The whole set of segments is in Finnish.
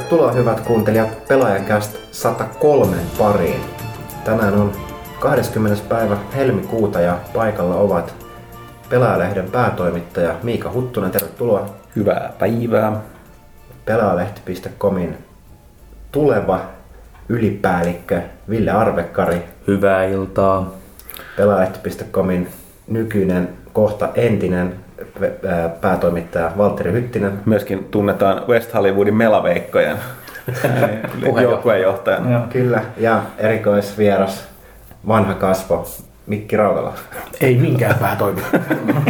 Tervetuloa hyvät kuuntelijat Pelaajakäst 103 pariin. Tänään on 20. päivä helmikuuta ja paikalla ovat Pelaajalehden päätoimittaja Miika Huttunen, tervetuloa. Hyvää päivää. Pelaajalehti.comin tuleva ylipäällikkö Ville Arvekkari. Hyvää iltaa. Pelaajalehti.comin nykyinen, kohta entinen päätoimittaja Valtteri Hyttinen. Myöskin tunnetaan West Hollywoodin melaveikkojen joukkueenjohtajana. Kyllä, ja erikoisvieras, vanha kasvo, Mikki Rautala. Ei minkään päätoimittaja.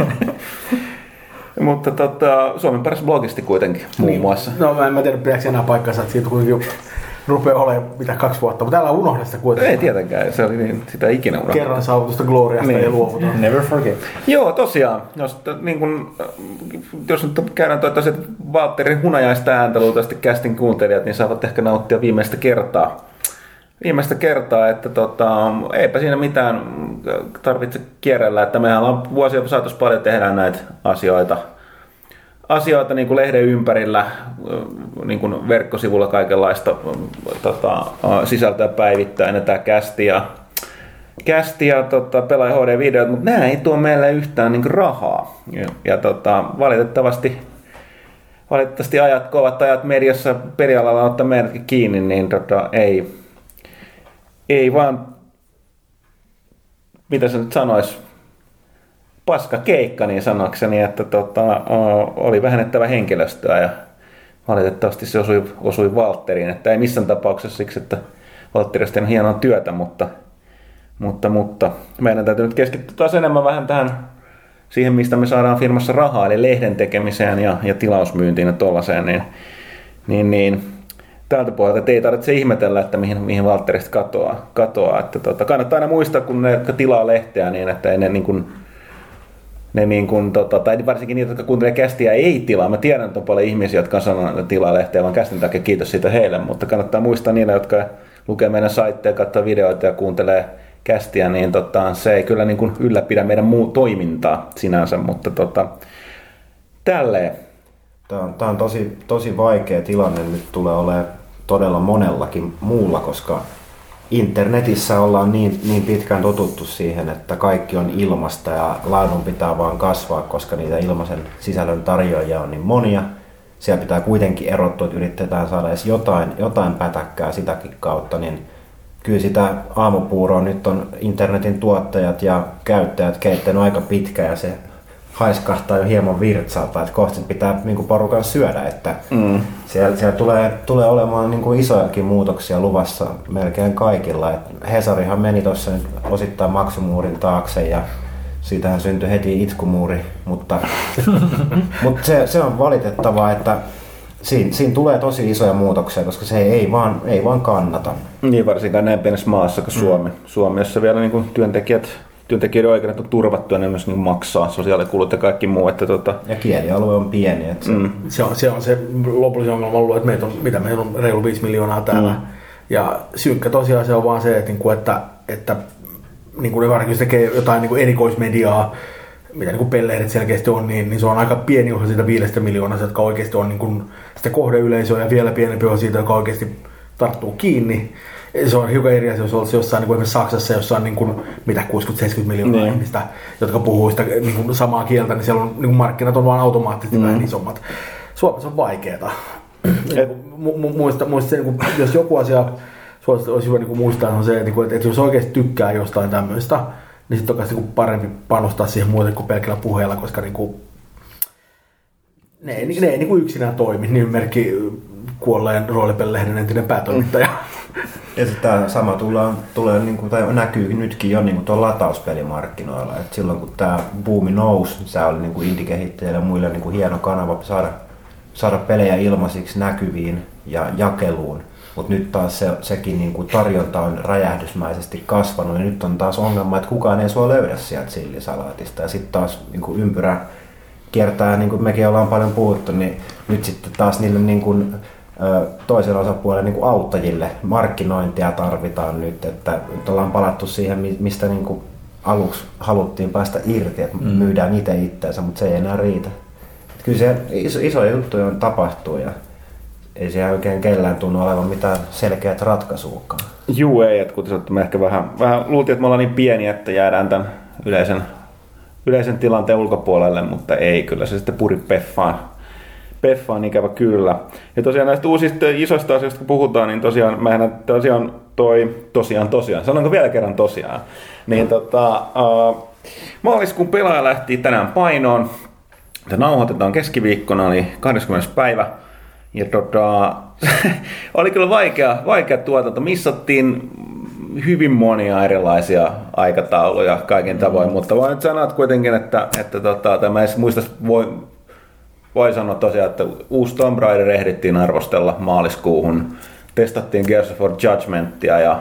Mutta Suomen paras blogisti kuitenkin muun muassa. No en tiedä pidäkö enää paikkansa, että siitä kuitenkin rupeaa olemaan 2 vuotta, mutta älä unohda sitä kuitenkin. Ei tietenkään, se oli niin, sitä ikinä unohtaa. Kerran saavutusta gloriasta niin. Ja luovutaan. Never forget. Joo, tosiaan. Jos nyt käydään toivottavasti Valtterin hunajaista ääntä luultavasti kästin kuuntelijat, niin saavat ehkä nauttia viimeistä kertaa, että eipä siinä mitään tarvitse kierrellä, että mehän ollaan vuosien saatossa paljon tehdään näitä asioita niin kuin lehden ympärillä, niin kuin verkkosivulla kaikenlaista sisältöä päivittäin, ja tämä kästi ja Pelaaja HD-videot, mutta nämä ei tuo meille yhtään niin kuin rahaa. Ja valitettavasti kovat ajat mediassa perialalla ottaa meidätkin kiinni, niin ei vaan, mitä se nyt sanoisi, paska keikka niin sanokseni, että oli vähennettävä henkilöstöä ja valitettavasti se osui Valtteriin, että ei missään tapauksessa siksi, että Valtteri on tehnyt hienoa työtä, mutta meidän täytyy nyt keskittyä taas enemmän vähän tähän siihen, mistä me saadaan firmassa rahaa, eli lehden tekemiseen ja tilausmyyntiin ja tollaiseen, niin tältä pohjalta ei tarvitse ihmetellä, että mihin Valtterista katoaa. Että kannattaa aina muistaa, kun ne, jotka tilaa lehteä, niin että ei tai varsinkin niitä, jotka kuuntelee kästiä, ei tilaa. Mä tiedän, että on paljon ihmisiä, jotka on sanonut, että tilaa lehteä, vaan kästin takia kiitos siitä heille, mutta kannattaa muistaa niille, jotka lukee meidän saitteja, katsoo videoita ja kuuntelee kästiä, niin se ei kyllä niin kuin ylläpidä meidän muu toimintaa sinänsä, mutta tälleen. Tämä on tosi vaikea tilanne, nyt tulee olemaan todella monellakin muulla, koska internetissä ollaan niin pitkään totuttu siihen, että kaikki on ilmasta ja laadun pitää vaan kasvaa, koska niitä ilmaisen sisällön tarjoajia on niin monia. Siellä pitää kuitenkin erottua, että yritetään saada edes jotain pätäkkää sitäkin kautta, niin kyllä sitä aamupuuroa nyt on internetin tuottajat ja käyttäjät keittänyt aika pitkä ja se haiskahtaa jo hieman virtsalta, että kohta pitää niin kuin porukan syödä, että siellä tulee olemaan niin kuin isojakin muutoksia luvassa melkein kaikilla. Et Hesarihan meni tuossa osittain maksumuurin taakse ja siitähän syntyi heti itkumuuri, mutta se on valitettavaa, että siinä tulee tosi isoja muutoksia, koska se ei vaan kannata. Niin varsinkaan näin pienessä maassa kuin Suomi, jossa vielä niin kuin työntekijöiden oikeudet on turvattu ja ne myös niin maksaa sosiaalikulut ja kaikki muu. Että Ja kielialue on pieni. Että se on se lopullinen ongelma ollut, että meitä on reilu 5 miljoonaa täällä. Ja synkkä tosiaan on vaan se, että niin kuin ne varsinkin tekee jotain niin kuin erikoismediaa, mitä niin kuin Pellehdet selkeästi on, niin se on aika pieni osa siitä 5 miljoonasta, jotka oikeasti on niin kuin sitä kohdeyleisöä ja vielä pienempi osa siitä, joka oikeasti tarttuu kiinni. Se on hiukan eri asia, jos olisi jossain niin kuin esimerkiksi Saksassa, jossa on niin kuin, 60-70 miljoonaa ihmistä, jotka puhuu sitä niin kuin samaa kieltä, niin siellä on, niin kuin markkinat on vaan automaattisesti vähän isommat. Suomessa on vaikeaa. Muista se, niin kuin, jos joku asia olisi hyvä niin muistaa, on se, että jos oikeasti tykkää jostain tämmöistä, niin sitten on niin parempi panostaa siihen muuten kuin pelkällä puheella, koska niin kuin, ne ei niin kuin yksinään toimi. Nimimerkki kuolleen roolipelilehden entinen päätoimittaja. Ja tämä sama tulee niin kuin, tai näkyy nytkin jo niin tuolla latauspelimarkkinoilla. Et silloin kun tämä buumi nousi, se oli niin kuin indie-kehittäjille ja muille niin kuin hieno kanava saada pelejä ilmaisiksi näkyviin ja jakeluun. Mutta nyt taas sekin niin kuin tarjonta on räjähdysmäisesti kasvanut ja nyt on taas ongelma, että kukaan ei sua löydä sieltä sillisalaatista. Ja sitten taas niin kuin ympyrä kiertää, niin kuin mekin ollaan paljon puhuttu, niin nyt sitten taas niille niin kuin toisen osapuolen niin kuin auttajille markkinointia tarvitaan nyt, että nyt ollaan palattu siihen, mistä niin kuin aluksi haluttiin päästä irti, että myydään itse itseänsä, mutta se ei enää riitä. Kyllä se isoja juttuja tapahtuu ja ei siellä oikein kellään tunnu olevan mitään selkeät ratkaisuukaan. Juu, ei, että kuten sanottu, me ehkä vähän luultiin, että me ollaan niin pieni, että jäädään tämän yleisen tilanteen ulkopuolelle, mutta ei, kyllä se sitten puri Peffaan ikävä kyllä. Ja tosiaan näistä uusista isoista asioista kun puhutaan, niin tosiaan, sanonko vielä kerran tosiaan, niin maaliskuun pelaaja lähti tänään painoon. Tämä nauhoitetaan keskiviikkona, eli 20. päivä. Ja oli kyllä vaikea tuotanto. Missattiin hyvin monia erilaisia aikatauluja kaiken tavoin, mutta voin nyt sanoa kuitenkin, että tämä ei muista, voi sanoa tosiaan, että uusi Tomb Raider ehdittiin arvostella maaliskuuhun. Testattiin Gears of War Judgmentia ja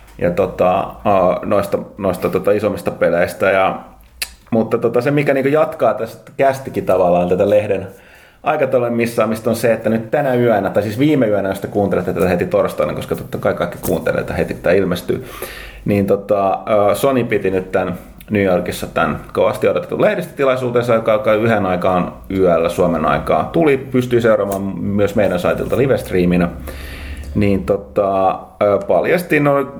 noista isommista peleistä. Mutta se, mikä niinku jatkaa tästä kästikin tavallaan tätä lehden aikataulun missaamista on se, että nyt tänä yönä, tai siis viime yönä, jos te kuuntelette tätä heti torstaina, koska totta kai kaikki kuuntelevat, että heti tämä ilmestyy, niin Sony piti nyt tämän New Yorkissa tämän kovasti odotetun lehdistötilaisuutensa, joka alkaa 1 aikaan yöllä Suomen aikaa. Pystyy seuraamaan myös meidän saitilta live-striiminä. Niin paljasti,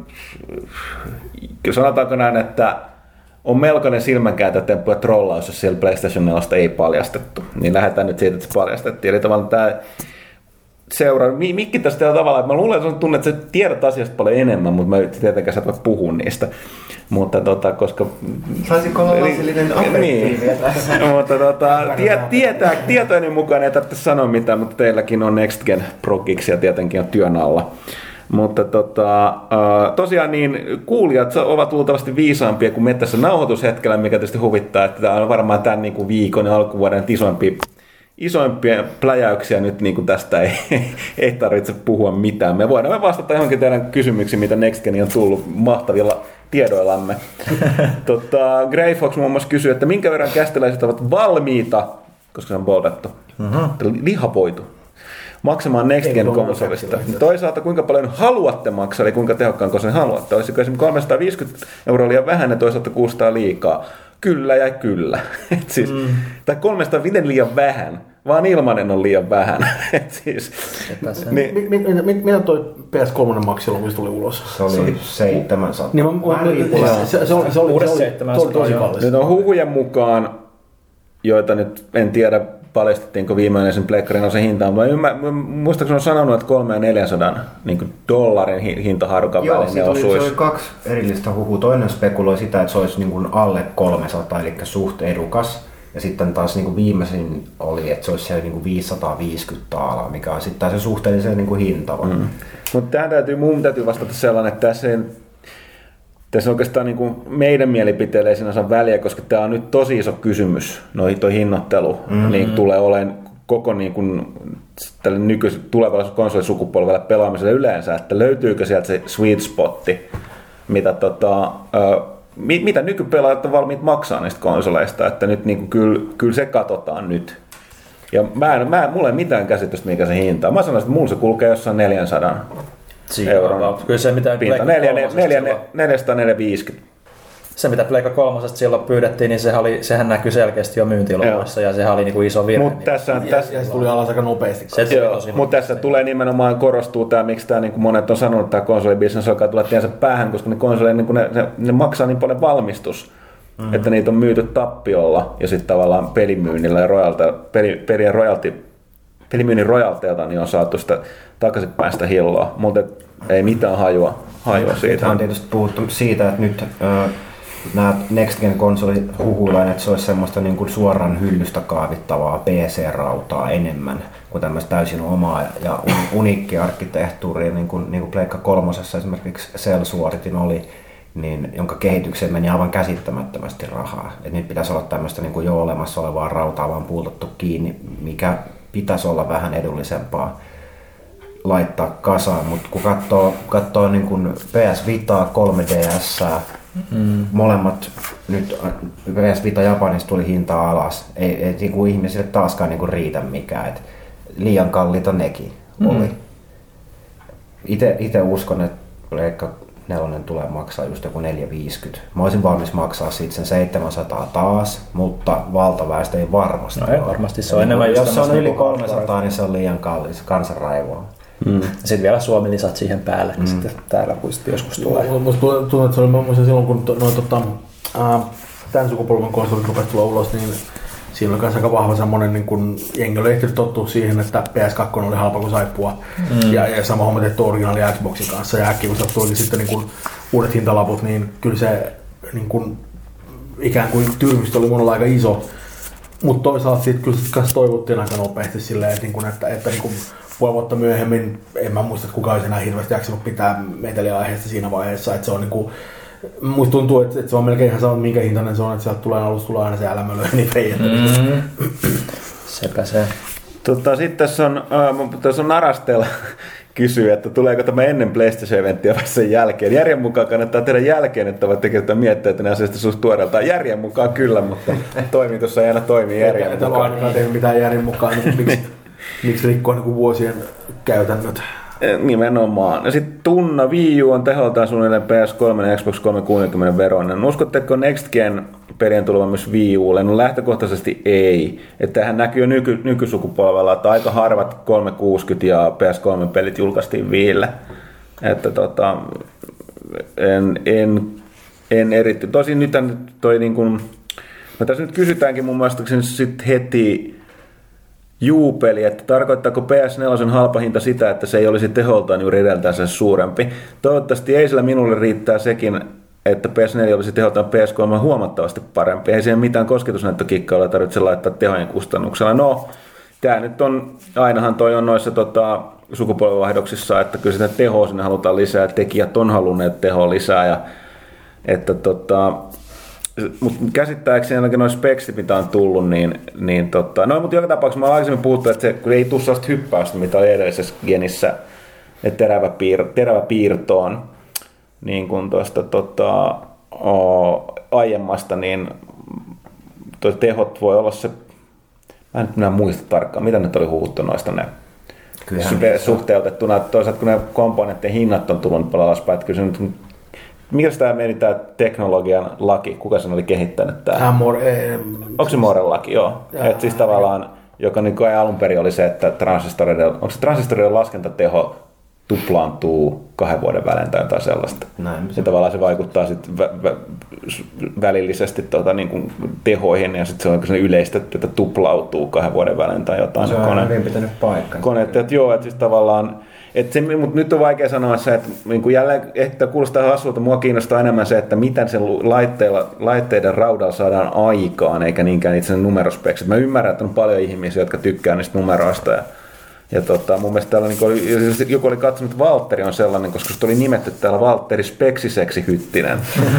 sanotaanko näin, että on melkoinen silmänkääntötemppu ja trollaus, jos siellä PlayStation 4 ei paljastettu. Niin lähdetään nyt siitä, että se paljastettiin. Eli tavallaan tämä Mikki tästä tavallaan, että mä luulen, että tunnet, että sä tiedät asiasta paljon enemmän, mutta mä tietenkään sä et voi puhua niistä. Mutta koska... Saisinko olla lasillinen aperitiiviä tässä? Mutta tietojeni mukaan ei tarvitse sanoa mitään, mutta teilläkin on Next Gen Pro Geeks ja tietenkin on työn alla. Mutta tosiaan niin kuulijat ovat luultavasti viisaampia kuin me tässä nauhoitushetkellä, mikä tietysti huvittaa, että tämä on varmaan tämän niin kuin viikon ja alkuvuoden isoimpia pläjäyksiä nyt niin kuin tästä ei tarvitse puhua mitään. Me voidaan vastata johonkin teidän kysymyksiin, mitä Next Geniin on tullut mahtavilla tiedoillamme. Greyfox muun muassa kysyy, että minkä verran kästiläiset ovat valmiita, koska se on boldattu, lihapoitu, maksamaan Next Gen konsolista. Toisaalta kuinka paljon haluatte maksaa, eli kuinka tehokkaan konsolin haluatte. Olisiko esimerkiksi 350 € liian vähän ja toisaalta 600 liikaa? Kyllä ja kyllä. Tai 300 liian vähän, vaan ilmanen on liian vähän. Mitä toi PS3 maksi silloin, kun se tuli ulos? Se oli 700. Se oli tosi kallis. Nyt on huhujen mukaan, joita nyt en tiedä, paljastettiinko viimeinen sen pleikkarin osan hintaan, muistaakseni on sanonut, että 300 ja 400 niin dollarin hintaharukan välinen osuisi. Se oli 2 erillistä huhua. Toinen spekuloi sitä, että se olisi niin kuin alle 300, eli suht edukas. Ja sitten taas niin kuin viimeisin oli, että se olisi siellä niin kuin 550 taalaa, mikä on sitten se suhteellisen niin kuin hintava. Mutta tähän mun täytyy vastata sellainen, että tässä oikeastaan niin kuin meidän mielipiteille ei sinänsä väliä, koska tämä on nyt tosi iso kysymys, toi hinnoittelu, niin tulee olemaan koko niin kuin tälle tulevalle konsolisukupolvelle pelaamiselle yleensä, että löytyykö sieltä se sweet spotti, mitä nykypelaajat on valmiit maksaa niistä konsoleista, että nyt niin kuin kyllä se katsotaan nyt. Ja mulla ei mitään käsitystä, mikä se hinta on. Mä sanoisin, että mulla se kulkee jossain 400 euron. Kyllä se mitä pinta, 450. Se mitä Pleikka 3 silloin pyydettiin, niin sehän näkyy selkeästi jo myyntiluvuissa ja sehän oli niinku iso virhe. Mutta tässä se tuli alas aika nopeasti. Mutta tässä tulee nimenomaan korostuu tämä, miksi tämä niin monet on sanonut, että tämä konsolibisnes alkaa tulla tiensä päähän, koska ne konsoleja niin ne maksaa niin paljon valmistus, että niitä on myyty tappiolla ja sitten tavallaan pelimyynnillä ja pelimyynnin rojalteilta niin on saatu sitä takaisinpäin sitä hilloa, mutta ei mitään hajua siitä. On tietysti puhuttu siitä, että nyt nämä Next Gen konsolit huhuillaan, että se olisi semmoista niin kuin suoraan hyllystä kaavittavaa PC-rautaa enemmän kuin tämmöistä täysin omaa ja uniikkia arkkitehtuuria, niin kuin Pleikka 3 esimerkiksi Cell-suoritin oli, niin, jonka kehitykseen meni aivan käsittämättömästi rahaa. Et nyt pitäisi olla tämmöistä niin kuin jo olemassa olevaa rautaa vaan puultattu kiinni, mikä pitäisi olla vähän edullisempaa laittaa kasaan, mutta kun katsoo niin kuin PS Vitaa, 3DS, molemmat nyt PS Vita Japanissa tuli hinta alas, ei niin kuin ihmisille taaskaan niin kuin riitä mikään, et liian kalliita nekin oli. Itse uskon, että 4 tulee maksaa just joku 450. Mä olisin valmis maksaa siitä sen 700 taas, mutta valtaväestö ei varmasti No ei varmasti, se on enemmän jos just se on yli niinku 300, niin se on liian kallis, kansan raivoa. Sitten vielä Suomi-lisät siihen päälle, niin sitten täällä kuisti joskus tulee. Musta tuntuu, että se oli muistan silloin, kun tämän sukupolven konsolit rupesi tulla ulos, niin siinä oli myös aika vahva semmoinen, niin kun jengi oli ehtinyt tottua siihen, että PS2 oli halpa kuin saippua. Ja sama homma tehty originaali Xboxin kanssa. Ja äkkiä kun se tuli sitten niin kun uudet hintalaput, niin kyllä se niin kun, ikään kuin tyrmistö oli monella aika iso. Mutta toisaalta sitten kyllä sit toivottiin aika nopeasti silleen, että niin kun puoli vuotta myöhemmin, en mä muista, että kukaan olisi enää hirveästi jaksanut pitää meteliä aiheesta siinä vaiheessa. Että se on niin kun, musta tuntuu, että se on melkein ihan sama, minkä hintainen se on, että sieltä tulee aina se älämölö, niin ei. Sepä se. Sitten tässä on Narastella kysyy, että tuleeko tämä ennen PlayStation-eventtiä vai sen jälkeen. Järjen mukaan kannattaa tehdä jälkeen, että voit tekemään miettiä, että ne asiasta susta tuoreeltaan. Järjen mukaan kyllä, mutta toimitus ei aina toimi järjen mukaan. Ei ole ainakaan tehnyt mitään järjen mukaan, miksi rikkoa niin vuosien käytännöt. Nimenomaan. Ja sitten Tunna Wii U on teholtaan suunnilleen PS3 ja Xbox 360 veroinen. Uskotteko Next Gen pelien tulevan myös Wii Ulle? No lähtökohtaisesti ei. Että tämähän näkyy jo nykysukupolvella, että aika harvat 360 ja PS3 pelit julkaistiin Wiille. Että en erityisesti. Tosin nyt toi niin kuin, no tässä nyt kysytäänkin mun mielestä sit heti Juu-peli, että tarkoittaako PS4 halpa hinta sitä, että se ei olisi teholtaan juuri edeltänsä suurempi. Toivottavasti ei, sillä minulle riittää sekin, että PS4 olisi teholtaan PS3 huomattavasti parempi. Ei siihen mitään kosketusnäyttökikkailla tarvitse laittaa tehojen kustannuksella. No, tämä nyt on, ainahan toi on noissa sukupolvenvaihdoksissa, että kyllä sitä tehoa sinne halutaan lisää, tekijät on halunneet tehoa lisää, ja että mutta käsittääkseni ainakin noin speksit, mitä on tullut, no, mutta joka tapauksessa mä olen aikaisemmin puhuttu, että se, kun ei tule sellaista hyppäystä, mitä oli edellisessä genissä, terävä piirtoon, niin kuin tuosta aiemmasta, niin tehot voi olla se, mä en nyt muista tarkkaan, mitä nyt oli huhuttu noista ne suhteutettuna, toisaalta kun ne komponenttien hinnat on tullut paljon alaspäin, että kyllä se nyt, mikä tämä meni tämä teknologian laki? Kuka sen oli kehittänyt tämä? Onko se Mooren laki? Joo. Et siis tavallaan, joka niin alun perin oli se, että transistoriden laskentateho tuplaantuu 2 vuoden välein tai jotain sellaista. Näin. Ja tavallaan se vaikuttaa sitten välillisesti niin kuin tehoihin, ja sitten se on yleistetty, että tuplautuu 2 vuoden välein tai jotain. Se on hyvin pitänyt paikkaa. Että joo, että siis tavallaan, mutta nyt on vaikea sanoa se, että niin jälleen ehkä kuulostaa hassulta, mua kiinnostaa enemmän se, että miten sen laitteiden raudalla saadaan aikaan, eikä niinkään itse numerospeksit. Mä ymmärrän, että on paljon ihmisiä, jotka tykkää niistä numeroista, ja mun mielestä täällä joku oli katsonut, että Valtteri on sellainen, koska se oli nimetty täällä Valtteri Speksiseksi Hyttinen.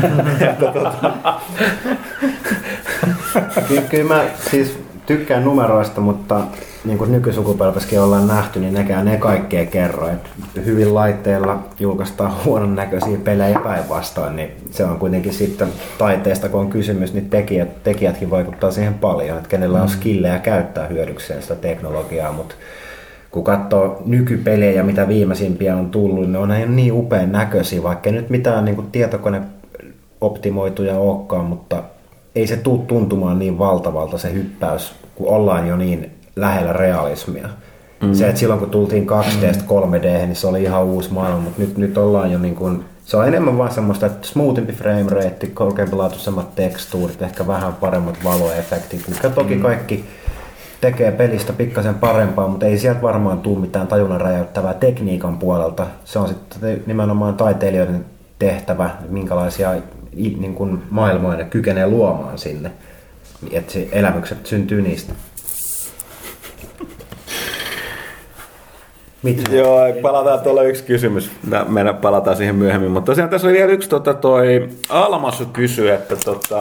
Kyllä mä siis tykkään numeroista, mutta niin kuin nykysukupolvessakin ollaan nähty, niin nekään ne kaikkea kerro. Et hyvin laitteilla julkaistaan huonon näköisiä pelejä päinvastoin, niin se on kuitenkin sitten taiteesta, kun on kysymys, niin tekijätkin vaikuttaa siihen paljon, että kenellä on skillejä käyttää hyödykseen sitä teknologiaa, mutta kun katsoo nykypelejä, mitä viimeisimpiä on tullut, niin on niin upean näköisiä, vaikka nyt mitään niin kuin tietokoneoptimoituja olekaan, mutta ei se tule tuntumaan niin valtavalta se hyppäys, kun ollaan jo niin lähellä realismia. Se, että silloin kun tultiin 2D:stä 3D, niin se oli ihan uusi maailma, mutta nyt ollaan jo niin kuin, se on enemmän vaan semmoista, että smoothimpi frame rate, korkeampilaatuisemmat tekstuurit, ehkä vähän paremmat valoefektit, mitkä toki kaikki tekee pelistä pikkasen parempaa, mutta ei sieltä varmaan tule mitään tajunnan räjäyttävää tekniikan puolelta. Se on sitten nimenomaan taiteilijoiden tehtävä, minkälaisia niin kuin maailmoja ne kykenee luomaan sinne, että se elämykset syntyy niistä. Mitä? Joo, palataan tuolla yksi kysymys. Meidän palataan siihen myöhemmin, mutta tosiaan tässä oli vielä yksi toi Almasu kysyi, että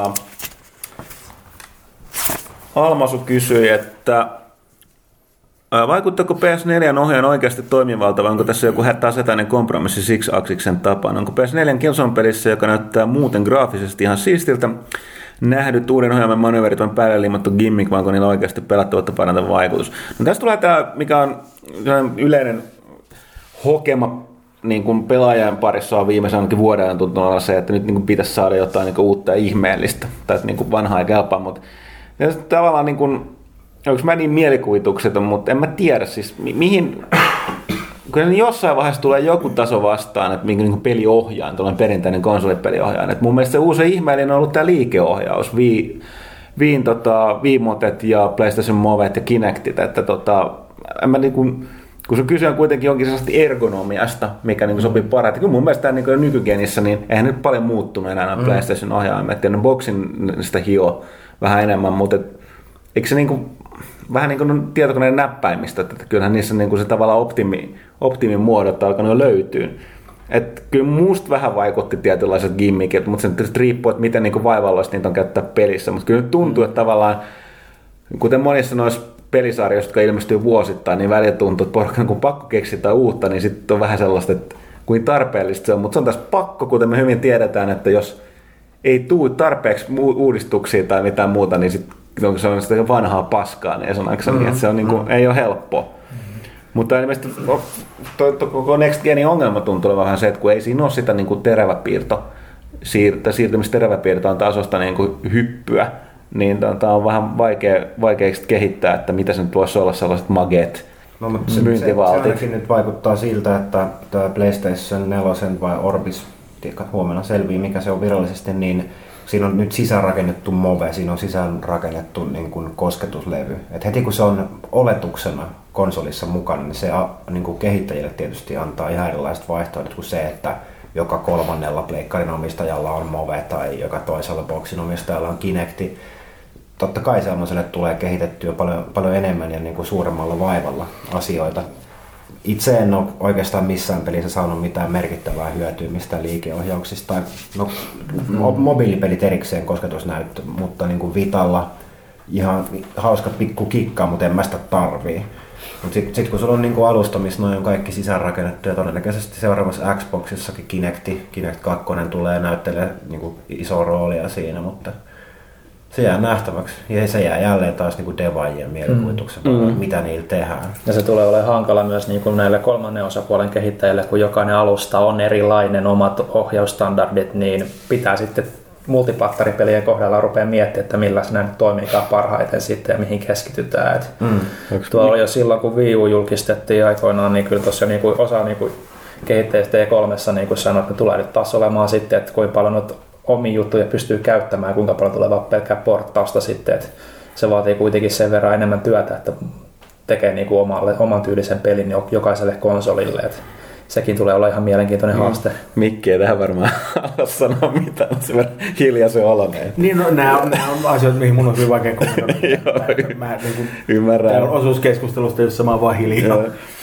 Almasu kysyi, että vaikuttaako PS4 ohjaajan oikeasti toimivalta vai onko tässä joku hätäinen kompromissi Six-Axiksen tapaan? Onko PS4 Killzone-pelissä, joka näyttää muuten graafisesti ihan siistiltä, nähdyt uuden ohjaajan manöverit on päälle liimattu gimmick, vai onko niillä oikeasti pelattavuutta parantava vaikutus? No tässä tulee tämä, mikä on yleinen hokema niin kuin pelaajan parissa on viimeisen ainakin vuoden ajan tuntunut olla se, että nyt niin kuin pitäisi saada jotain niin kuin uutta ja ihmeellistä. Tai niin kuin vanhaa ei kelpaa, mutta tavallaan niin kuin, onko mä niin mielikuvitukseton, mutta en mä tiedä siis mihin, kun jossain vaiheessa tulee joku taso vastaan, että minkä niin peliohjaan, tuollainen perinteinen konsolipeliohjaan. Et mun mielestä se uusi ihmeellinen on ollut tämä liikeohjaus, Wiimotet ja PlayStation Movet ja Kinectit, että mä niin kuin, kun se kyse on kuitenkin jonkin sellaista ergonomiasta, mikä niin sopii parhaiten. Kyllä mun mielestä niin nykygenissä, niin eihän nyt paljon muuttunut enää PlayStation-ohjaimet. Ja ne boksin sitä hio vähän enemmän, mutta eikö se niin kuin, vähän niin kuin tietokoneen näppäimistä, että kyllähän niissä niin kuin se tavallaan optimin muodot alkanut jo löytyä. Että kyllä musta vähän vaikutti tietynlaiset gimmickit, mutta se riippuu, että miten niin vaivalloista niitä on käyttää pelissä. Mutta kyllä nyt tuntuu, että tavallaan, kuten monissa noissa pelisarjoista, jotka ilmestyy vuosittain, niin välillä tuntuu, että porukka kun pakko keksiä uutta, niin sitten on vähän sellaista, että kuin tarpeellista se on. Mutta se on taas pakko, kuten me hyvin tiedetään, että jos ei tule tarpeeksi uudistuksia tai mitään muuta, niin sitten se on sitä vanhaa paskaa, niin että se on niin kuin, ei ole helppoa. Mutta ilmeisesti koko Next Genin ongelma tuntuu vähän se, että kun ei siinä ole sitä niin kuin siirtymistä teräväpiirtoon tasosta niin kuin hyppyä, niin tämä on vähän vaikea kehittää, että mitä se nyt voisi olla sellaiset maget myyntivaltit. Se ainakin nyt vaikuttaa siltä, että tämä PlayStation 4 vai Orbis, huomenna selviää mikä se on virallisesti, niin siinä on nyt sisäänrakennettu Move, siinä on sisäänrakennettu niin kuin kosketuslevy. Et heti kun se on oletuksena konsolissa mukana, niin se niin kuin kehittäjille tietysti antaa ihan erilaiset vaihtoehdot kuin se, että joka kolmannella pleikkarin omistajalla on Move tai joka toisella boksin omistajalla on Kinecti. Totta kai sellaiselle tulee kehitettyä paljon enemmän ja niin kuin suuremmalla vaivalla asioita. Itse en ole oikeastaan missään pelissä saanut mitään merkittävää hyötyä mistään liikeohjauksista. No, mobiilipelit erikseen kosketusnäyttö, mutta niin kuin Vitalla ihan hauska pikku kikka, mutta en mä sitä tarvii. Mutta sitten kun sulla on niin kuin alusta, missä noin on kaikki sisäänrakennettu ja todennäköisesti seuraavassa Xboxissakin Kinect 2 tulee näyttelee niin kuin isoa roolia siinä, mutta se jää nähtäväksi ja se jää jälleen taas niin kuin devaajien mielikuvituksen, mitä niillä tehdään. Ja se tulee olemaan hankala myös niin kuin näille kolmannen osapuolen kehittäjille, kun jokainen alusta on erilainen, omat ohjausstandardit, niin pitää sitten multiplattaripelien kohdalla rupeaa miettimään, että millä se nyt toimiikaan parhaiten sitten ja mihin keskitytään. Tuo oli jo silloin, kun Wii U julkistettiin aikoinaan, niin kyllä tuossa niin osa niin kehittäjistä E3 niin sanoi, että tulee nyt taas olemaan sitten, että kuinka paljon omia juttuja pystyy käyttämään ja kuinka paljon tulee vaan pelkkää porttausta sitten. Että se vaatii kuitenkin sen verran enemmän työtä, että tekee niin kuin oman tyylisen pelin jokaiselle konsolille. Että sekin tulee olla ihan mielenkiintoinen haaste. Mikki ei tähän varmaan ala sanoa mitään, mutta se verran hiljaisen oloinen. Niin, no, nämä on asioita, mihin mun on hyvin vaikea kommentoida. Ymmärrän. Tämä on osuuskeskustelusta, jossa mä oon vaan hiljaa.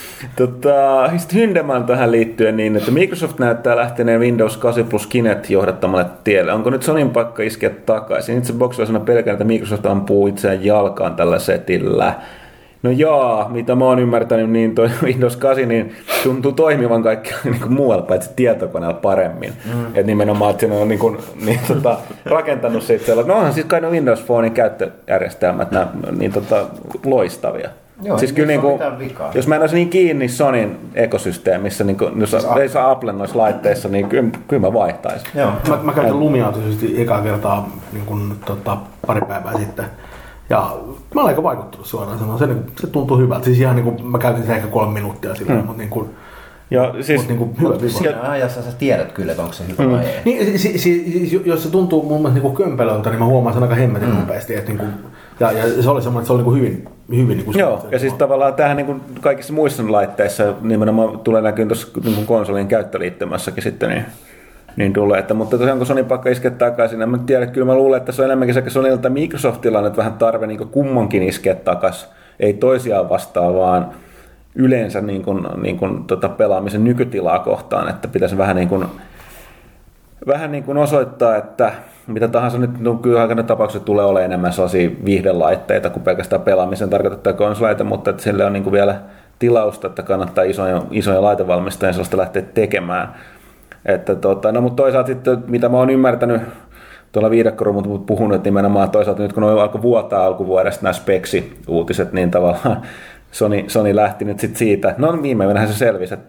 Sitten Hyndeman tähän liittyen niin, että Microsoft näyttää lähteneen Windows 8 plus Kinect johdattamalle tielle. Onko nyt Sonyn pakka iskeä takaisin? Itse boksilaisena pelkään, että Microsoft ampuu itseään jalkaan tällä setillä. No jaa, mitä mä oon ymmärtänyt, niin toi Windows 8 niin tuntuu toimivan kaikki niin muualla paitsi tietokoneella paremmin. Et nimenomaan, että siinä on rakentanut siitä sellainen, no onhan siis kai ne Windows Phonein käyttöjärjestelmät niin loistavia. Joo, siis kyllä jos mä en olisi niin kiinni Sonyn ekosysteemissä, niin jos ei saa Applen noissa laitteissa, niin kyllä mä vaihtaisin. Joo, mä käytän Lumia tietysti ekaa kertaa niin kun, pari päivää sitten. Ja mä olen aika vaikuttunut suoraan sanoen. Se tuntuu hyvältä. Siis ihan niin kuin mä käytin sen ehkä 3 minuuttia sillä, mutta niin kuin ja siis siinä ajassa sä tiedät kyllä, että onko se hyvä vai ei. Niin, jos se tuntuu mun mielestä niin kömpelöltä, niin mä huomaan sen aika hemmetin nopeasti. Että niin kuin, ja se oli semmoinen, että se oli niin kuin hyvin niin kuin joo, ja siis tavallaan tähän niin kuin kaikissa muissa laitteissa nimenomaan tulee näkyyn tuossa niin konsolin käyttöliittymässäkin sitten niin tulee. Mutta tosiaan kun Sony pakka iskeä takaisin, en tiedä, kyllä mä luulen, että se on enemmänkin sekä Sonylta että Microsoftilla nyt vähän tarve niin kummankin iskeä takaisin. Ei toisiaan vastaan, vaan yleensä pelaamisen nykytilaa kohtaan, että pitäisi vähän niin kuin osoittaa, että mitä tahansa nyt kyllä tapauksessa tulee olemaan enemmän sellaisia viihdelaitteita kuin pelkästään pelaamisen tarkoittaa konsoleita, mutta että sille on niin kuin vielä tilausta, että kannattaa isoja laitevalmistajia sellaista lähteä tekemään. Että no, mutta toisaalta sitten, mitä mä oon ymmärtänyt tuolla viidakkorumut puhunut, että nimenomaan toisaalta nyt kun on alkoi vuotaa alkuvuodesta nämä speksi-uutiset, niin tavallaan Sony lähti nyt sitten siitä, no viimeinenhän se selvisi, että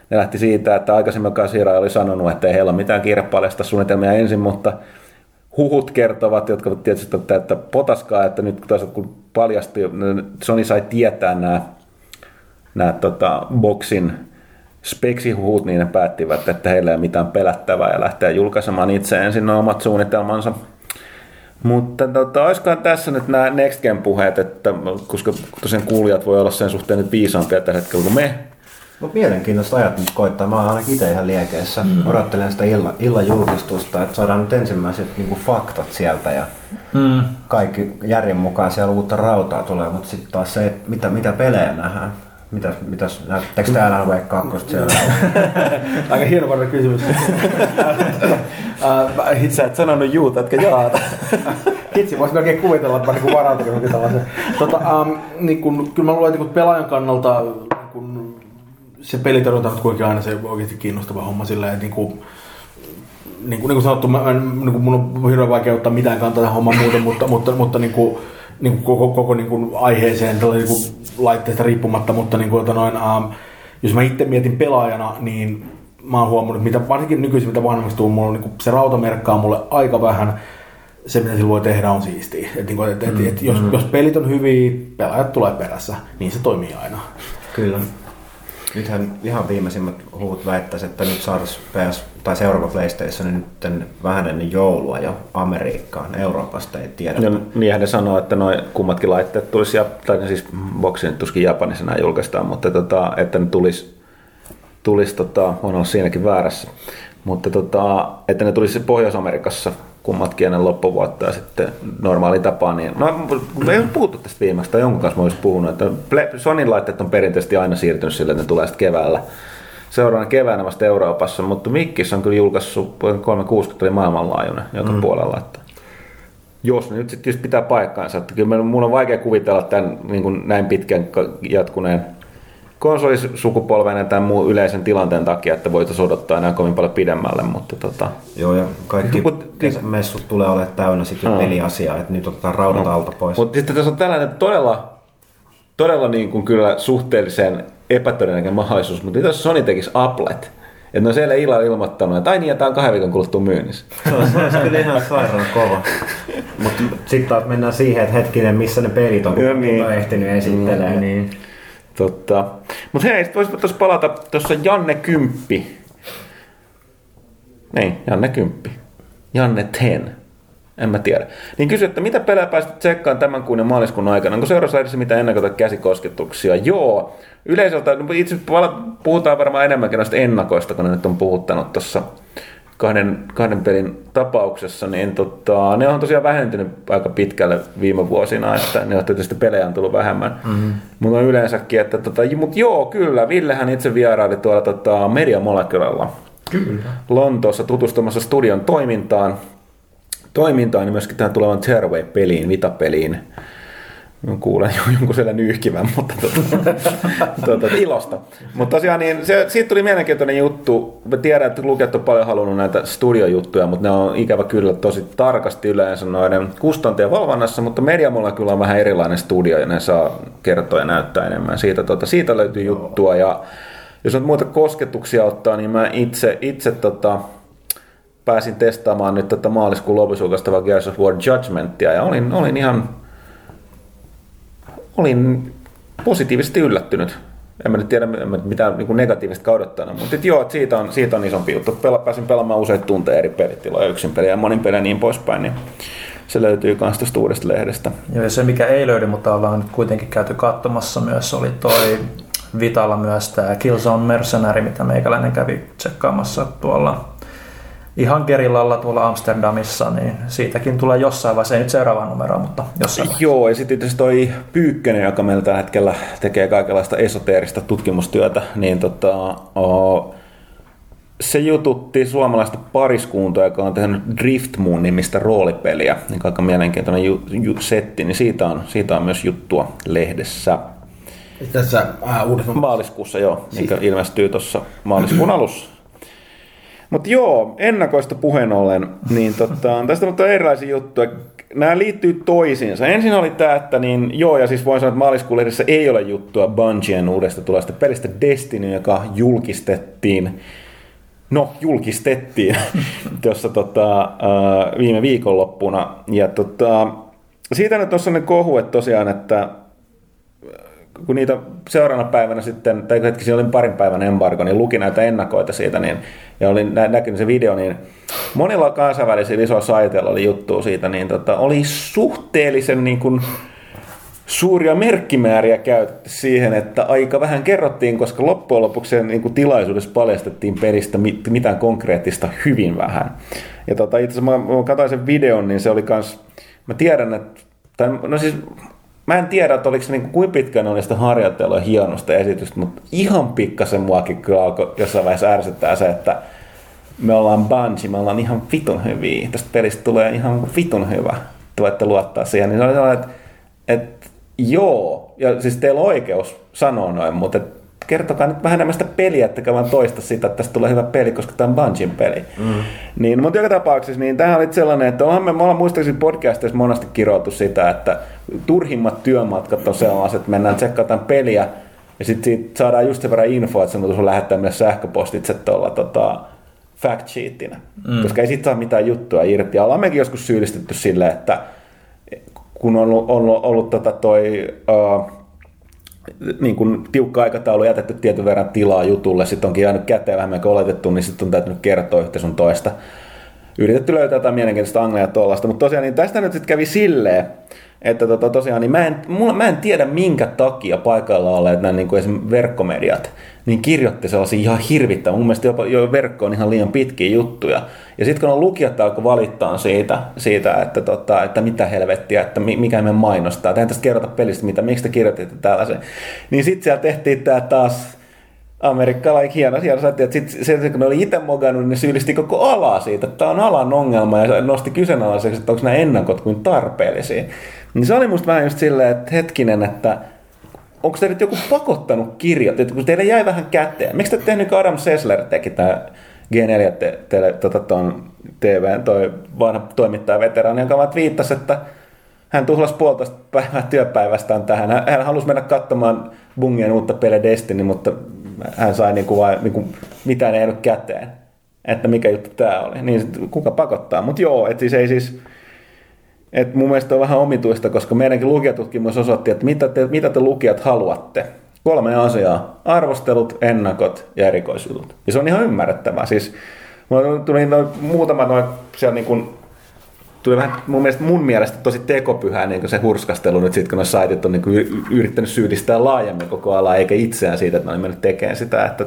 ne lähti siitä, että aikaisemmin Kasira oli sanonut, että ei heillä ole mitään kiire paljastaa suunnitelmia ensin, mutta huhut kertovat, jotka tietysti on täyttä potaskaa, että nyt toisaalta kun paljastui, Sony sai tietää nämä boxin speksihuhut, niin ne päättivät, että heillä ei ole mitään pelättävää ja lähtee julkaisemaan itse ensin nuo omat suunnitelmansa. Mutta olisikohan tässä nyt nämä Next Gen-puheet, että koska tosiaan kuulijat voi olla sen suhteen nyt viisaampia tällä hetkellä kuin me. Mutta mielenkiintoista ajat nyt koittaa. Mä oon ainakin itse ihan liekeissä. Odottelen sitä illan julkistusta, että saadaan nyt ensimmäiset niinku faktat sieltä ja kaikki järjen mukaan siellä uutta rautaa tulee, mutta sitten taas se, mitä pelejä nähdään. Näettekö täällä Wake 2 siellä? Aika hieno kysymys. Sä et sanonut juuta, etkä jaata. Hitsi, voisi melkein kuvitella, että mä niin varautunut johonkin tällaisen. Kyllä mä luulen, että pelaajan kannalta se pelitarjonta on kuitenkin aina se oikeasti kiinnostava homma silleen, että niin kuin sanottu, mun on hirveän vaikea ottaa mitään kantaa tähän hommaan muuten, mutta koko aiheeseen niin laitteesta riippumatta, mutta jos mä itse mietin pelaajana, niin mä oon huomannut, mitä varsinkin nykyisin mitä vanhemmaksi tuu, mulla on, se rauta merkkaa mulle aika vähän. Se mitä sillä voi tehdä on siistiä. Jos pelit on hyviä, pelaajat tulee perässä, niin se toimii aina. Kyllä. Nythän ihan viimeisimmät huut väittäisi, että nyt saataisiin tai seuraava PlayStation nyt vähän ennen joulua jo Amerikkaan. Euroopasta ei tiedä. No, niinhän ne sanoo, että noi kummatkin laitteet tulisi, tai siis boxin tuskin Japanissa nämä julkaistaan, mutta että ne tulisi on ollut siinäkin väärässä, mutta että ne tulisi Pohjois-Amerikassa kummatkin ennen loppuvuotta ja sitten normaali tapaan. Niin, me ei ole puhuttu tästä viimeksi, tai jonkun kanssa mä olisin puhunut, että Sonyn laitteet on perinteisesti aina siirtynyt sille, että ne tulee sitten keväällä. Seuraavana keväänä vasta Euroopassa, mutta Mikkis on kyllä julkaissut 360 oli maailmanlaajuinen joka puolella. Että jos nyt sitten pitää paikkaansa, että kyllä mun on vaikea kuvitella tämän niin näin pitkän jatkuneen konsolisukupolven ja tämän muun yleisen tilanteen takia, että voitaisiin odottaa enää kovin paljon pidemmälle, mutta Joo, ja kaikki messut tulee olemaan täynnä sitten peliasiaa, että nyt otetaan raudat alta pois. Mutta sitten tässä on tällainen todella niin kuin kyllä suhteellisen epätodennäköinen mahdollisuus, mutta jos Sony tekisi Applet, että ne on siellä illalla ilmoittanut, että ai niin, tämä on 2 viikon kuluttua myynnissä. Se olisi kyllä ihan sairaan kova. Mutta sitten taas mennään siihen, että hetkinen, missä ne pelit on, kun on ehtinyt esittelemään. Niin. Totta. Mutta hei, sitten voisimme tuossa palata tuossa Janne 10. Niin, Janne 10. Janne 10. En mä tiedä. Niin kysy, että mitä pelejä pääsit tsekkaan tämän kuun ja maaliskuun aikana? Onko seuraavassa edessä mitään ennakota käsikosketuksia? Joo. Yleisöltä, itse puhutaan varmaan enemmänkin noista ennakoista, kun ne nyt on puhuttanut tuossa kahden pelin tapauksessa, niin ne on tosiaan vähentynyt aika pitkälle viime vuosina, että ne on tietysti pelejä on tullut vähemmän. Mutta on yleensäkin, että mutta joo, kyllä, Villehän itse vieraili tuolla Media Molecularilla Lontoossa tutustumassa studion toimintaan, niin myöskin tähän tulevan Tearaway-peliin, Vita-peliin. Mä kuulen jonkun siellä nyyhkivän, mutta ilosta. Mutta tosiaan niin siitä tuli mielenkiintoinen juttu. Mä tiedän, että lukijat on paljon halunnut näitä studiojuttuja, mutta ne on ikävä kyllä tosi tarkasti yleensä noiden kustantien valvonnassa, mutta Media Molecule on vähän erilainen studio ja ne saa kertoa ja näyttää enemmän. Siitä löytyy juttua ja jos on muita kosketuksia ottaa, niin mä itse pääsin testaamaan nyt maaliskuun lopussa julkaistavaa Gears of War Judgmentia ja olin positiivisesti yllättynyt. En mä nyt tiedä mitään niin negatiivista odottanut, mutta joo, siitä on isompi juttu. Pääsin pelaamaan useita tunteja eri pelitiloja, yksin peliä ja monin peliä ja niin poispäin, niin se löytyy myös tästä uudesta lehdestä. Joo, ja se mikä ei löydy, mutta ollaan nyt kuitenkin käyty katsomassa myös, oli toi Vitalla myös tämä Killzone Mercenary, mitä meikäläinen kävi tsekkaamassa tuolla ihan Gerillalla tuolla Amsterdamissa, niin siitäkin tulee jossain vaiheessa, ei nyt seuraavaan numeroon, mutta jossain vaiheessa. Joo, ja sitten tietysti toi Pyykkönen, joka meillä tällä hetkellä tekee kaikenlaista esoteerista tutkimustyötä, niin se jututti suomalaista pariskuntaa, joka on tehnyt Drift Moon-nimistä roolipeliä, niin aika mielenkiintoinen setti, niin siitä on myös juttua lehdessä. Tässä maaliskuussa, joo, mikä ilmestyy tuossa maaliskuun alussa. Mutta joo, ennakoista puheen ollen, niin tästä on erilaisia juttuja. nämä liittyy toisiinsa. Ensin oli tämä, että niin, joo, ja siis voin sanoa, että maaliskuun lehdessä ei ole juttua Bungien uudesta tulevasta pelistä Destiny, joka julkistettiin tuossa viime viikonloppuna. Ja siitä nyt on sellainen kohu, että tosiaan, että kun niitä seuraavana päivänä sitten, tai hetki olin parin päivän embargo, niin luki näitä ennakoita siitä, niin, ja olin näkynyt se video, niin monilla kansainvälisillä isoilla saiteilla oli juttua siitä, niin oli suhteellisen niin kuin suuria merkkimääriä käytetty siihen, että aika vähän kerrottiin, koska loppujen lopuksi niin kuin tilaisuudessa paljastettiin pelistä mitään konkreettista hyvin vähän. Ja itse asiassa mä katsoin sen videon, niin se oli kans, mä tiedän, että, mä en tiedä, että oliko se niin kuin, kuinka pitkään oli sitä harjoittelua ja hienosta esitystä, mutta ihan pikkasen muakin kyllä alkoi jossain vaiheessa ärsyttää se, että me ollaan Bungie, me ollaan ihan vitun hyviä, tästä pelistä tulee ihan vitun hyvä, voitte luottaa siihen. Niin se oli sellainen, että joo, ja siis teillä on oikeus sanoa noin, mutta kertokaa nyt vähän enemmän sitä peliä, ettekä vaan toista sitä, että tästä tulee hyvä peli, koska tämä on Bungien peli. Niin, mutta joka tapauksessa, niin tämähän oli sellainen, että me ollaan muistaakseni podcastissa monesti kirjoitu sitä, että turhimmat työmatkat on sellaiset, että mennään tsekkaamaan peliä, ja sitten siitä saadaan just sen verran infoa, että sun lähettää myös sähköpostitse tuolla fact sheetinä, koska ei siitä saa mitään juttua irti. Ja ollaan mekin joskus syyllistetty silleen, että kun on ollut niin kuin tiukka aikataulu, jätetty tietyn verran tilaa jutulle, sitten onkin jäänyt käteen vähemmän kuin oletettu, niin sitten on täytynyt kertoa yhtä sun toista. Yritetty löytää jotain mielenkiintoista anglia tuollaista, mutta tosiaan niin tästä nyt sitten kävi silleen, että tosiaan niin mä en tiedä minkä takia paikalla olleet nämä niin kuin esimerkiksi verkkomediat, niin kirjoitti sellaisia ihan hirvittävää. Mun mielestä jo verkko on ihan liian pitkiä juttuja. Ja sitten kun on lukijat alkoi valittaa siitä että mitä helvettiä, että mikä me mainostaa, että en tästä kerrota pelistä, miksi te kirjoititte tällaisen. Niin sitten siellä tehtiin tämä taas amerikkalainen hieno että sitten kun ne oli itse mogannut, niin ne syyllisti koko alaa siitä, että tämä on alan ongelma ja nosti kyseenalaiseksi, että onko nämä ennakot kuin tarpeellisia. Niin se oli musta vähän just silleen, että hetkinen, että onko teille joku pakottanut kirjat, että kun teille jäi vähän käteen. Miksi te ette tehnyt, Adam Sessler teki tämä G4 TV:n toi vanha toimittaja veteraani, joka vaan viittasi, että hän tuhlasi 1,5 päivää työpäivästään tähän. Hän halusi mennä katsomaan Bungien uutta peliä Destiny, mutta hän sai mitään ei jäänyt käteen. Että mikä juttu tämä oli. Niin kuka pakottaa. Mutta joo, että siis ei siis... Et mun mielestä on vähän omituista, koska meidänkin lukijatutkimus osoitti, että mitä te lukijat haluatte. 3 asiaa. Arvostelut, ennakot ja erikoisjutut. Ja se on ihan ymmärrettävää. Siis tuli muutama siellä niin kuin, tuli vähän mun mielestä tosi tekopyhää niin se hurskastelu nyt sitten, kun saitit on niin kuin yrittänyt syyllistää laajemmin koko alaa, eikä itseään siitä, että ne oli mennyt tekemään sitä, että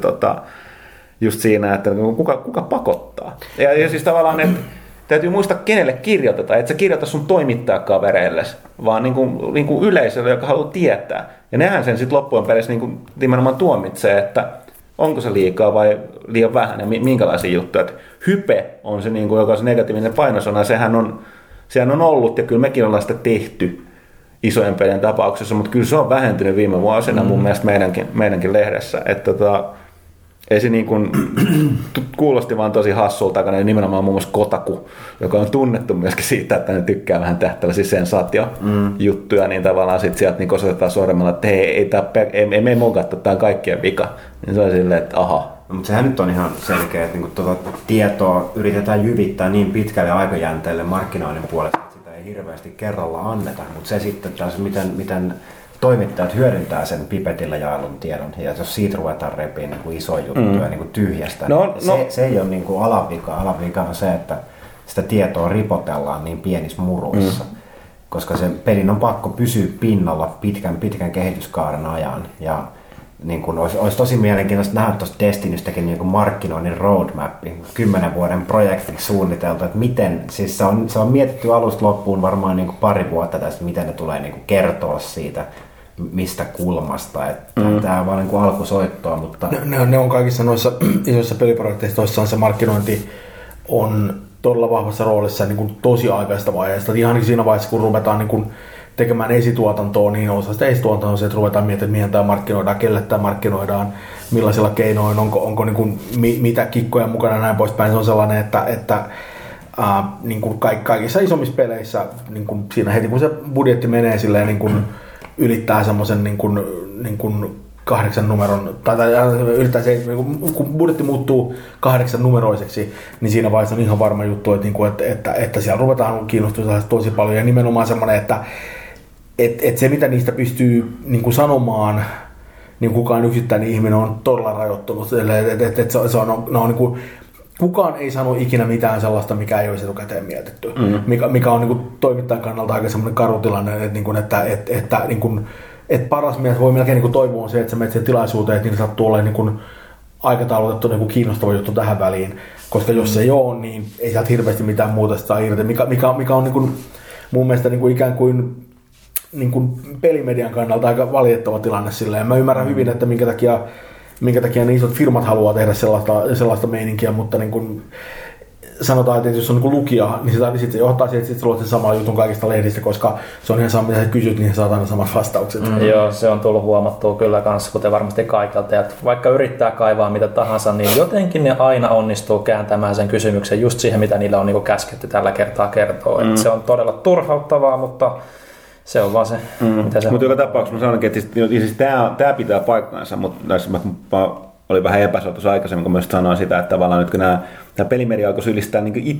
just siinä, että kuka pakottaa. Ja siis tavallaan, että täytyy muistaa, kenelle kirjoitetaan. Et sä kirjoita sun toimittajakavereilles, vaan niin kuin yleisölle, joka haluaa tietää. Ja nehän sen sitten loppujen perässä niin nimenomaan tuomitsee, että onko se liikaa vai liian vähän ja minkälaisia juttuja. Et hype on se, niin kuin, joka on se negatiivinen painosana. Sehän on ollut, ja kyllä mekin ollaan sitä tehty isojen pelien tapauksessa, mutta kyllä se on vähentynyt viime vuosina mun mielestä meidänkin lehdessä. Että ei se niin kuin, kuulosti vaan tosi hassulta, ja nimenomaan muun muassa Kotaku, joka on tunnettu myöskin siitä, että ne tykkää vähän tehdä tällaisia sensaatiojuttuja, niin tavallaan sitten sieltä niin osoitetaan sormella, että hei, ei me mogattu, tämä on kaikkien vika. Niin se on silleen, että aha. No, mutta sehän nyt on ihan selkeä, että niin tietoa yritetään jyvittää niin pitkälle aikajänteelle markkinoinnin puolesta, että sitä ei hirveästi kerralla anneta, mutta se sitten taas, miten toimittajat hyödyntää sen pipetillä jaellun tiedon, ja jos siitä ruvetaan repiin niin isoja juttuja niin tyhjästä, se ei ole niin kuin alavika. Alavika on se, että sitä tietoa ripotellaan niin pienissä muruissa, koska se pelin on pakko pysyä pinnalla pitkän kehityskaaren ajan. Ja niin kuin olisi tosi mielenkiintoista nähdä tuosta Destinystäkin niin kuin markkinoinnin roadmappi, 10 vuoden projektiksi suunniteltu, että miten, siis se on mietitty alusta loppuun varmaan niin kuin pari vuotta tästä, miten ne tulee niin kuin kertoa siitä, mistä kulmasta, että tämä on vaan niin kuin alkusoittoa, mutta... Ne on kaikissa noissa isoissa peliprojekteissa, toissaan se markkinointi on todella vahvassa roolissa niin kuin tosi aikaista vaiheesta. Ihan siinä vaiheessa, kun ruvetaan niin kuin tekemään esituotantoa, niin osa sitä esituotantoa on se, että ruvetaan miettimään, mihin tämä markkinoidaan, kelle tämä markkinoidaan, millaisilla keinoin, onko niin kuin, mitä kikkoja mukana ja näin poispäin. Se on sellainen, että niin kuin kaikissa isommissa peleissä niin kuin siinä heti kun se budjetti menee silleen niin kuin ylittää semmoisen niin kuin 8 numeron, tai ylittää se, kun budjetti muuttuu 8 numeroiseksi, niin siinä vaiheessa on ihan varma juttu, että siellä ruvetaan kiinnostumaan tosi paljon, ja nimenomaan semmoinen, että se mitä niistä pystyy niin kuin sanomaan, niin kukaan yksittäinen ihminen on todella rajoittunut, että se on niin kuin, kukaan ei sano ikinä mitään sellaista, mikä ei olisi etukäteen mietitty, mikä on niin kuin toimittajan kannalta aika semmoinen karutilanne, että paras mies voi melkein niin toivoa se, että sä menet siihen tilaisuuteen, että niillä sattuu olemaan niin aikataulutettu niin kiinnostava juttu tähän väliin, koska jos se ei ole, niin ei sieltä hirveästi mitään muuta saa irti, mikä on niin kuin, mun mielestä niin kuin ikään kuin pelimedian kannalta aika valitettava tilanne sillä. Ja mä ymmärrän hyvin, että minkä takia ne isot firmat haluaa tehdä sellaista meininkiä, mutta niin kuin sanotaan, että jos on niin lukija, niin se johtaa siihen, että sä luot sen saman jutun kaikista lehdistä, koska se on ihan sama, mitä sä kysyt, niin saat aina samat vastaukset. Joo, se on tullut huomattua kyllä kanssa, kuten varmasti kaikilta. Että vaikka yrittää kaivaa mitä tahansa, niin jotenkin ne aina onnistuu kääntämään sen kysymyksen just siihen, mitä niillä on niin kuin käsketty tällä kertaa kertoa. Että se on todella turhauttavaa, mutta se on vaan se, mitä se on. Mutta joka tapauksessa mä sanonkin, että siis tämä pitää paikkansa, mutta mä olin vähän epäsuotus aikaisemmin, kun myös sanoin sitä, että tavallaan nyt kun tämä pelimedia alkoi sylistää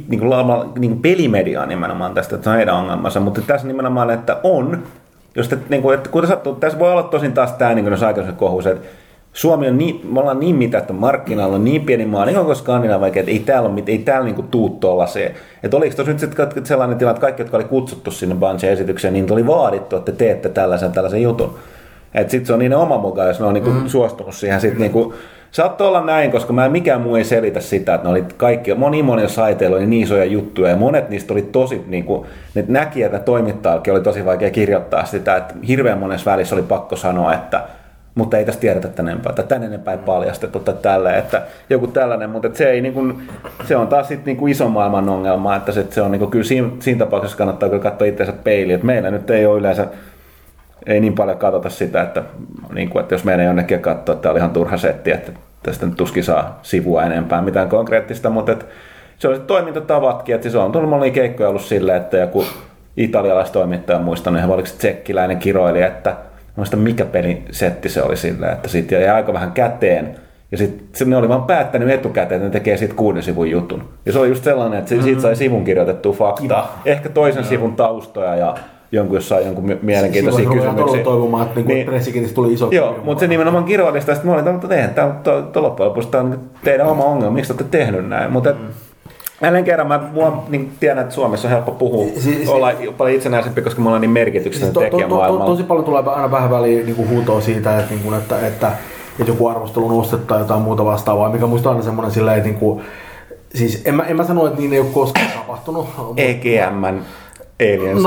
niin pelimediaa nimenomaan tästä, että se on heidän ongelmansa, mutta tässä nimenomaan, että on, jos te, niin kuin, että kuten sattuu, tässä voi olla tosin taas tämä, niin kuin jos aikaisemmin kohuus, että Suomi on me ollaan niin mitättä markkinoilla, on niin pieni maa, niin onko Skandinavia, että ei täällä niin tuu tuollaiseen. Että oliko tuossa nyt sellainen tilanne, että kaikki, jotka oli kutsuttu sinne Bungie-esitykseen, niin oli vaadittu, että teette tällaisen jutun. Että sitten se on niiden oma mukaan, jos ne on niin suostunut siihen. Sitten niin saattoi olla näin, koska mikään muu ei selitä sitä, että ne oli kaikki, moni saiteilla oli niin isoja juttuja, ja monet niistä oli tosi, niin kuin, ne näki, että toimittajallakin oli tosi vaikea kirjoittaa sitä, että hirveän monessa välissä oli pakko sanoa, että mutta ei tästä tiedetä tänne enempää ei paljastettu tai tälleen, että joku tällainen, mutta se ei niin kuin, se on taas sitten niin kuin ison maailman ongelma, että se on niin kuin, kyllä siinä tapauksessa kannattaa kyllä katsoa itseänsä peiliin, että meillä nyt ei ole yleensä, ei niin paljon katsota sitä, että, niin kuin, että jos meidän jonnekin katsoa, että tämä oli ihan turha setti, että tästä nyt tuskin saa sivua enempää mitään konkreettista, mutta että se on se toimintatavatkin, että se on tullut monia keikkoja ollut silleen, että joku italialaistoimittaja muistan, niin oliko se tsekkiläinen kiroili, että muista mikä pelisetti se oli sillä, että siitä jäi aika vähän käteen. Ja sitten ne oli vaan päättänyt etukäteen, että ne tekee siitä 6 sivun jutun. Ja se oli just sellainen, että siitä sai sivun kirjoitettua faktaa. Ehkä toisen sivun taustoja ja jonkun mielenkiintoisia kysymyksiä. Silloin toivomaan, että niin pressikirjasta tuli iso. Joo, mutta se nimenomaan kiroili sitä, että mä olin, että eihän tämä loppujen lopuksi on teidän oma ongelma, miksi te olette tehnyt näin. Mutta jälleen kerran mä niin tiedän, että Suomessa on helppo puhua, olla paljon itsenäisempi, koska me ollaan niin merkityksellinen tekijä maailmalla. Tosi paljon tulee aina vähän väliin niin huutoa siitä, että joku arvostelu nostetta tai jotain muuta vastaavaa, mikä muista on aina semmoinen silleen, että siis en mä sano, että niin ei ole koskaan tapahtunut. EGM:n Aliens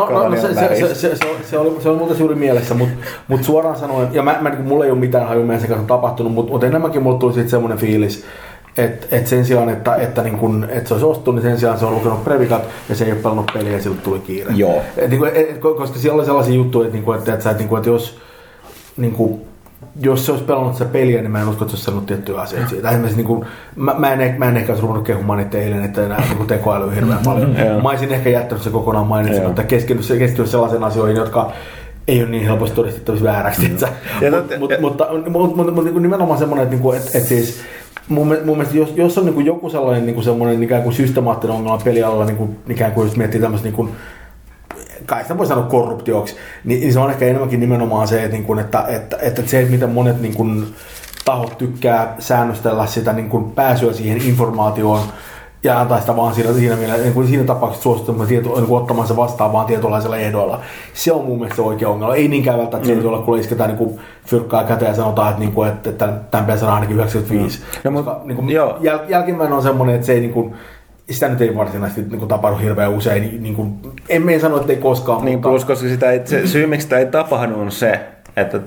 se oli muuta juuri mielessä, mutta suoraan sanoen, ja mulla ei ole mitään hajumia sen kanssa tapahtunut, mutta enemmänkin mulla tuli siitä semmoinen fiilis, että sen sijaan, että se olisi ostunut, niin sen sijaan se on lukenut previkat ja se ei ole pelannut peliä ja sille tuli kiire. Joo. Koska siellä oli sellaisia juttuja, että jos se olisi pelannut sitä peliä, niin mä en usko, että se olisi sanonut tiettyjä asioita siitä. Mä en ehkä olisi ruvennut kehumaan niitä eilen, että enää tekoälyä hirveän paljon. Mä olisin ehkä jättänyt se kokonaan mainitsemaan, mutta keskittynyt sellaisiin asioihin, jotka ei ole niin helposti todistettavissa vääräksi. Mutta nimenomaan semmoinen, että siis mun mielestä jos on joku sellainen semmoinen ikään kuin systemaattinen ongelma pelialalla, ikään kuin jos miettii tämmöistä kai sitä voi sanoa korruptioksi, niin se on ehkä enemmänkin nimenomaan se, että se, miten monet tahot tykkää säännöstellä sitä pääsyä siihen informaatioon ja antaa sitä vaan siinä tapauksessa suosittelemme ottamaan se vastaan vaan tietynlaisella ehdoilla. Se on mun mielestä se oikea ongelma. Ei niinkään välttämättä se olla, kun isketään fyrkkaa käteen ja sanotaan, että tämän pitäisi saada ainakin 95. Jälkimmäinen on semmoinen, että se ei sitä nyt ei varsinaisesti tapahdu hirveän usein. En sano, että ei koskaan. Niin, mutta plus, koska se syy, miksi sitä ei tapahdu, on se, että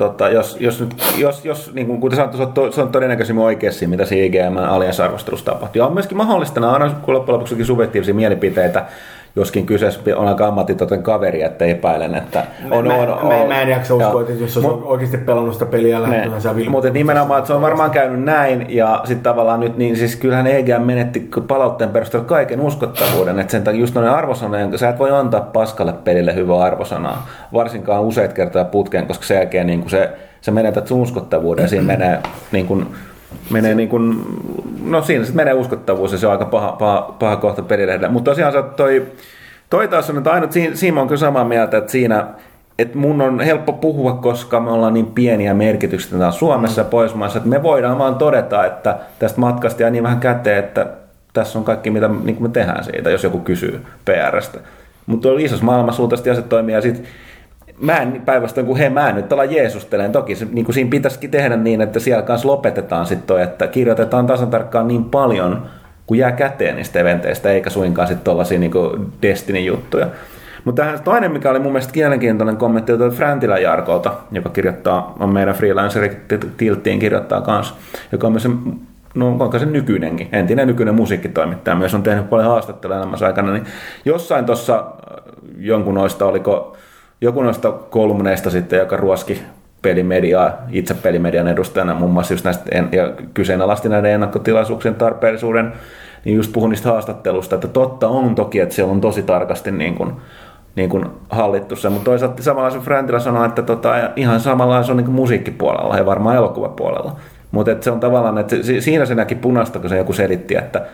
jos niin kuin sanottu, se on todennäköisemmin oikeassa, mitä siinä IGM-alias-arvostelussa tapahtuu. Ja on myöskin mahdollista, aina kun loppujen lopuksi subjektiivisia mielipiteitä, joskin kyseessä on aika ammattitoten kaveri, että epäilen, että Mä en jaksa uskoa, että jos on oikeasti pelannut sitä peliä ja lähtenyt sen vilppuun. Mutta nimenomaan, että se on varmaan käynyt näin, ja sitten tavallaan nyt, niin siis kyllähän EGM menetti palautteen perusteella kaiken uskottavuuden, että sen takia just noinen arvosanoja, sä et voi antaa paskalle pelille hyvää arvosanaa, varsinkaan useita kertaa putkeen, koska sen jälkeen niin sä menetät sun uskottavuuden, ja siinä menee niin kuin, no siinä sitten menee uskottavuus, ja se on aika paha kohta pelilehdellä. Mutta tosiaan toi taas on, että ainut siinä on kyllä samaa mieltä, että siinä, että mun on helppo puhua, koska me ollaan niin pieniä merkityksiä Suomessa ja Pohjoismaissa, että me voidaan vaan todeta, että tästä matkasta jää niin vähän käteen, että tässä on kaikki, mitä niin kuin me tehdään siitä, jos joku kysyy PR:stä. Mutta isossa maailmassa luultavasti asiat toimii, ja sitten mä en päinvastoin kuin mä nyt ala jeesustelen. Toki se, niin kuin siinä pitäisikin tehdä niin, että siellä kanssa lopetetaan sitten toi, että kirjoitetaan tasan tarkkaan niin paljon, kun jää käteen niistä eventeistä, eikä suinkaan sitten tollaisia niin kuin Destiny-juttuja. Mutta tähän toinen, mikä oli mun mielestä mielenkiintoinen kommentti, on Fräntilän Jarkolta, joka on meidän freelanceri Tilttiin kirjoittaa kanssa, joka on myös onko se entinen nykyinen musiikkitoimittaja, myös on tehnyt paljon haastatteluja elämänsä aikana, niin jossain tuossa joku noista kolumneista sitten, joka ruoski pelimediaa, itse pelimedian edustajana muun muassa just näistä, ja kyseenalaisti näiden ennakkotilaisuuksien tarpeellisuuden, niin just puhun niistä haastattelusta, että totta on toki, että siellä on tosi tarkasti niin kuin hallittu se, mutta toisaalta samalla se Fräntilä sanoi, että ihan samalla se on niin kuin musiikkipuolella ja varmaan elokuvapuolella, mutta se on tavallaan, että siinä se näki punaista, kun se joku selitti,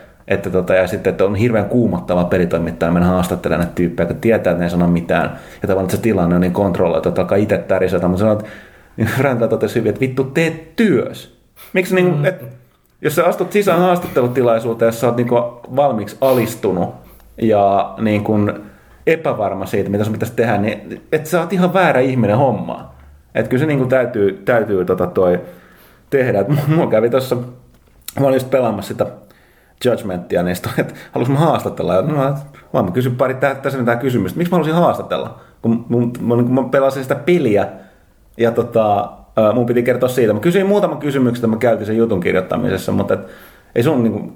ja sitten, että on hirveän kuumottava pelitoimittaja mennä haastattelemaan näitä tyyppejä, kun tietää, että ne ei sano mitään, ja tavallaan, että se tilanne on niin kontrolloitu, että alkaa itse tärisetä, mutta sanoo, että Fräntilä totesi hyvin, että vittu, tee työs. Miksi jos sä astut sisään haastattelutilaisuuteen, jos sä oot niin valmiiksi alistunut ja niin kuin epävarma siitä, mitä sun pitäisi tehdä, niin että sä oot ihan väärä ihminen hommaa. Että kyllä se niin kuin täytyy toi tehdä. Mulla kävi tuossa, mä olin just pelaamassa sitä Judgmentia, niin että haluaisin mä haastatella. Ja mä kysyin pari täsmentää kysymystä. Miksi mä haluaisin haastatella? Kun mä pelasin sitä peliä ja mun piti kertoa siitä. Mä kysyin muutaman kysymyksen, että mä käytin sen jutun kirjoittamisessa, mutta ei sun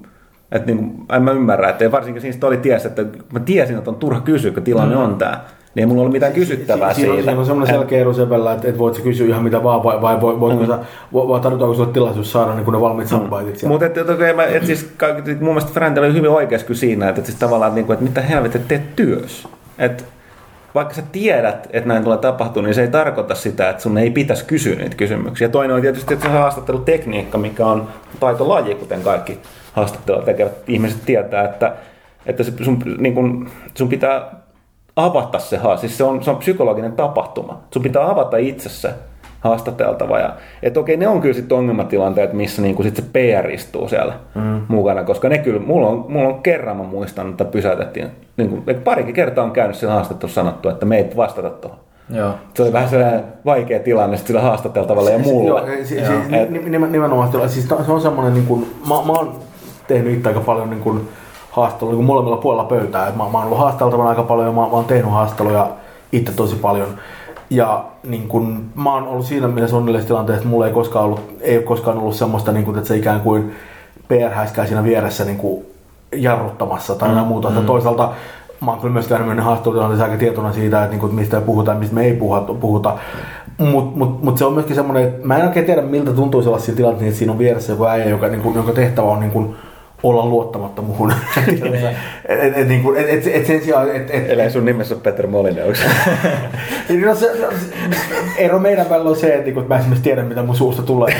en mä ymmärrä, että varsinkin siinä oli ties, että mä tiesin, että on turha kysyä, kun tilanne on tää. Niin ei mulla ollut mitään kysyttävää siitä. Siinä on semmoinen selkeä ero sepellä, että voit sä kysyä ihan mitä vaan, vai tarvitaanko sulle tilaisuus saada niin ne valmiit soundbiteit. Mutta siis, mun mielestä Fräntilä oli hyvin oikeassa kyllä siinä, että siis tavallaan, että mitä helvetit teet työs. Että vaikka sä tiedät, että näin tulee tapahtua, niin se ei tarkoita sitä, että sun ei pitäisi kysyä niitä kysymyksiä. Toinen on tietysti että se haastattelutekniikka, mikä on taitolaji, kuten kaikki haastattelua tekevät ihmiset tietää, että sun pitää avata se siis se on psykologinen tapahtuma. Sun pitää avata itsessä haastateltava. Että okei, ne on kyllä sitten ongelmatilanteet, missä niinku sit se PR istuu siellä mukana, koska ne kyllä, mulla on kerran mä muistan, että pysäytettiin, niinku, parikin kertaa on käynyt siinä haastattelussa sanottu, että me ei vastata tuohon. Joo. Se oli vähän sellainen vaikea tilanne sillä haastateltavalle ja mulle. Nimenomaan, siis se on semmoinen, niin kuin, mä oon tehnyt itse aika paljon niin kuin haastattelua niin molemmilla puolella pöytää. Mä oon ollut haasteltavana aika paljon ja mä oon tehnyt haastatteluja itse tosi paljon. Ja niin kun, mä oon ollut siinä mielessä onnellisessa tilanteessa, että mulla ei ole koskaan ollut semmoista, niin kun, että se ikään kuin PR-häiskää siinä vieressä niin kuin jarruttamassa tai jotain muuta. Toisaalta mä oon kyllä myös käynyt mennä haastattelutilanteessa aika tietoinen siitä, että niin mistä puhutaan ja mistä me ei puhuta. Mut se on myöskin semmoinen, että mä en oikein tiedä miltä tuntuu sellaisia tilanteita, että siinä on vieressä joku äijä, jonka tehtävä on niin kuin olla luottamatta muuhun. et sen sijaan... Elää sun nimessä on Peter Molineux. Ero meidän välillä on se, että mä esimerkiksi tiedän, mitä mun suusta tulee.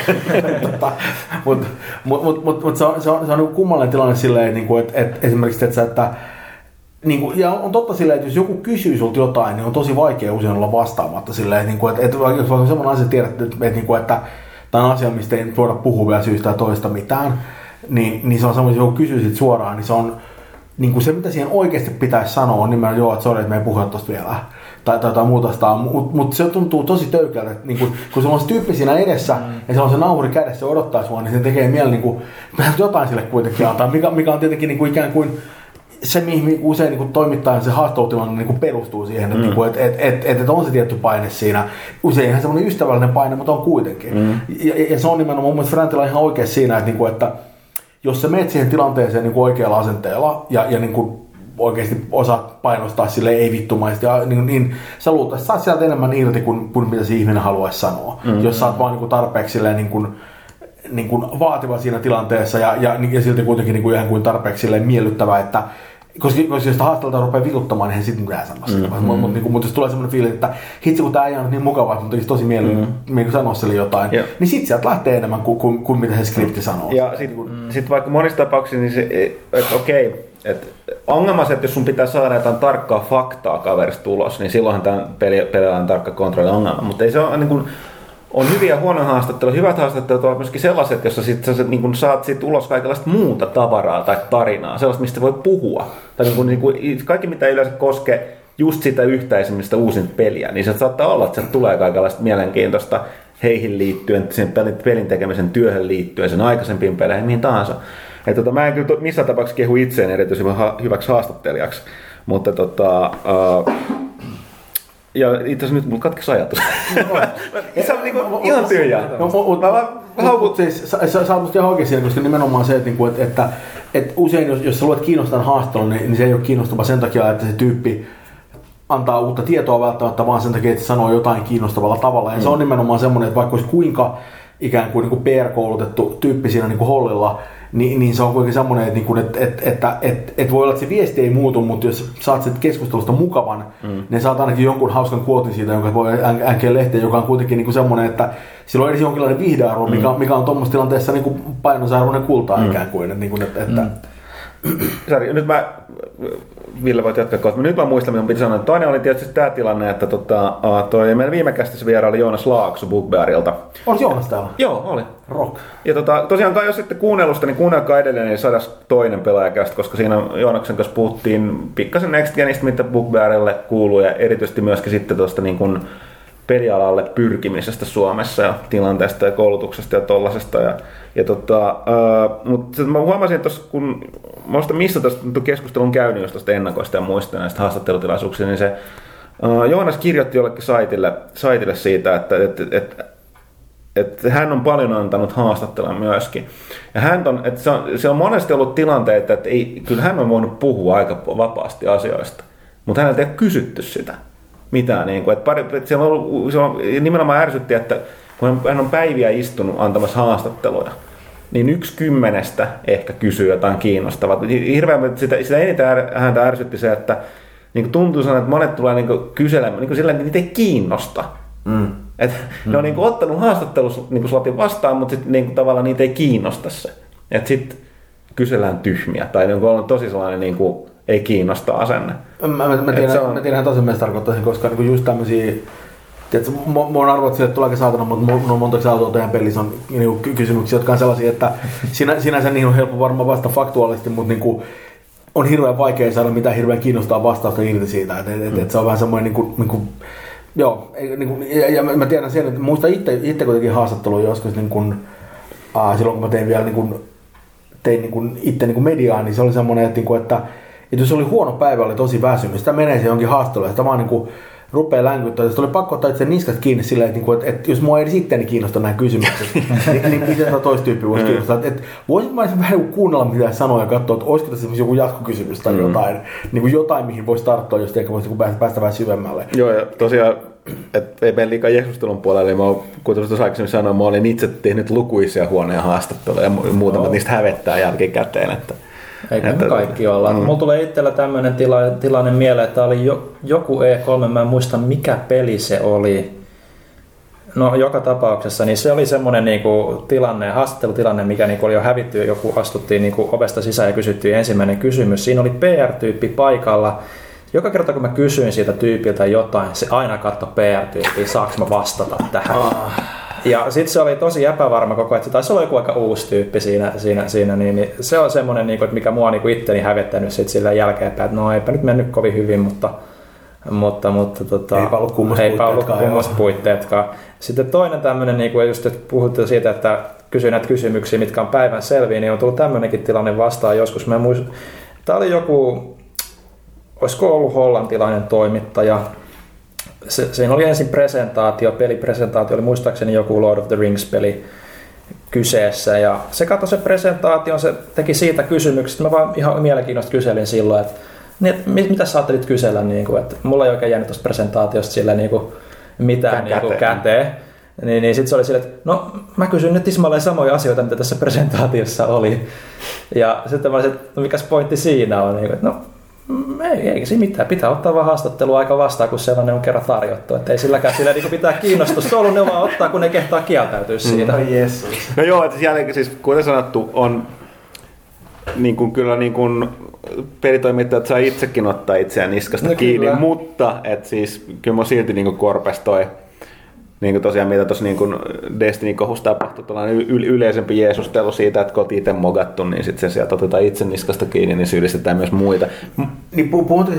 Mutta se on kummallinen tilanne silleen, että esimerkiksi, että ja on totta silleen, että jos joku kysyy sulta jotain, niin on tosi vaikea usein olla vastaamatta silleen, että jos on semmoinen asia, että tämä on asia, mistä ei voida puhua vielä syystä ja toista mitään, niin se on semmoinen, jos joku kysyy sit suoraan, niin se on niin se, mitä siihen oikeasti pitäisi sanoa, on nimenomaan, että sori, että me ei puhuta tosta vielä. Tai muuta, mutta se tuntuu tosi töykeältä, että kun se on se tyyppi siinä edessä ja se on se nauhuri kädessä ja odottaa sua, niin se tekee mieli jotain sille kuitenkin antaa, mikä on tietenkin ikään kuin se, mihin usein toimittajan se haastattelutilanne perustuu siihen, että on se tietty paine siinä. Useinhan semmoinen ystävällinen paine, mutta on kuitenkin. Ja se on nimenomaan mun mielestä Fräntilä ihan oikeassa siinä, että jos sä menet siihen tilanteeseen oikealla asenteella ja oikeasti osaat painostaa sille ei vittumaisesti, ja niin sä luultavasti saat sieltä enemmän irti kuin mitä se ihminen haluaisi sanoa. Jos sä oot vaan niin kuin tarpeeksi silleen, niin kuin vaativa siinä tilanteessa ja silti kuitenkin niin kuin ihan kuin tarpeeksi silleen miellyttävä, että koska jos sitä haastelta rupeaa vituttamaan, niin hän sitten jää samassa. Mutta jos tulee semmoinen fiilis, että hitsi kun tää ei ole niin mukavaa, että mun tekisi tosi mieli sanoa sille jotain, niin sit sieltä lähtee enemmän kuin mitä se skripti sanoo. Ja sit vaikka monissa tapauksissa, niin se, että okei, että ongelma se, että jos sun pitää saada jotain tarkkaa faktaa kaverista ulos, niin silloinhan tämän pelillä on tarkka kontrolli ongelma. Mutta ei se ole niin kuin, on hyviä ja huonoja haastatteluja. Hyvät haastattelut ovat myöskin sellaiset, jossa niin saat sit ulos kaikenlaista muuta tavaraa tai tarinaa, sellaista, mistä voi puhua. Tai niin kuin, kaikki, mitä ei yleensä koske just sitä yhtäisemmistä uusinta peliä, niin se saattaa olla, että sieltä tulee kaikenlaista mielenkiintoista heihin liittyen, sen pelin tekemisen työhön liittyen, sen aikaisempiin peleihin, mihin tahansa. Mä en kyllä missään tapauksessa kehu itseäni erityisen hyväksi haastattelijaksi, mutta ja itse asiassa nyt mulla katkesi ajatus. Se on niinku ihan tyhjää. Sä oot musta ihan oikein siinä, koska nimenomaan se, että usein jos sä luet kiinnostavan haastattelun, niin se ei ole kiinnostava sen takia, että se tyyppi antaa uutta tietoa välttämättä, vaan sen takia, että se sanoo jotain kiinnostavalla tavalla. Ja se on nimenomaan semmoinen, että vaikka olisi kuinka ikään kuin PR-koulutettu tyyppi siinä niin kuin hollilla, niin se on kuitenkin semmoinen, että voi olla, että se viesti ei muutu, mutta jos saat sit keskustelusta mukavan, niin saat ainakin jonkun hauskan quotin siitä, jonka voi äänkeä lehteen, joka on kuitenkin niin kuin semmoinen, että sillä on edes jonkinlainen viihdearvo, mikä on tuommoisessa tilanteessa niin kuin painonsarvoinen kultaa ikään kuin. Sari, nyt Ville voit jatkaa kohta. Nyt mä muistan, mitä piti sanoa. Toinen oli tietysti tämä tilanne, että meidän viime kästissä vieraili Joonas Laakso Bugbearilta. Olisi Joonas täällä? Joo, oli. Rock. Ja tosiaan, jos ette kuunnellusta, niin kuunnelkaa edelleen, niin 102. pelaajakästä, koska siinä Joonaksen kanssa puhuttiin pikkasen Next Genistä, mitä Bugbearille kuuluu, ja erityisesti myöskin sitten tuosta niin kuin pelialalle pyrkimisestä Suomessa ja tilanteesta ja koulutuksesta ja tollasesta. Mutta mä huomasin, että kun missä tuosta keskustelun käynyt jos tuosta ennakoista ja muista näistä haastattelutilaisuuksia, niin se Joonas kirjoitti jollekin saitille siitä, että hän on paljon antanut haastattelua myöskin. Ja se on monesti ollut tilanteita, että kyllä hän on voinut puhua aika vapaasti asioista, mutta häneltä ei ole kysytty sitä mitään. Se on nimenomaan ärsytti, että kun hän on päiviä istunut antamassa haastatteluja, niin 1/10 ehkä kysyy jotain kiinnostavaa. Hirveän sitä eniten häntä ärsytti se, että niin tuntuu sanoa, että monet tulee niin kyselemään niin sillä, että niitä ei kiinnosta. Ne on niin ottanut haastattelussa niin slotin vastaan, mutta sit, niin tavallaan niitä ei kiinnosta se. Sitten kysellään tyhmiä tai on tosi sellainen niin kuin, ei kiinnosta asenne. Mä tiedän tosi mielestä tarkoittaa sen, koska niin just tämmöisiä, mä oon arvoit sille, että tuleekin saatana, mutta mun on monta saatoa teidän pelissä on niin kysymyksiä, jotka on sellaisia, että sinänsä niihin on helppo varmaan vasta faktuaalisesti, mutta niin on hirveän vaikea saada mitään hirveän kiinnostaa vastausta irti siitä. Se on vähän semmoinen, joo, ja mä tiedän sen, että muistan itse kuitenkin haastattelua joskus, silloin kun mä tein vielä itse mediaa, niin se oli semmoinen, että jos oli huono päivä, oli tosi väsynyt, sitä menee se jonkin haastatteluun, ja sitä vaan rupeaa länkyttää. Sitten oli pakko ottaa itse niskat kiinni silleen, että jos mua ei edes itseäni kiinnosta nämä kysymykset, niin miten tämä toista tyyppiä voisi kiinnostaa. Voisinko mä vähän kuunnella mitä sanoo ja katsoa, että olisiko tässä joku jatkokysymys tai jotain, jotain mihin voisi tarttua, jos ehkä voisi päästä vähän syvemmälle. Joo, ja tosiaan, että ei mene liikaa keskustelun puolelle, niin kuten tuossa aikaisemmin sanoin, mä olin itse tehnyt lukuisia huoneja haastatteluja ja muutamat niistä hävettää jälkikäteen. Eikä kaikki olla. Mulla tulee itsellä tämmöinen tilanne mieleen, että oli joku E3, mä en muista mikä peli se oli. No joka tapauksessa, niin se oli semmoinen haastattelutilanne, mikä oli jo hävitty, joku astuttiin ovesta sisään ja kysyttiin ensimmäinen kysymys. Siinä oli PR-tyyppi paikalla. Joka kerta kun mä kysyin siitä tyypiltä jotain, se aina katsoi PR-tyyppiä, saanko mä vastata tähän. Ja sitten se oli tosi epävarma koko ajan, että se taisi olla joku aika uusi tyyppi siinä niin se on semmoinen, että mikä mua on itteni hävettänyt sit sillä jälkeenpäin, että no eipä nyt mennyt kovin hyvin, mutta eipä ollut kummoispuitteetkaan. Sitten toinen tämmöinen, just että puhuttiin siitä, että kysyin näitä kysymyksiä, mitkä on päivän selviä, niin on tullut tämmöinenkin tilanne vastaan joskus. Tämä oli joku, olisiko ollut hollantilainen toimittaja. Siinä oli ensin pelipresentaatio, oli muistaakseni joku Lord of the Rings-peli kyseessä, ja se katsoi se presentaation, se teki siitä kysymykset, mä vaan ihan mielenkiinnosta kyselin silloin, että Niin, mitä sä ajattelit kysellä, niin kuin, että mulla ei oikein jäänyt tuosta presentaatiosta sillä niin kuin, mitään niin käteen. Niin sitten se oli silleen, että no mä kysyn nyt tismalleen samoja asioita, mitä tässä presentaatiossa oli. Ja sitten mä olisin, että no mikäs pointti siinä on, niin kuin, että no ei se mitään, pitää ottaa vaan haastattelua aika vastaan, kun sellainen on kerran tarjottu. Että ei silläkään sillä niin pitää kiinnostusta ollut, ne vaan ottaa, kun ne kehtaa kieltäytyä siinä. No joo, että jälleen siis kuten sanottu, on niin kuin, kyllä niin kuin pelitoimittajat saa itsekin ottaa itseään niskasta kiinni, kyllä. Mutta et siis kyllä mä silti niin kuin korpes toi, niin kuin tosiaan mitä tuossa niin Destiny-kohussa tapahtui, tuollainen yleisempi jeesustelu siitä, että kun olet itse mogattu, niin sitten se sieltä otetaan itse niskasta kiinni, niin syyllistetään myös muita. Niin puhutaan,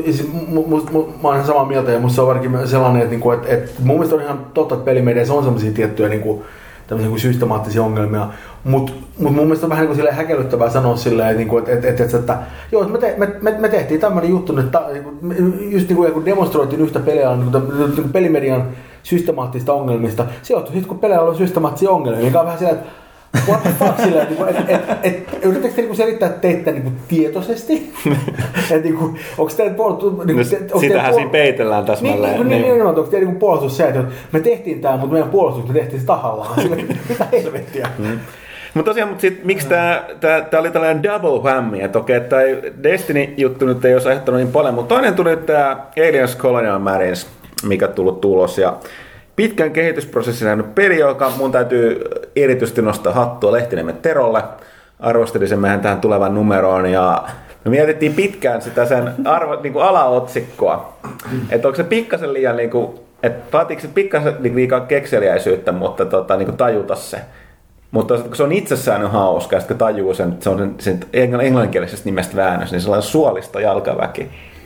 mä olen samaa mieltä, ja musta se on varsinkin sellainen, että mun mielestä on ihan totta, että pelimediassa on sellaisia tiettyjä tämmöisiä systemaattisia ongelmia, mutta mun mielestä on vähän niin kuin häkellyttävää sanoa silleen, että joo, me tehtiin tämmöinen juttu, että just niin kuin demonstroitiin yhtä peliä niin pelimedian systemaattista ongelmista. Se johtuu sitten, kun peleillä on systemaattisia ongelmia, mikä on vähän silleen, että what the fuck silleen, että yritätkö te selittää teitä tietoisesti? Onko teidän puolustus... Sitähän siinä peitellään täsmälleen. Niin, onko teidän puolustus se, että me tehtiin tämä, mutta meidän puolustus me tehtiin se tahallaan. Mitä helvettiä? Mutta tosiaan, miksi tämä oli tällainen double whammy, että okei, tämä Destiny-juttu nyt ei olisi aiheuttanut niin paljon, mutta toinen tuli tämä Aliens Colonial Marines, mikä tullut tulos, ja pitkän kehitysprosessin nähnyt peli, joka mun täytyy erityisesti nostaa hattua Lehtiniemen Terolle. Arvostelin sen meidän tähän tulevan numeroon, ja me mietittiin pitkään sitä sen alaotsikkoa, että onko se pikkasen liian, että vaatiiko se pikkasen liikaa kekseliäisyyttä, mutta tajuta se. Mutta kun se on itsessään hauska, ja sitten kun tajuu sen, että se on sen englanninkielisestä nimestä väännös, niin sellainen suolista jalkaväki.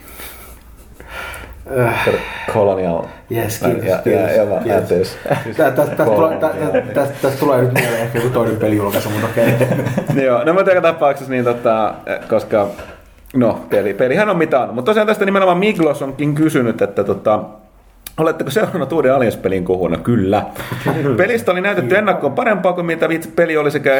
Colonial. Yes, kiitos. Tästä tulee nyt mieleen ehkä joku toinen pelijulkaisu, mutta okei. Joo, no mutta joka tapauksessa, niin koska pelihän on mitä on. Mutta tosiaan tästä nimenomaan Miglos onkin kysynyt, että oletteko seurannut uuden Aliens-pelin kohua? No kyllä. Pelistä oli näytetty ennakkoon parempaa kuin mitä itse peli oli sekä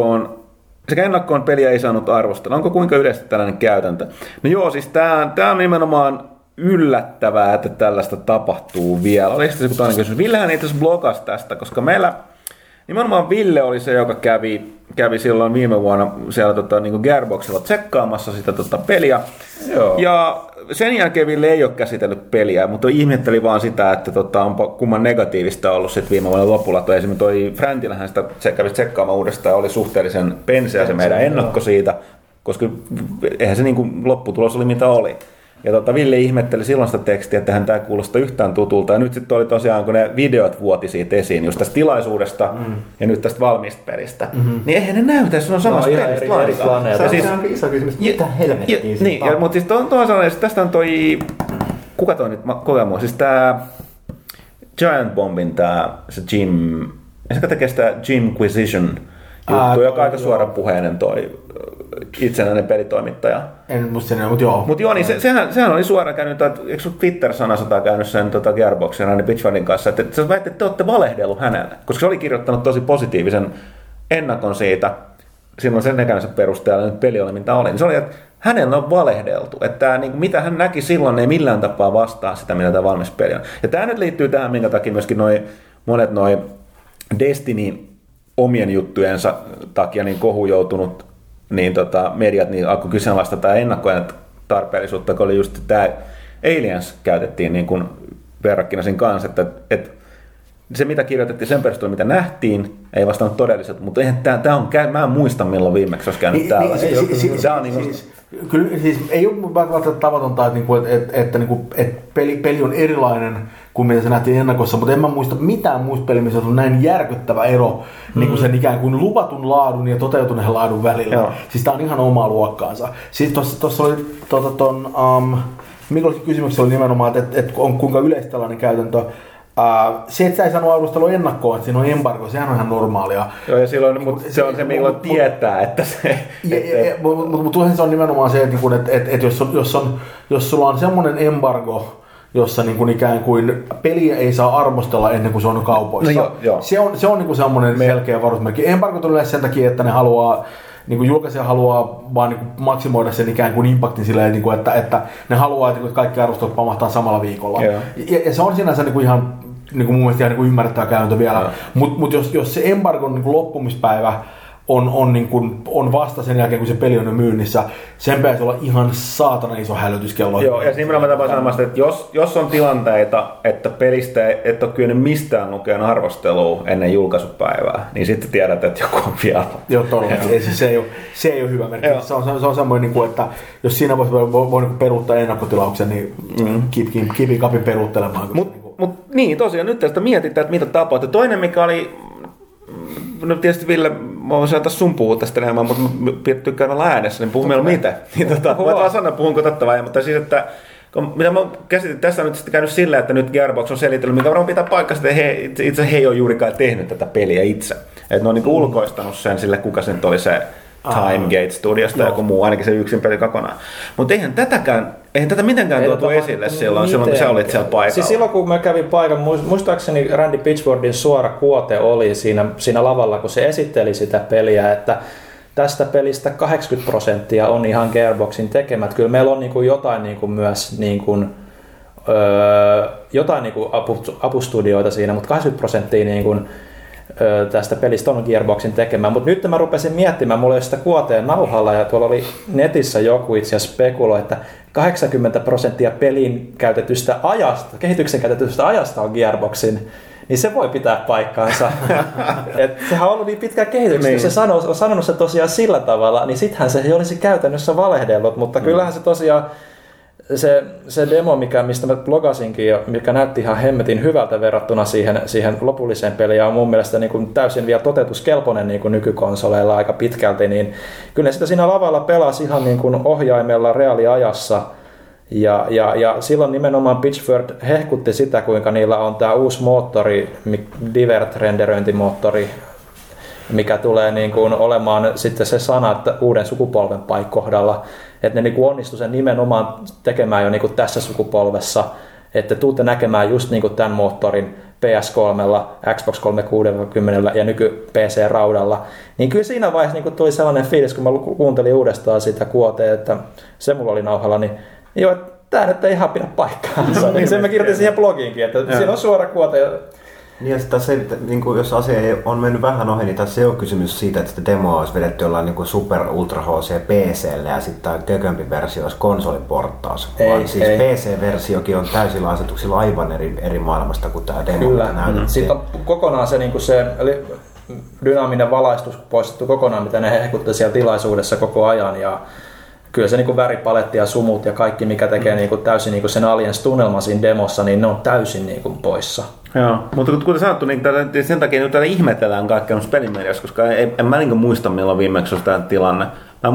ennakkoon peliä ei saanut arvostella. Onko kuinka yleisesti tällainen käytäntö? No joo, siis tää on nimenomaan yllättävää, että tällaista tapahtuu vielä. Oli sitten se toinen kysymys. Villehän itse asiassa blogasi tästä, koska meillä nimenomaan Ville oli se, joka kävi silloin viime vuonna siellä niin kuin Gearboxilla tsekkaamassa sitä peliä. Joo. Ja sen jälkeen Ville ei ole käsitellyt peliä, mutta ihmetteli vaan sitä, että onpa kumman negatiivista ollut sitten viime vuonna lopulla. Esimerkiksi toi Fräntilähän sitä kävi tsekkaamaan uudestaan ja oli suhteellisen penseä se meidän ennakko siitä, koska eihän se niin kuin lopputulos oli mitä oli. Ja Ville ihmetteli silloin sitä tekstiä, että hän tämä kuulostaa yhtään tutulta. Ja nyt sitten oli tosiaan, kun ne videot vuoti siitä esiin, just tästä tilaisuudesta ja nyt tästä valmista pelistä, niin eihän ne näytä, että se on samasta pelistä lainkaan. Se on iso kysymys, mitä helvettiä niin, mutta siis tästä on kuka toi nyt kokemus, siis tää Giant Bombin se Jim, se tekee sitä Jimquisition juttu, joka on aika suorapuheinen toi itsenäinen pelitoimittaja. En musta sen, mutta joo. Mutta joo, niin sehän oli suoraan käynyt, eikö sun Twitter-sanasota käynyt sen Gearboxin ja Pitchfundin kanssa, että sä väitte, että te olette valehdellut hänelle, koska se oli kirjoittanut tosi positiivisen ennakon siitä, silloin sen näkemisen perusteella nyt peli oli mitä oli, niin se oli, että hänellä on valehdeltu, että niin mitä hän näki silloin, ei millään tapaa vastaa sitä, mitä tämä valmis peli on. Ja tämä nyt liittyy tähän, minkä takia myöskin monet Destiny omien juttujensa takia niin kohu joutunut niin mediat niin alkoi kyseenalaistaa tämä ennakkojen tarpeellisuutta, kun oli just tämä Aliens käytettiin niin kuin verrakkina sen kanssa, että se mitä kirjoitettiin sen perusteella, mitä nähtiin, ei vastannut todellisuutta, mutta eihän tämä on, mä en muista milloin viimeksi olisi käynyt täällä. Kyllä siis ei ole välttämättä tavatonta, että peli on erilainen kuin mitä se nähtiin ennakossa, mutta en mä muista mitään muista peliä, missä on näin järkyttävä ero niin kuin sen ikään kuin lupatun laadun ja toteutuneen laadun välillä. Joo. Siis tää on ihan omaa luokkaansa. Siis tuossa oli Mikkelin kysymyksessä oli nimenomaan, että on kuinka yleistä tällainen käytäntö. Se, että sä ei saanut arvostelua ennakkoon, että siinä on embargo, sehän on ihan normaalia. Joo, ja silloin, mutta se on se, milloin tietää, että se... Mutta se on nimenomaan se, että jos sulla on semmoinen embargo, jossa niin kuin ikään kuin peliä ei saa arvostella ennen kuin se on kaupoissa. No joo. Se on niin kuin semmoinen selkeä varusmerkki. Embargo tulee sen takia, että ne haluaa, niin kuin julkaisija haluaa vaan niin kuin maksimoida sen ikään kuin impactin silleen, niin kuin, että ne haluaa, että kaikki arvostelut pamahtaa samalla viikolla. Ja se on sinänsä niin kuin ihan niin kuin mun mielestä ihan niin kuin ymmärrettävä käyntö vielä. Mutta jos se embargon niin kuin loppumispäivä on vasta sen jälkeen, kun se peli on jo myynnissä, sen pitäisi olla ihan saatana iso hälytyskello. Joo, ja nimenomaan tapaa sanomasta, että jos on tilanteita, että pelistä et ole kyennyt mistään lukemaan arvostelua ennen julkaisupäivää, niin sitten tiedät, että joku on vielä. Joo, todella. Se ei ole hyvä merkki. Se on semmoinen, että jos siinä voi peruuttaa ennakkotilauksen, niin keep kapin peruuttelemaan. Mutta niin, tosiaan nyt tästä mietitään, että mitä tapahtui. Toinen, mikä oli, no tietysti Ville, mä voin saada sun puhua tästä enemmän, mutta mä tykkään olla äänessä, niin puhu meillä mitä. Niin voit vaan sanoa, puhunko totta vai, mutta siis, että mitä mä käsitin, tässä on nyt sitten käynyt sillä, että nyt Gearbox on selitellyt, mikä varmaan pitää paikkansa, että he ei ole juurikaan tehnyt tätä peliä itse. Että ne on niinku ulkoistanut sen sille, kuka se nyt oli se Timegate Studiosta ja joku muu, ainakin se yksin peli kokonaan. Mutta eihän tätä mitenkään tuotu esille silloin, kun sä olit siellä paikalla. Siis silloin, kun mä kävin paikan, muistaakseni Randy Pitchfordin suora kuote oli siinä lavalla, kun se esitteli sitä peliä, että tästä pelistä 80% on ihan Gearboxin tekemät. Kyllä meillä on niinku jotain niinku myös niinku, jotain niinku apustudioita siinä, mutta 80% niinku tästä pelistä on Gearboxin tekemään, mutta nyt mä rupesin miettimään, mulla oli sitä kuoteen nauhalla ja tuolla oli netissä joku itse asiassa spekuloi, että 80% pelin käytetystä ajasta, kehityksen käytetystä ajasta on Gearboxin, niin se voi pitää paikkaansa. Sehän on ollut niin pitkään kehityksessä, niin. Se on sanonut se tosiaan sillä tavalla, niin sittenhän se ei olisi käytännössä valehdellut, mutta kyllähän se tosiaan se demo, mistä mä blogasinkin, mikä näytti ihan hemmetin hyvältä verrattuna siihen lopulliseen peliin, on mun mielestä niin kuin täysin vielä toteutuskelpoinen niin kuin nykykonsoleilla aika pitkälti, niin kyllä ne sitä siinä lavalla pelasi ihan niin kuin ohjaimella reaaliajassa. Ja silloin nimenomaan Pitchford hehkutti sitä, kuinka niillä on tämä uusi moottori, Divert-renderöintimoottori, mikä tulee niin kuin olemaan sitten se sana, että uuden sukupolven kohdalla, että ne niin kuin onnistu sen nimenomaan tekemään jo niin kuin tässä sukupolvessa, että tuutte näkemään just niin kuin tämän moottorin PS3, Xbox 360 ja nyky PC-raudalla, niin kyllä siinä vaiheessa niin kuin tuli sellainen fiilis, kun mä kuuntelin uudestaan sitä kuotea, että se mulla oli nauhalla, niin joo, tämä nyt ei ihan pidä paikkaansa. Niin sen mä kirjoitin siihen blogiinkin, että siinä on suora kuote. Niin ja tässä, niin kuin jos asia on mennyt vähän ohi, niin tässä ei ole kysymys siitä, että sitä demoa olisi vedetty jollain niin super ultra HD PC:lle ja sitten tämä kökömpi versio olisi konsoliporttaus. Vaan siis PC-versiokin on täysillä asetuksilla aivan eri maailmasta kuin tämä demo, mitä näytettiin. Sitten on kokonaan se, niin kuin se dynaaminen valaistus poistettu kokonaan, mitä ne hehkutti siellä tilaisuudessa koko ajan. Ja kyllä se niin väripaletti ja sumut ja kaikki, mikä tekee niin kuin täysin niin kuin sen Aliens-tunnelman siinä demossa, niin ne on täysin niin kuin poissa. Joo, mutta kuten sanottu, niin sen takia nyt täällä ihmetellään kaikkea noissa pelimediassa, koska en mä niin muista milloin viimeksi olisi tämä tilanne.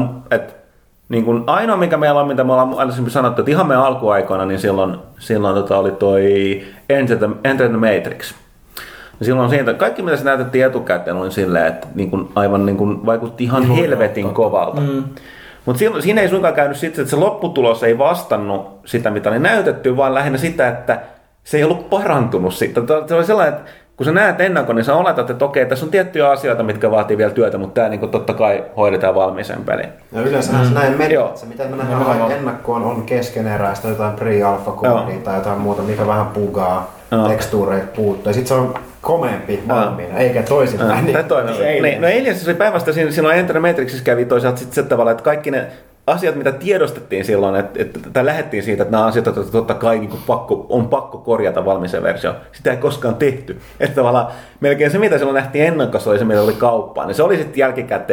Niin kuin ainoa, mikä meillä on, mitä me ollaan aina sanottu, että ihan meidän alkuaikoina, niin silloin oli toi Enter the Matrix. Ja silloin siitä, kaikki mitä se näytettiin etukäteen oli silleen, että niin kuin, aivan niin kuin, vaikutti ihan helvetin kovalta. Mutta siinä ei suinkaan käynyt sitten, että se lopputulos ei vastannut sitä, mitä oli näytetty, vaan lähinnä sitä, että se ei ollut parantunut siitä. Se oli sellainen, että kun sä näet ennakon, niin sä oletat, että okei, tässä on tiettyjä asioita, mitkä vaatii vielä työtä, mutta tämä niin totta kai hoidetaan valmiiseen peliin. Ja yleensä näin menee, että se mitä me nähdään ennakkoon on keskeneräistä, jotain pre-alpha-koodia tai jotain muuta, mikä vähän bugaa, tekstuureita puuttuu. Ja sitten se on komeampi valmiina, eikä toisinpäin. No Aliensissa oli päinvastoin, silloin Enter the Matrixissa kävi toisaalta sitten se tavalla, että kaikki ne asiat, mitä tiedostettiin silloin, tai lähdettiin siitä, että nämä asiat totta kai niin on pakko korjata valmiiseen versioon. Sitä ei koskaan tehty. Että tavallaan melkein se, mitä silloin nähtiin ennakossa, oli se, mitä oli kauppaan. Niin se oli sitten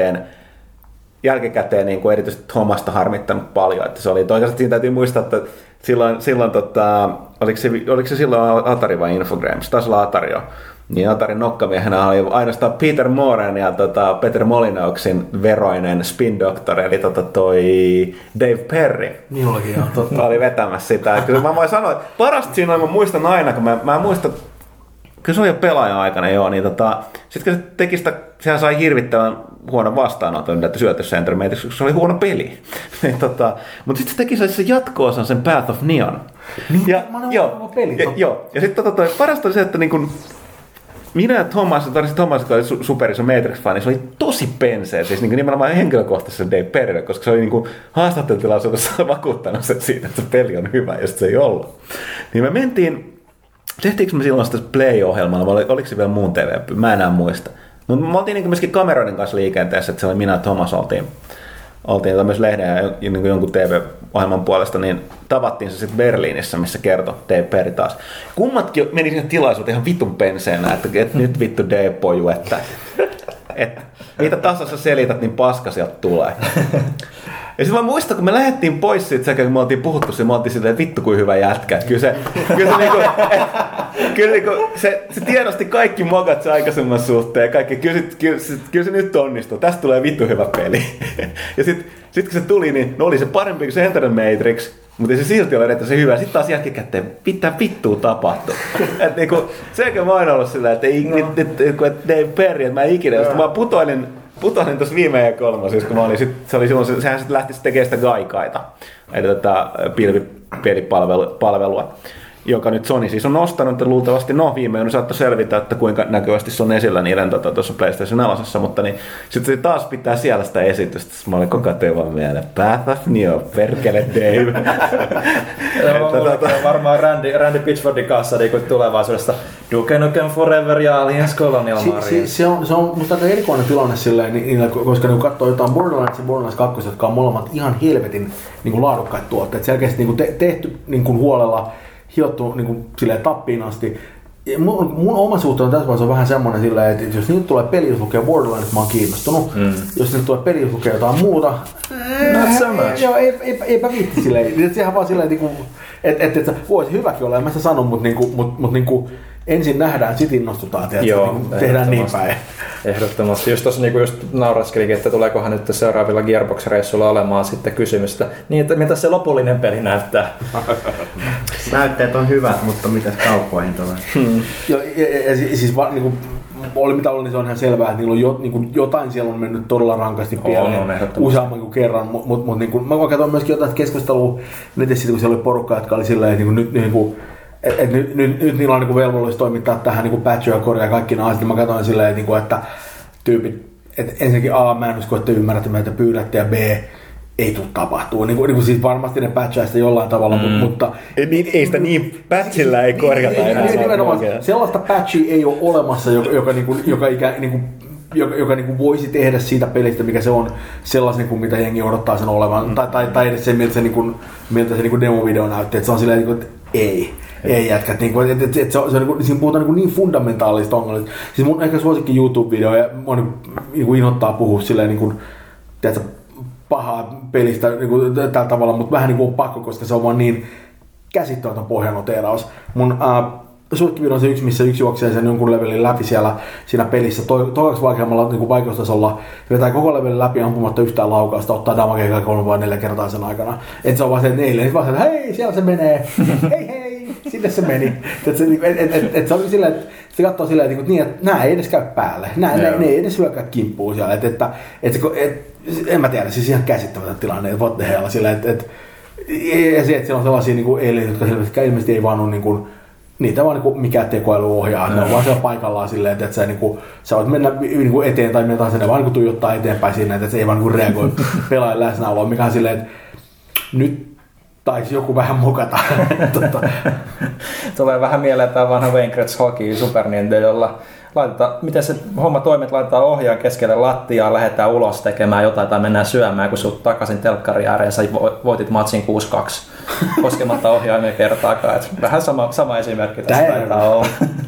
jälkikäteen niin kuin erityisesti Thomasta harmittanut paljon. Että se oli toisaalta, siinä täytyy muistaa, että silloin oliko se silloin Atari vai Infogrames? Taisi olla Atari jo. Niin Atarin nokkamiehenä oli ainoastaan Peter Moren ja Peter Molyneuxin veroinen Spin Doctor, eli toi Dave Perry. Niin olikin, joo. Oli vetämässä sitä. Kyllä mä voin sanoa, että parasta siinä on, mä muistan aina, kun mä muistan, kyllä se oli jo pelaaja-aikana, joo, niin sitten kun se teki sitä, sehän sai hirvittävän huonon vastaanoton, että syötössä Enter Matrix, koska se oli huono peli. Mutta sitten se teki se jatko-osan, sen Path of Neon. Ja sitten parasta oli se, että niin minä ja Thomas, joka oli superiso Matrix-fani, se oli tosi pensee, siis niin nimenomaan henkilökohtaisesti Dave Perrylle, koska se oli niin haastattelutilaisuudessa vakuuttanut siitä, että se peli on hyvä, ja se ei ollut. Niin me mentiin, tehtiinkö me silloin sitä Play-ohjelmalla, vai oliko se vielä muun TV? Mä enää muista. Mutta me oltiin niin myöskin kameroiden kanssa liikenteessä, että se oli minä ja Thomas oltiin myös lehden ja jonkun TV-ohjelman puolesta, niin tavattiin se sitten Berliinissä, missä kertoi Dave Perry taas. Kummatkin meni sinne tilaisuuteen ihan vitun penseenä, että nyt vittu Dave poju, että mitä taas sä selität, niin paska sieltä tulee. Ja sitten mä muistan, kun me lähdettiin pois siitä sekä kun me oltiin puhuttu siitä, me oltiin silleen, vittu kuin hyvä jätkä. Se tiedosti kaikki mokat se aikaisemman suhteen. Kyllä se nyt onnistuu. Tästä tulee vittu hyvä peli. Ja sitten kun se tuli, niin oli se parempi kuin se Enter the Matrix. Mutta se silti oli erittäin hyvä. Sitten taas jälkikäteen, mitä vittua tapahtuu. Että niinku, sekä mä oon ollut sillä, että Dave Perry, että mä ikinä. Sitten mä putoilin tuossa viime E3, kun mä olin, sehän sitten lähti tekemään sitä Gaikaita, eli tätä pilvipelipalvelua, joka nyt Sony siis on ostanut, ja luultavasti viimein saattoi selvitä, että kuinka näkyvästi se on esillä niiden tuossa PlayStation 4, mutta niin, sitten se taas pitää siellä sitä esitystä. Mä olin koko ajan vaan mieleen, Path of Neo, perkele Dave. Varmaan Randy Pitchfordin kanssa niin tulevaisuudesta Duke Nukem Forever ja Aliens Colonial Marines. Se on musta aika erikoinen tilanne silleen, koska kun katsoo jotain Borderlands ja Borderlands 2, jotka on molemmat ihan helvetin niin laadukkaita tuotteet, selkeästi niin tehty niin huolella, hiottu niin silleen tappiin asti. Ja mun oma suhteen tässä vaiheessa on vähän semmoinen silleen, että jos nyt tulee peli, jos lukee Borderlands, mä oon kiinnostunut. Jos nyt tulee peli, jos lukee jotain muuta, joo, eipä viitti silleen. Sehän vaan silleen, että voisi hyväkin olla, en mä sitä sano, mutta ensin nähdään, sit innostutaan, tehdään niin päin. Ehdottomasti. Just tuossa just nauraskelikin, että tuleekohan nyt seuraavilla Gearbox-reissuilla olemaan sitten kysymystä. Niin, että mitä se lopullinen peli näyttää? Näytteet on hyvät, mutta mitäs kauppoihin tulee? Ja siis oli mitä oli, niin se on ihan selvää, että niillä on jotain siellä on mennyt todella rankasti pieleen useamman kuin kerran. Mutta mä katsoin myöskin jotain keskustelua netissä, kun siellä oli porukka, jotka oli silleen, että nyt niillä on niin velvollisuus toimittaa tähän niin patchoja ja korjaa kaikki nämä asiat. Mä katsoin silleen, että tyypit, että ensinnäkin A, mä en usko, että ymmärrätte meitä pyydätte, ja B, ei tule tapahtuu. Siis varmasti ne patchaa sitä jollain tavalla, mutta ei sitä niin patchilla ei korjata enää. Sellaista patchia ei ole olemassa, joka voisi tehdä siitä pelistä, mikä se on, sellaisen kuin mitä jengi odottaa sen olevan, tai edes se, miltä se demo-video näytti, että se on silleen, että ei jätkät, siinä puhutaan niin fundamentaalista ongelmista. Siis mun ehkä suosikki YouTube-video, ja mua inhottaa puhua silleen, pahaa pelistä tällä tavalla, mutta vähän on pakko, koska se on vaan niin käsittämätön pohjanoteeraus. Mun suosikkivideo on se yksi, missä yksi juoksee sen jonkun levelin läpi siinä pelissä. Toiseksi vaikeammalla vaikeustasolla vetää koko levelin läpi ampumatta yhtään laukausta, ottaa damagea 3 vai 4 kertaa sen aikana. Et se on vaan se, että eilen vaan se, että hei, siellä se menee, hei, sinne se meni. Se oli silleen, että se katsoo silleen, että nämä ei edes käy päälle, ne ei edes hyökkää kimppuun siellä. En mä tiedä, siis ihan käsittämätön tilanne, että what the hell, silleen, että siellä on sellaisia eilen, jotka ilmeisesti ei vaan ole niitä vaan mikään tekoäly ohjaa, ne on vaan siellä paikallaan silleen, että sä voit mennä eteen tai mitä tahansa, ne vaan tuijottaa eteenpäin siinä, että se ei vaan reagoi pelaajan läsnäoloon, mikä on silleen, että nyt taisi joku vähän mokata. Tulee vähän mieleen tämä vanha Wainwright Hockey Super Nintendo, jolla miten se homma toimii, että laitetaan ohjaan keskelle lattiaa, lähdetään ulos tekemään jotain tai mennään syömään, kun sut takaisin telkkari ääreen, sä voitit matsin 6-2 koskematta ohjaimia kertaakaan. Et vähän sama esimerkki tästä taitaa olla.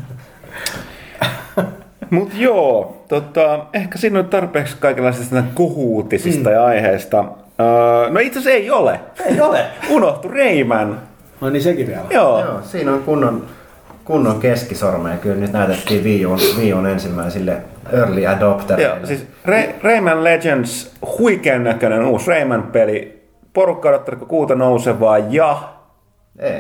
Mut joo, ehkä siinä on tarpeeksi kaikenlaisista kohuutisista ja aiheista. No itse asiassa ei ole. Ei ole. Unohtu Rayman. No niin sekin vielä. Joo, siinä on kunnon keskisorme, ja kyllä nyt näytettiin Wii U:n ensimmäisille early adoptereille. Joo, siis Rayman Legends, huikean näköinen uusi Rayman-peli. Porukka odottaako kuuta nousevaa, ja...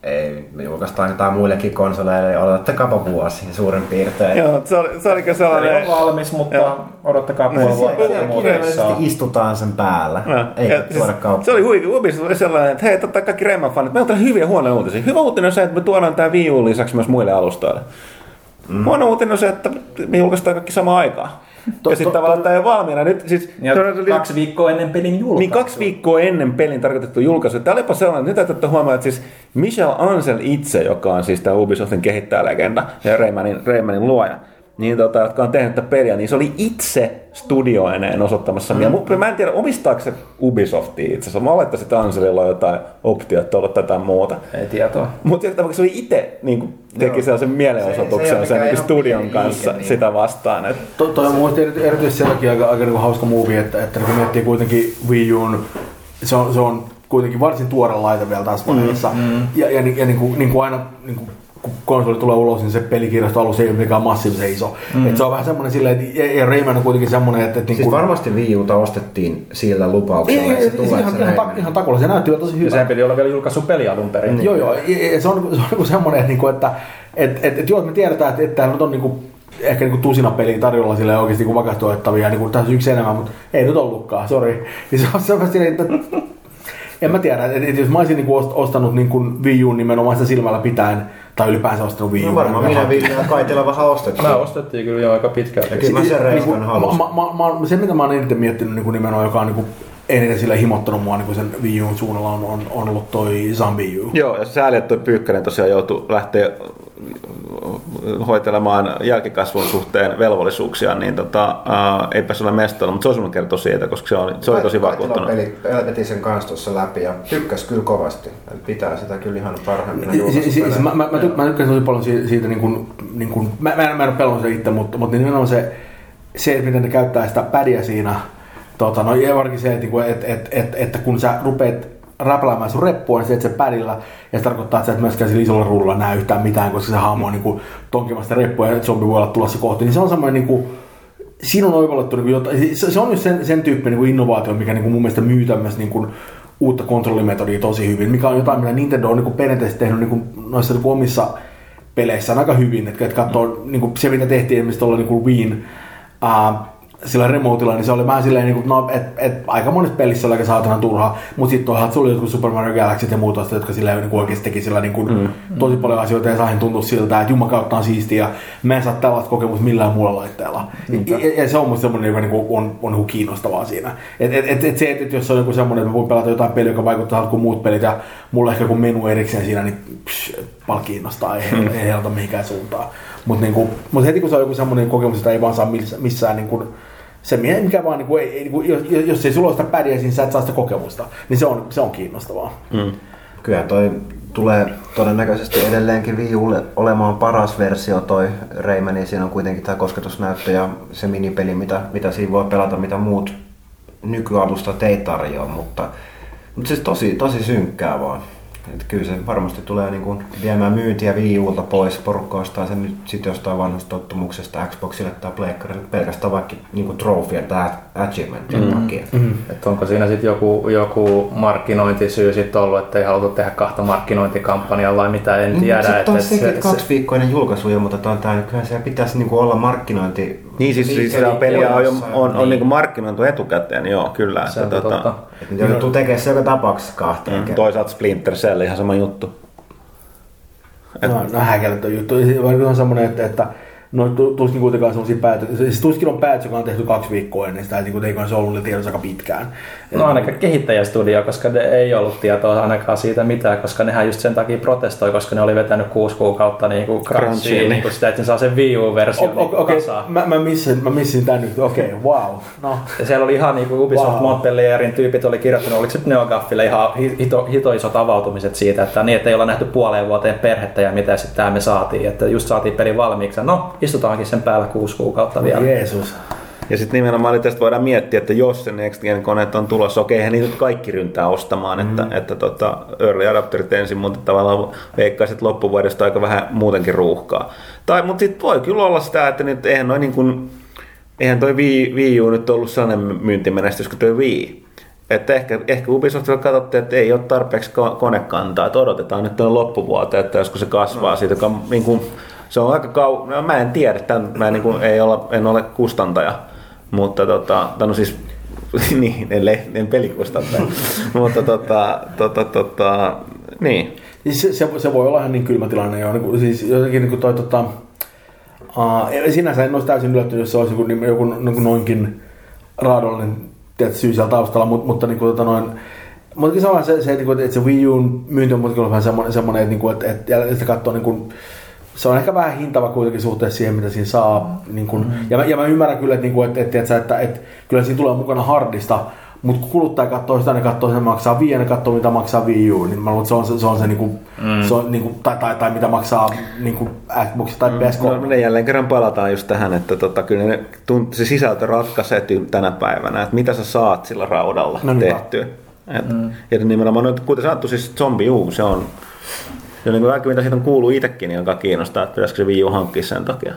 ei, me julkaistaan jotain muillekin konsoleille, odottakaapa vuosi suurin piirtein. Joo, se olikin sellainen... Se on valmis, mutta odottakaa puoli vuotta. Kirjallisesti istutaan sen päällä, eikä tuoda kauppaan. Se oli huikea. Ubisoft oli sellainen, että hei, totta kaikki Rayman-fanit, meillä on täällä hyviä huonoja uutisia. Hyvä uutinen on se, että me tuodaan tää Wii U lisäksi myös muille alustoille. Huono uutinen on se, että me julkaistaan kaikki samaan aikaan. Ja sitten tavallaan tämä ei ole valmiina. Nyt, siis, ja 2 viikkoa ennen pelin julkaisu. Niin 2 viikkoa ennen pelin tarkoitettu julkaisu. Tämä olipa sellainen, nyt täytyy huomioon, että siis Michel Ancel itse, joka on siis tämä Ubisoftin kehittäjälegenda ja Raymanin luoja, niin jotka on tehnyt tätä peliä, niin se oli itse studioineen osoittamassa. Mä en tiedä, omistaako se Ubisoftia itse asiassa. Mä olettaisin, että Anselilla on jotain optiota olla tätä muuta. Ei tietoa. Mutta se oli itse niin teki sellaisen mielenosoituksen sen niin studion kanssa niin. Sitä vastaan. Toi on mun mielestä erityisesti sen takia aika niin hauska movie, että kun miettii kuitenkin Wii U:n, se on kuitenkin varsin tuore laite vielä tässä vaiheessa. Ja niin kuin aina... Niin kuin, kun konsoli tulee ulos, niin se pelikirjasto alussa ei ole mikään massiivisen iso. Et se on vähän semmoinen silleen, että Rayman on kuitenkin semmoinen, että... Siis niin varmasti Wii Uta ostettiin sillä lupauksella, että se tulee ihan takulla, se näytti tosi hyvä. Ja sehän piti olla vielä julkaissut peli alun perin. Joo, se on semmoinen, että joo, me tiedetään, että täällä on niinku ehkä niinku tusina peliä tarjolla silleen oikeasti niinku vakaasti otettavia, niinku tässä yksi enemmän, mutta ei nyt ollutkaan, sori. Niin se on semmoinen silleen, että... En mä tiedä, että jos mä olisin niinku ostanut niinku Wii U nimenomaan sitä silmällä pitäen, tai ylipäänsä ostanut Wii U. No varmaan minä Wii U Kaitila vähän ostettiin. Mä ostettiin kyllä jo aika pitkään. Kyllä mä sen reiskan halusin. Se mitä mä oon eniten miettinyt niinku nimenomaan, joka on niinku eniten sille himottanut mua niinku sen Wii U:n suunnalla on ollut toi Zombie U. Joo, ja sääli, että toi Pyykkänen tosiaan joutui lähteä hoitelemaan jälkikasvun suhteen velvollisuuksia, niin eipä se ole mestoilla, mutta se olisi kertoa siitä, koska se oli tosi vakuuttunut. Veti sen kanssa tuossa läpi ja tykkäsi kyllä kovasti. Eli pitää sitä kyllä ihan parhaimmina mä tykkäsin tosi paljon siitä, mä en ole pelannut sitä itse, mutta nimenomaan se, että miten ne käyttää sitä pädiä siinä, ja varsinkin se, että kun sä rupeat räpläämään sun reppua, niin se, että se pädillä, ja se tarkoittaa, että sä et myöskään sillä isolla ruudulla näe yhtään mitään, koska se hahmo on niin tonkimasta reppua ja zombi voi olla tulossa kohti, niin se on semmoinen, niin siinä on oivallettu, niin se on just sen tyyppinen niin innovaatio, mikä niin mun mielestä myy tämmöistä niin uutta kontrollimetodia tosi hyvin, mikä on jotain, mitä Nintendo on niin perinteisesti tehnyt niin noissa niin omissa peleissä aika hyvin, että katsoo niin se, mitä tehtiin esimerkiksi tuolla niin Wiin sillä remotilla, niin se oli vähän silleen, että aika monessa pelissä oli aika saatanan turhaa, mutta sitten toisaalta se oli jotkut Super Mario Galaxy ja muuta, jotka silleen oikeasti teki sillä tosi paljon asioita ja sain tuntua siltä, että jumakautta on siistiä ja mä en saa tällaista kokemusta millään muulla laitteella. Ja se on musta semmoinen, joka on kiinnostavaa siinä. Että jos on joku semmoinen, että mä voin pelata jotain peliä, joka vaikuttaa kuin muut pelit ja mulla ehkä joku menu erikseen siinä, niin paljon kiinnostaa, ei helta mihinkään suuntaan. Mutta heti kun se on joku semmoinen kokemus, että ei vaan saa missään se mikä vaan, jos ei sulla ole sitä pädiä, niin sä et saa sitä kokemusta, niin se on kiinnostavaa. Kyllä toi tulee todennäköisesti edelleenkin Wii Ulle olemaan paras versio toi Rayman, niin siinä on kuitenkin tämä kosketusnäyttö ja se minipeli, mitä siinä voi pelata, mitä muut nykyalustat ei tarjoa, mutta siis tosi synkkää vaan. Että kyllä se varmasti tulee niin kuin viemään myyntiä Wii Ulta pois, porukka ostaa sen nyt sitten jostain vanhasta tottumuksesta Xboxille tai Pleikkarille pelkästään vaikka niin trofien tai achievementin takia. Että onko siinä sitten joku markkinointisyy sitten ollut, että ei haluta tehdä 2 markkinointikampanjaa vai mitä, en tiedä. Sitten taas sekin, että 2 viikkoa ennen julkaisu ilmoitetaan tämä, niin kyllähän siellä pitäisi niin olla markkinointi. Niin siis sitä peliä on niin markkinointu etukäteen, joo kyllä. Se on totta. Että joutuu tekemään se joka tapauksessa 2 kertaa. Toisaalta Splinter Cell ihan sama juttu. No häkelletön juttu. On semmoinen, että no tuskin kuitenkaan sellaisia päätöksiä. Siis tuskin on päätös, joka on tehty 2 viikkoa ennen sitä, että eikö se ollut tiedossa aika pitkään. No ainakaan kehittäjästudio, koska ne ei ollut tietoa ainakaan siitä mitään, koska nehän just sen takia protestoi, koska ne oli vetänyt 6 kuukautta crunchiin niinku sitä, että ne saa sen Wii U-version kasaan. Mä missin tän nyt, wow. No. Ja siellä oli ihan niinku Ubisoft Montpellierin tyypit oli kirjoittanut, oliko se NeoGaffille ihan hito isot avautumiset siitä, että niin, että ei olla nähty puoleen vuoteen perhettä ja mitä sitten tää me saatiin, että just saatiin peli valmiiksi. No, istutaankin sen päällä 6 kuukautta vielä. Jeesus. Ja sitten nimenomaan tästä voidaan miettiä, että jos se Next Gen koneet on tulossa, eihän niitä nyt kaikki ryntää ostamaan, että early adapterit ensin, mutta tavallaan veikkaisin, että loppuvuodesta aika vähän muutenkin ruuhkaa. Mutta sitten voi kyllä olla sitä, että nyt eihän toi Wii U nyt ollut sellainen myyntimenestys kuin toi Wii. että ehkä Ubisoftilla katsottiin, että ei ole tarpeeksi konekantaa, että odotetaan nyt tuonne loppuvuoteen, että joskus se kasvaa siitä, joka niin kuin, se on aika mä en tiedä, mä niin kuin, en ole kustantaja, mutta no siis niin, en pelikustantaja, mutta niin. Se voi olla ihan niin kylmä tilanne jo, siis jotenkin niin toi sinänsä en olisi täysin yllättynyt, jos se olisi joku noinkin raadollinen syy siellä taustalla, mutta niin kuin mutta se on se että se Wii U:n myynti on muutenkin vähän semmoinen, että sitä katsoo niin kuin, se on ehkä vähän hintava kuitenkin suhteessa siihen, mitä siinä saa. Niin kuin, ja mä ymmärrän kyllä, että kyllä siinä tulee mukana hardista, mutta kun kuluttaja katsoo sitä, ne katsoo, että ne maksaa Wii ja ne katsoo, mitä maksaa Wii U, niin mä luulen, että se on se, niinku, se on, niinku, tai mitä maksaa niinku Xbox tai PS3. No, me jälleen kerran palataan just tähän, että kyllä se sisältö ratkaisee tänä päivänä, että mitä sä saat sillä raudalla tehtyä. Ja nimenomaan, kuten sanottu, siis Zombie U, se on jo niin kuin mitä siitä on kuullut itsekin, niin joka kiinnostaa, että pitäisikö se Wii U hankkia sen takia.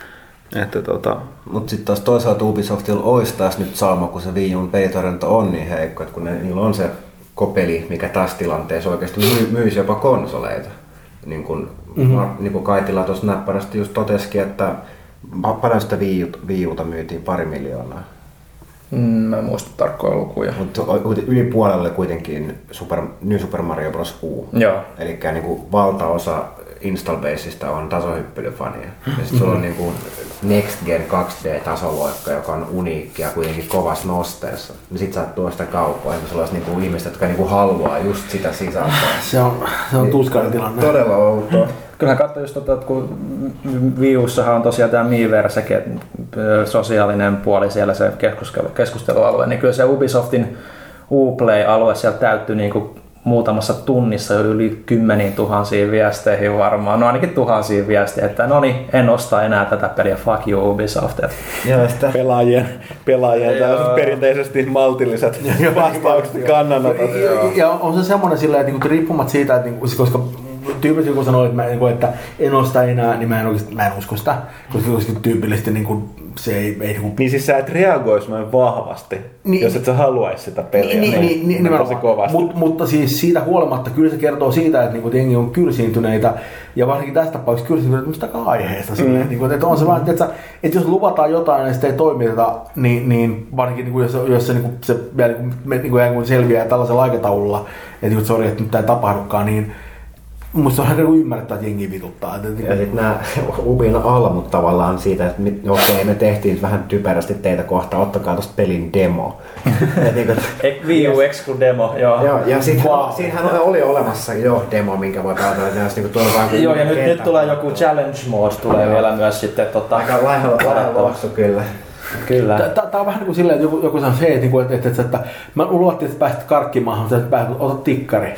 Mutta sitten taas toisaalta Ubisoftilla olisi taas nyt saama, kun se Wii U:n peitorento on niin heikko, että kun niillä on se kopeli, mikä tässä tilanteessa oikeasti myisi jopa konsoleita. Niin kuin Kaitila tuossa näppärästi just totesikin, että paljon sitä Wii Uta myytiin 2 miljoonaa. Mä en muista tarkkoja lukuja. Mutta yli puolelle kuitenkin New Super Mario Bros. U. Joo. Eli niin valtaosa install baseista on tasohyppelyfania. Ja sitten sulla on niin kuin Next Gen 2D-tasoloikka, joka on uniikki ja kuitenkin kovassa nosteessa. Niin sit sä tuo sitä kauppaa, ja sulla olisi niin kuin ihmiset, jotka niin kuin haluaa just sitä sisältöä. Se on tuskainen tilanne. Todella outoa. Kyllähän katsoi just että kun Wii Ussahan on tosiaan tämä Miiversekin, sosiaalinen puoli siellä se keskustelualue, niin kyllä se Ubisoftin Uplay-alue siellä täyttyi niin kuin muutamassa tunnissa yli 10 000 viesteihin varmaan, no ainakin tuhansia viestejä, että no niin, en osta enää tätä peliä, fuck you Ubisoft. Pelaajien tällaiset perinteisesti maltilliset vastaukset, kannanotot. Ja on se semmoinen silleen, että riippumatta siitä, että koska tyypillisesti kun sanoo, että en osta enää, niin mä en usko sitä, koska tyypillisesti se ei niin siis sä et reagoisi noin vahvasti, jos et sä haluaisi sitä peliä niin tosi kovasti. Mutta siis siitä huolimatta kyllä se kertoo siitä, että jengi on kylsiintyneitä, ja varsinkin tässä tapauksessa kylsiintyneitä mistäkään aiheesta. Että on se vaan, että jos luvataan jotain ja sitä ei toimita, niin varsinkin jos se vielä selviää tällaisella aikataululla, että sori, että nyt tämä ei tapahdukaan, niin musta on ihan ymmärrettää, että jengi vituttaa. Ja sitten nämä Ubin almut tavallaan siitä, että okei, me tehtiin vähän typerästi teitä kohtaan, ottakaa tosta pelin demo. Wii U Exclu demo, joo. Ja siinähän oli olemassa jo demo, minkä voi pelata. Joo, ja nyt tulee joku challenge mode, tulee vielä myös sitten. Aika laihalla luoksu kyllä. Kyllä. Tämä on vähän niin kuin silleen, että joku sanoo se, että mä luottiin, että pääsit karkkimaan, mutta että pääsit, ota tikkari.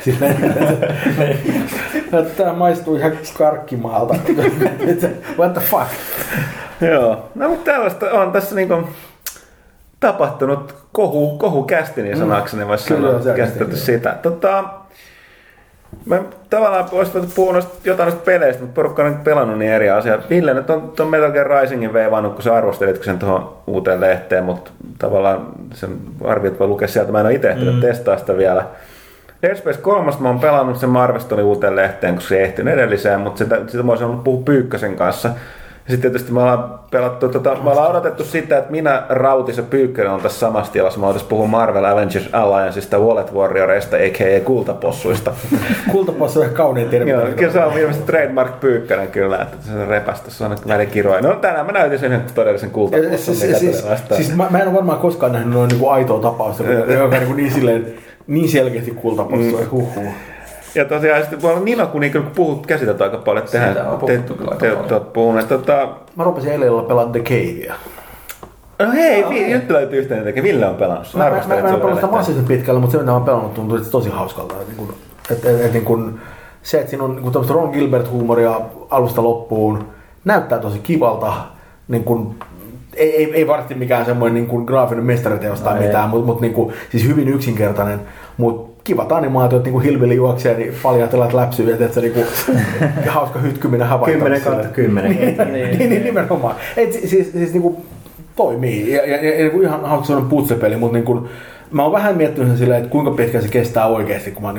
Tämä maistuu ihan karkkimaalta. What the fuck? Joo, no mutta tällaista on tässä niinku tapahtunut kohukästi, niin sanakseni voisi sanoa käsitelty sitä. Mä tavallaan olisi puhunut jotain noista peleistä, mutta porukka on nyt pelannut niin eri asiaa. Ville nyt on tuon Metal Gear Risingin veivannut, kun sä arvostelitko sen tuohon uuteen lehteen, mutta tavallaan sen arviot voi lukea sieltä. Mä en ole itse ehtinyt testaa sitä vielä. Dead Space 3 mä oon pelannut sen, mä arvostelin uuteen lehteen, koska se ei ehtinyt edelliseen, mutta sitä voisi ollut puhua Pyykkösen kanssa. Ja sitten tietysti me ollaan odotettu sitä, että minä, Rautis ja Pyykkönen on tässä samassa tilassa. Me oltaisiin puhua Marvel Avengers Allianceista, Wallet Warrioreista, a.k.a. kultapossuista. Kultapossu on ihan kaunein termi. Joo, kyllä se on ilmeisesti trademark Pyykkönen kyllä, että se repästä, se on nyt väliin kiroja. No tänään mä näytin sen todellisen kultapossun. Siis mä en ole varmaan koskaan nähnyt noin niin aitoa tapausta, joka on niin selkeästi kultapossu. Ja tosiaan sitten Nino, kun puhut käsitelty aika paljon, että te oot puhuneet. Mä rupesin eilen pelaamaan The Cavea. No hei, nyt löytyy yhteinen tekee. Ville on pelannut. Mä en pelannut sitä massiivisen pitkälle, mutta se mitä mä oon pelannut tuntuu tosi hauskalta. Se, että siinä on tämmöistä Ron Gilbert-huumoria alusta loppuun, näyttää tosi kivalta. Ei varmasti mikään semmoinen graafinen mestariteos tai mitään, mutta siis hyvin yksinkertainen. Mutta kivat animaatiot, niin kuin Hillbilly juoksee, niin paljatellaan läpsyjä, että se hauska hytkyminen havaittamassa. 10/10. Niin, nimenomaan. Siis toimii. Ja ihan hauska sellainen putsepeli, mutta niin kuin, mä oon vähän miettinyt silleen, että kuinka pitkä se kestää oikeasti, kun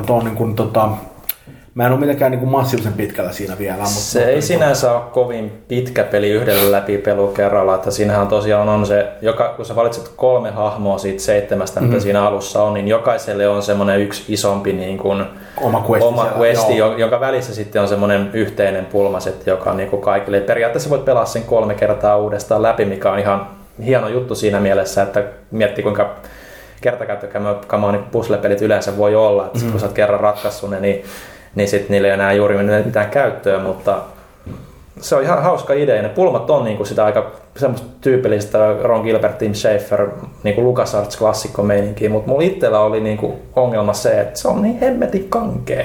mä en ole mitenkään niin kuin massiivisen pitkällä siinä vielä. Mutta se ei sinänsä ole kovin pitkä peli yhdellä läpipelu kerralla, että siinähän tosiaan on se, kun sä valitset 3 hahmoa siitä 7, mitä siinä alussa on, niin jokaiselle on semmoinen yksi isompi niin kuin oma questi, jonka välissä sitten on semmoinen yhteinen pulmasetti, joka on niin kuin kaikille. Et periaatteessa voit pelaa sen 3 kertaa uudestaan läpi, mikä on ihan hieno juttu siinä mielessä, että miettii kuinka kertakäyttökamaa niin puzzle-pelit yleensä voi olla, että kun sä oot kerran ratkaissut ne, niin sitten niillä ei enää juuri mitään käyttöä, mutta se on ihan hauska idea. Ne pulmat on niinku sitä aika semmoista tyypillistä Ron Gilbert, Tim Schafer, niinku LucasArts klassikko meininkiä, mutta mulla itsellä oli niinku ongelma se, että se on niin hemmetin kankea.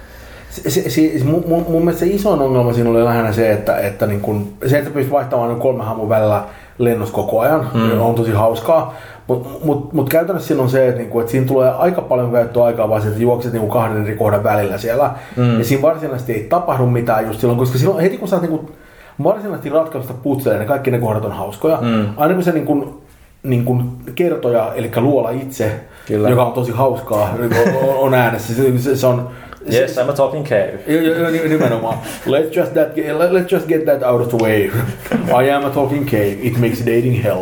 Mun mielestä se isoin ongelma siinä oli lähinnä se, että pystyt vaihtamaan 3 hahmon välillä lennossa koko ajan, on tosi hauskaa. Mutta käytännössä siinä on se, että siinä tulee aika paljon käyttöä aikaa vaan, että juokset 2 eri kohdan välillä siellä. Ja siinä varsinaisesti ei tapahdu mitään just silloin, koska silloin heti kun sä oot varsinaisesti ratkaisusta putselemaan, niin kaikki ne kohdat on hauskoja. Aina kun se kertoja, eli luola itse, kyllä, joka on tosi hauskaa, on äänessä. Se on yes, I'm a talking cave. Nimenomaan. Let's just get that out of the way. I am a talking cave. It makes dating hell.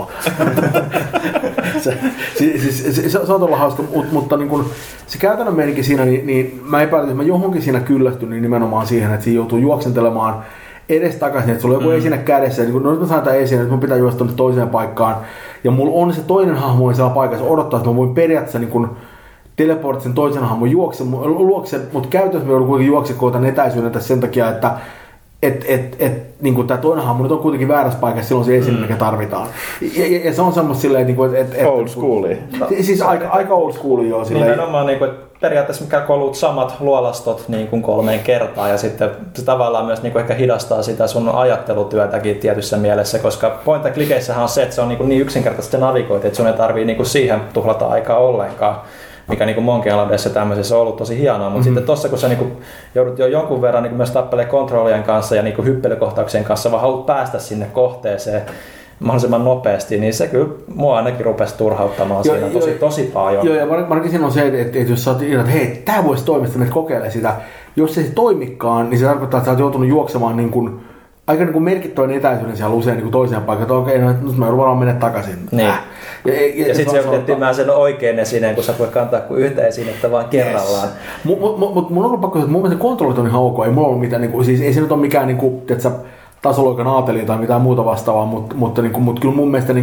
se on todella hauska, mutta niin kun, se käytännön meininki siinä, niin mä epäilen, että mä johonkin siinä kyllästyn niin nimenomaan siihen, että siinä joutuu juoksentelemaan edes takaisin, että sulla on joku esine kädessä, ja niin kun mä saan tämän esine, että mun pitää juosta tuonne toiseen paikkaan, ja mulla on se toinen hahmo siellä paikassa odottaa, että mä voin periaatteessa niin kun teleportit sen toisen hahmon luokse, mutta käytännössä me joudun kuitenkin juoksemaan tämän etäisyyden tässä sen takia, että niin tämä toinen hahmo nyt on kuitenkin väärässä paikassa, silloin se esine, mikä tarvitaan. Ja se on semmoista silleen, että old schoolia. Siis aika old schoolia, joo. Nimenomaan, niin kuin, periaatteessa mikä kolut samat luolastot niin kuin 3 kertaa, ja sitten se tavallaan myös niin kuin ehkä hidastaa sitä sun ajattelutyötäkin tietyssä mielessä, koska point-and-clickeissähän on se, että se on niin yksinkertaisesti navigoit, että sun ei tarvii niin kuin siihen tuhlata aikaa ollenkaan, mikä niin Monkey Islandissa tämmöisessä on ollut tosi hienoa, mutta sitten tossa kun sä niin joudut jo jonkun verran niin myös tappelemaan kontrollien kanssa ja niin hyppelykohtauksien kanssa, vaan haluat päästä sinne kohteeseen mahdollisimman nopeasti, niin se kyllä mua ainakin rupesi turhauttamaan siinä tosi paljon. Joo, ja varsinkin siinä on se, että jos sä oot että hei, tää voisi toimia, että kokeilee sitä. Jos se ei toimikaan, niin se tarkoittaa, että sä oot joutunut juoksemaan aika merkittävän etäisyyden siellä usein toiseen paikkaan, että okei, nyt mä varmaan mennä takaisin. Niin. Ja sitten se joudut etsimään sen oikein esineen, kun sä voi kantaa kuin yhtä esinettä vaan kerrallaan. Mutta mun on ollut pakko, että mun mielestä kontrollit on ihan ok. Ei mulla ollut mitään, siis ei se nyt ole mikään tasoloikan aatelia tai mitään muuta vastaavaa, mutta kyllä mun mielestä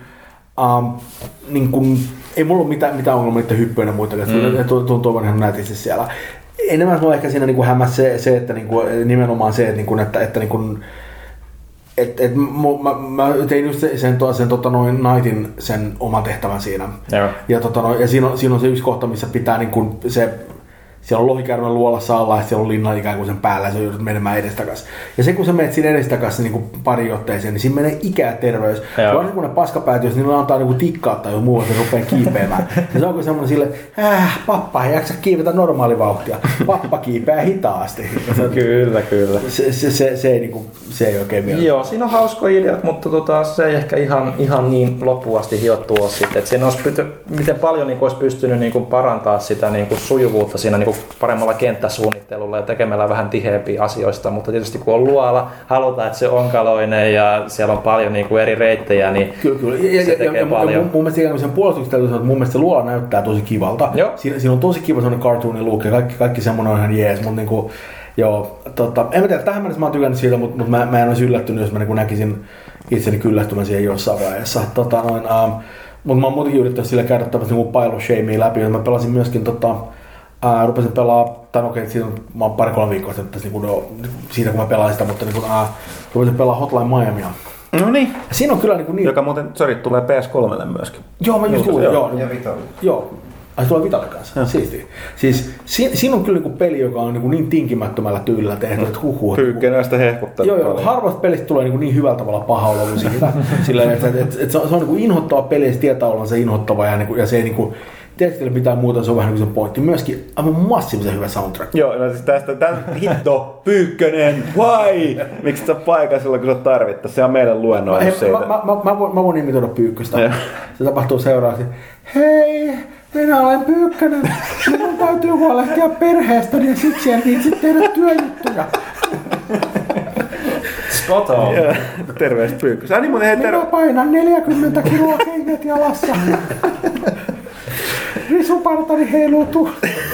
ei mulla ole mitään ongelmaa niiden hyppyjen ja muita, että tuntuu ihan nätisti siellä. Enemmän mulla ehkä siinä hämmäsi se, että nimenomaan se, että mä tein just sen Knightin sen oman tehtävän siinä. Ja siinä on se yksi kohta, missä pitää siellä on lohikäärme luolassa alla ja siellä on linna ikään kuin sen päällä ja se joudut menemään edestakaisin. Ja se kun sä menet siinä edestakaisin niin pari otteeseen, niin siinä menee ikä ja terveys. Varsinkin kun ne paskapäät, jos niillä antaa tiikkaa tai jo muuta, se rupeaa kiipeämään. Ja se onko semmoinen sille, pappa ei jaksa kiivetä normaalivauhtia. Pappa kiipeää hitaasti. Kyllä. Se ei oikein mieltä. Joo, siinä on hauskoja ideat, mutta se ei ehkä ihan niin loppuasti hiottu ole sitten. Et siinä miten paljon olisi pystynyt parantaa sitä sujuvuutta siinä paremmalla kenttäsuunnittelulla ja tekemällä vähän tiheämpiä asioista, mutta tietysti kun on luola, halutaan, että se on onkaloinen ja siellä on paljon eri reittejä, niin kyllä. Se tekee paljon. Mun mielestä sen puolustuksen täytyy sanoa, että mun mielestä se luola näyttää tosi kivalta. Siinä on tosi kiva sellainen cartoonin look ja kaikki semmoinen on ihan jees, mutta en mä tiedä, tähän mennessä mä oon tykännyt siitä, mutta mä en olisi yllättynyt, jos mä näkisin itseni kyllästymään siihen jossain vaiheessa. Mutta mä oon muutenkin yrittänyt sillä käydä tämmöistä pile of shamea läpi, ja mä pelasin myöskin rupesin pelaa, tai okei, siitä mä oon 2-3 viikkoa siitä kun mä pelaan sitä, mutta rupesin pelaa Hotline Miamia. No niin. Siinä on kyllä niin. Joka muuten, tulee PS3 myöskin. Joo, mä just luulin, joo. Ja Vitalle. Joo. Ai, se tulee Vitalle kanssa. Siistiä. Siis siinä on kyllä peli, joka on niin tinkimättömällä tyylillä tehty, että Pyykkenäistä hehkuttanut. Joo. Harvasta pelistä tulee niin hyvällä tavalla paha olo siitä. Sillä, että se on inhottava peli ja se tietää ollaan se inhottava ja se ei tekstille mitään muuta, se on vähän niin kuin se pointti. Myöskin aivan massiivisen hyvä soundtrack. Joo, no siis tästä hitto, Pyykkönen, why? Miksi sä paikalla silloin, kun sä tarvittais? Se on meidän luennoinut siitä. Mä voin imitoida Pyykköstä. Se tapahtuu seuraavaksi. Hei, minä olen Pyykkönen. Minun täytyy huolehtia perheestäni ja siksi en viitsi tehdä työjuttuja. Spot on. Terveistä Pyykköstä. Minä painan 40 kiloa kengät jalassa. Risupartani heiluu.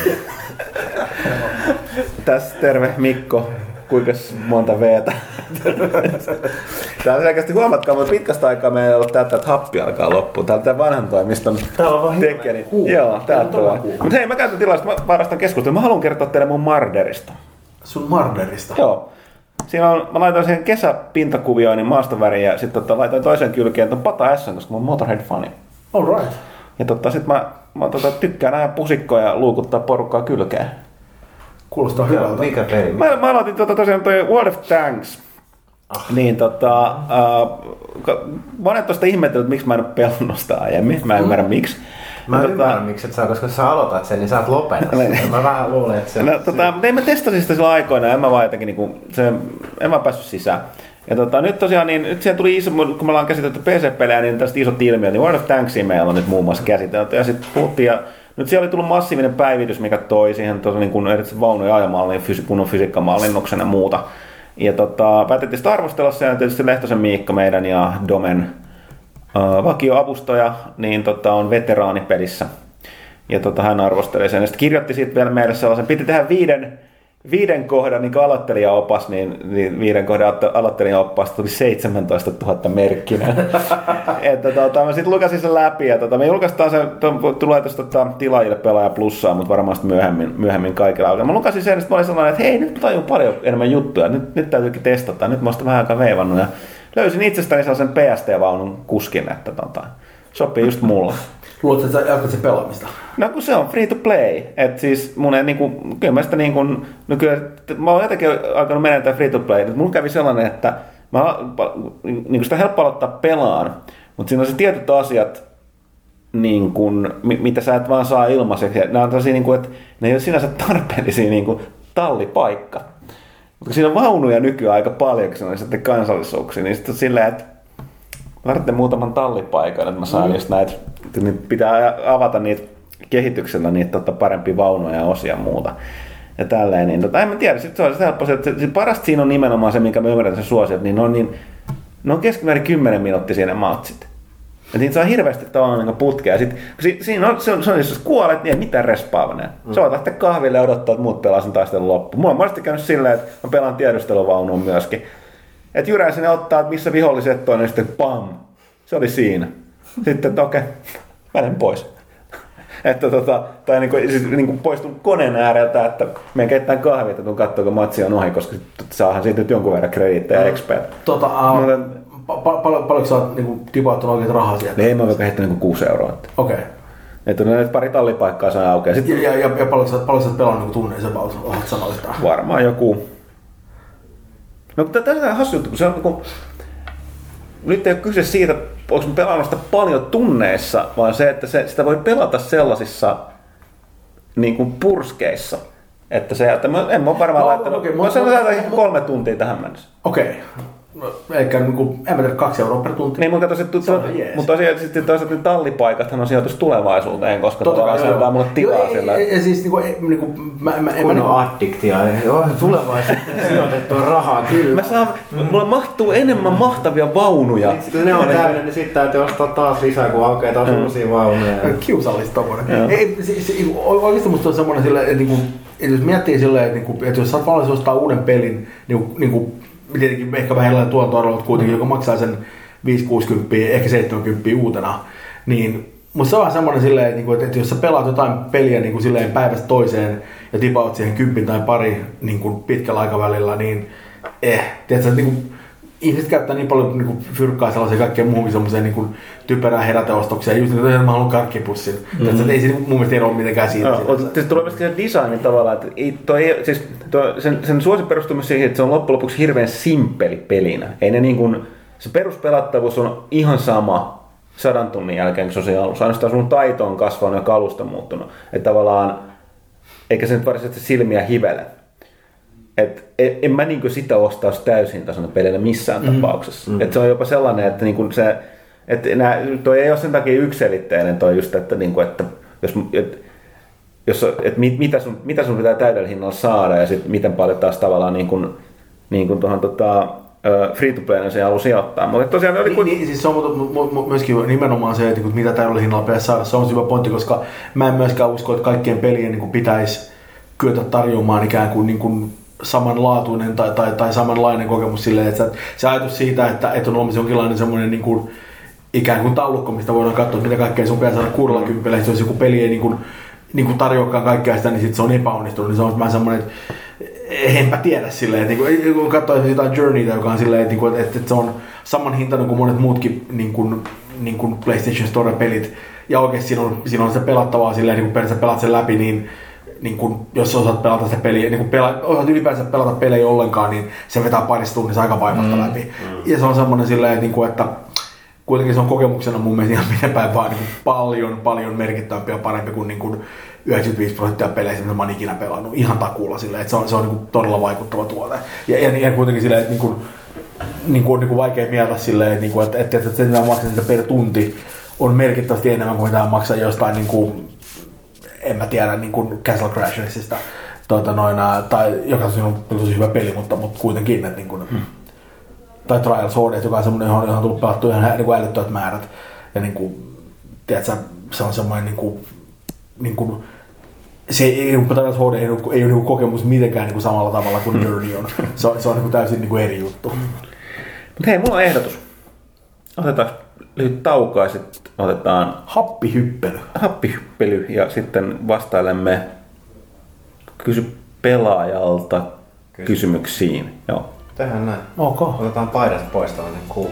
Tässä terve Mikko. Kuinka monta V:tä? Tää on selkeästi huomatkaa, mutta pitkästä aikaa meillä ei ollut tätä, että happi alkaa loppuun. Täällä tämä vanhan toimiston tekijä. Joo, täältä on. Mutta hei, mä käytän tilaisuutta, mä varastan keskustelua. Mä haluan kertoa teille mun Marderista. Sun Marderista? Joo. Siinä on, mä laitoin siihen kesäpintakuvioinnin maastoväriin ja sitten laitoin toisen kylkeen ton Pata S, koska mä oon Motorhead-fani. Alright. Ja sit mä tykkään nähdä pusikkoja ja luukuttaa porukkaa kylkeen. Kuulostaa hyvältä. Mikä peli? Mä aloitin tosiaan toi World of Tanks. Niin monet tuosta ihmettelivät, että miksi mä en ole pelannut sitä aiemmin. Mä en ymmärrä miksi. Mä ymmärrän miksi et saa, koska sä aloitat sen, niin sä et lopeta sen. Mä vähän luulen, että se... Tein mä testasin sitä silloin aikoina, en mä vaan jotenkin en mä päässyt sisään. Ja nyt tosiaan, niin nyt siellä tuli iso, kun me ollaan käsitelty PC-pelejä, niin tästä isot ilmiöt, niin World of Tanksia meillä on nyt muun muassa käsitelty. Ja sitten puhuttiin, ja nyt siellä oli tullut massiivinen päivitys, mikä toi siihen niin kun vaunujen ajamalliin, kunnon fysiikkamallinnuksen ja muuta. Ja päätettiin sitä arvostella se, ja tietysti Lehtosen Miikka meidän ja Domen vakioavustaja, niin on veteraanipelissä. Ja hän arvosteli sen. Ja sitten kirjoitti siitä vielä meille sellaisen, piti tehdä viiden kohdan niin aloittelijaopas, niin 5 kohdan aloittelijaoppaasta tuli 17 000 merkkinen. Mä sitten lukasin sen läpi, ja me julkaistaan se, tulee tuosta tilaajille Pelaaja Plussaa, mutta varmaan myöhemmin kaikilla aukilla. Mä lukasin sen, ja sitten mä olin sellainen, että hei, nyt mä tajun paljon enemmän juttuja, nyt täytyykin testata, nyt mä oon sitä vähän aikaa veivannut, ja löysin itsestäni sellaisen PST-vaunun kuskin, että sopii just mulle. Luuletko, että sä jatkat sen pelaamista? No kun se on free to play. Et siis mun ei kyllä mä sitä kyllä, mä oon jotenkin alkanut menettää free to play. Mun kävi sellainen, että sitä on helppo aloittaa pelaan, mutta siinä on se tietyt asiat, mitä sä et vaan saa ilmaiseksi. Nämä on tällaisia, että ne ei ole sinänsä tarpeellisia tallipaikka. Mutta siinä on vaunuja nykyään aika paljon, kun se on sitten kansallisuuksia, niin sitten silleen, että tarvitsen muutaman tallipaikan, että mä saan just näitä, pitää avata niitä kehityksellä niitä parempia vaunuja ja osia ja muuta. Ja tälleen, niin en mä tiedä, sit se on helppo se, että se parasta siinä on nimenomaan se, minkä mä ymmärrän sen suosiot, niin ne on keskimäärin 10 minuuttia ne matsit. Ja siinä saa hirveästi tavallaan putkea. Siinä on, se on, jos kuolet, niin ei mitään respaavaneen. Se on lähteä kahville ja odottaa, että muut pelaa sen taistelun loppuun. Mulla on monesti käynyt silleen, että mä pelaan tiedusteluvaunuun myöskin. Että jyrää sinne ottaa, että missä viholliset on, ja sitten pam, se oli siinä. Sitten, että okei, menen pois. Että tai poistun koneen ääreltä, että menen keittämään kahvia, että tuun katsoa, kun matsi on ohi, koska saahan siitä nyt jonkun verran krediittejä ja XP. Paljonko sä oot tipauttanut oikein rahaa sieltä? Ei, mä oon vaikka heittänyt 6 euroa. Okei. Että nyt pari tallipaikkaa saa aukeaa. Ja paljonko sä oot pelannut tunneissa sanoista? Varmaan joku. No tässä on hassu juttu, kun se on nyt ei ole kyse siitä, onko pelannut sitä paljon tunneissa, vaan se, että sitä voi pelata sellaisissa purskeissa. Että en mä ole varmaan laittanut, mä sanoin 3 tuntia tähän mennessä. Okei. No, eikä en mä tiedä 2 euroa per tunti. Niin, mutta tosiaan sitten toisaalta ne tallipaikathan on sijoitus tulevaisuueen, koska se antaa mulle tilaa siellä. Ja siis kun on addiktia, tulevaisuuteen sijoitettua rahaa kyllä. Mulla mahtuu enemmän mahtavia vaunuja. Sitten ne on täynnä, niin sitten täytyy ostaa taas lisää, kun aukeaa taas uusia vaunuja. Kiusallista tommonen. Oikeasti musta on semmoinen silleen, että jos miettii silleen, että jos sä oot valmis ostaa uuden pelin, tietenkin ehkä vähän erilainen tuotantoarvo, mutta kuitenkin, joka maksaa sen 5-60, ehkä 70 uutena, niin musta se on vähän semmoinen silleen, että jos sä pelaat jotain peliä silleen päivästä toiseen ja tipaat siihen 10 tai pari pitkällä aikavälillä, niin tiedätkö, ihmiset käyttää niin paljon fyrkkaa sellaisia kaikkea muuhun semmoiseen typerää heräteostoksia, just että mä haluan karkkipussin. Ei se mun mielestä ei ole mitenkään siitä. Se tulee myöskin se designin tavallaan, että sen suosi perustuu myös siihen, että se on loppujen lopuksi hirveän simppeli pelinä. Ei ne se peruspelattavuus on ihan sama, 100 tunnin jälkeen, kun se on siellä alussa. Ainoastaan sun taito on kasvanut ja kalusta muuttunut. Että tavallaan, eikä se nyt varsinaisesti silmiä hivele. En mä niinku sitä ostaisi täysin tasoinen pelillä missään tapauksessa. Et se on jopa sellainen, että niinku se, että toi ei ole sen takia yksiselitteinen toi just, että niinku, että mitä sun pitää täydellä hinnalla saada ja sitten miten paljon taas tavallaan niin kuin tuohon free-to-playna se halusi sijoittaa. Mutta tosiaan oli siis se on myöskin nimenomaan se, että mitä täydellä hinnalla pitäisi saada. Se on hyvä pointti, koska mä en myöskään usko, että kaikkien pelien niin pitäisi kyetä tarjoamaan ikään kuin samanlaatuinen tai samanlainen kokemus silleen, että se ajatus siitä, että on olemassa jonkinlainen semmoinen niin kuin, ikään kuin taulukko, mistä voidaan katsoa, mitä kaikkea sun pitää saada 60, jos joku peli ei niin kuin tarjoakaan kaikkea sitä, niin sit se on epäonnistunut. Niin se on vähän semmoinen, että enpä tiedä silleen, että kun katsoo jotain Journeyta, joka on silleen, että se on saman hintainen kuin monet muutkin niin kuin PlayStation Store-pelit, ja oikeasti siinä on se pelattavaa silleen, niin kun pelaat sen läpi, niin kuin, jos osaat pelata sitä peliä, niin kun osaat ylipäänsä pelata pelejä ollenkaan, niin se vetää parissa tunnissa aika vaivatta läpi. Ja se on semmoinen silleen, että kuitenkin se on kokemuksena mun mielestä ihan pidempään vaan niin paljon merkittävämpi ja parempi kuin, 95% peleistä, mitä mä oon ikinä pelannut. Ihan takuulla silleen, että se on niin kuin todella vaikuttava tuote. Ja kuitenkin silleen, että on vaikea mieltä silleen, että se mitä maksaa sitä per tunti on merkittävästi enemmän kuin mitä maksaa jostain, en mä tiedä, Castle Crashersista, tai joka on tosi hyvä peli, mutta kuitenkin, että tai Trials HD, joka on semmoinen, johon on tullut pelattua ihan älyttömät määrät. Ja tiedätkö, se on semmoinen se ei Trials HD ei ole kokemus mitenkään samalla tavalla kuin Journey on. Se on täysin eri juttu. Mutta hei, mulla on ehdotus. Otetaan lyhyt tauko ja sitten otetaan happihyppely ja sitten vastailemme pelaajalta kysymyksiin. Joo. Tehdään näin. Ok. Otetaan paidat pois tällainen cool.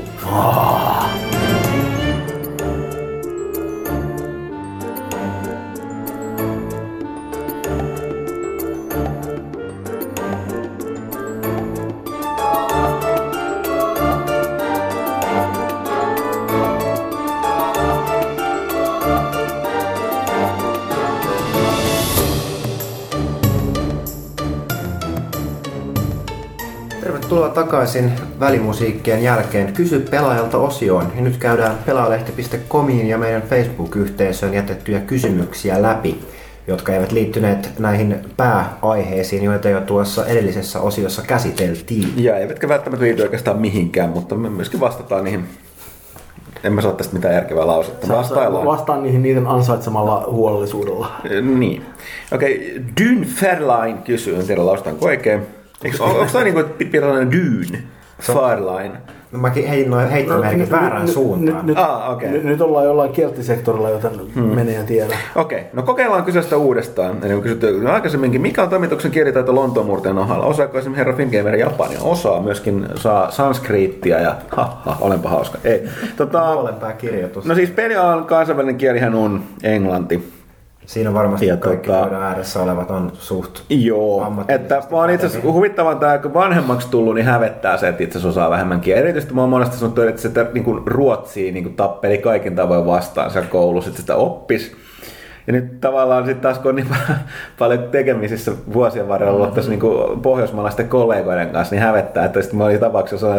Tervetuloa takaisin välimusiikkien jälkeen Kysy pelaajalta -osioon. Ja nyt käydään pelaajalehti.comiin ja meidän Facebook-yhteisöön jätettyjä kysymyksiä läpi, jotka eivät liittyneet näihin pääaiheisiin, joita jo tuossa edellisessä osiossa käsiteltiin. Ja eivätkä välttämättä liity oikeastaan mihinkään, mutta me myöskin vastataan niihin. En mä saa tästä mitään järkevää lausetta. Vastaan niiden ansaitsemalla huolellisuudella. Niin. Okei, Dune Fairline kysyy, en tiedä lausutaanko oikein. Onko toi niinku pitää Dune Fairline? No mäkin heittomerkit väärään suuntaan. Nyt ollaan jollain kelttisektorilla, joten menee ja tiedä. Okei, no kokeillaan kyseistä uudestaan. Eli on kysytty aikaisemminkin, mikä on toimituksen kielitaito Lontoon murteen ohalla? Osaako esimerkiksi herra Fingamer japania? Osaa myöskin saa sanskriittia ja olenpa hauska. Ei. Molempää kirjoitus. No siis pelialan kansainvälinen kielihän on englanti. Siinä varmasti ja kaikki pöydän ääressä olevat on suht että vaan itse asiassa huvittavan tämä, kun vanhemmaksi tullut, niin hävettää se, että itse asiassa osaa vähemmän kieltä. Erityisesti mä oon monesti sanottu, että sitä niin ruotsia niin tappeli kaikin tavoin vastaan siellä koulussa, että sitä oppisi. Ja nyt tavallaan sitten taas kun on niin paljon tekemisissä vuosien varrella ollut tässä niin pohjoismaalaisten kollegoiden kanssa, niin hävettää, että sitten mä olin tapauksessa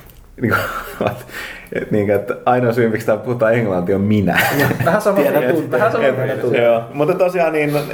että ainoa syy, miksi täällä puhutaan englantia, on minä. Vähän sama tuntuu. Mutta tosiaan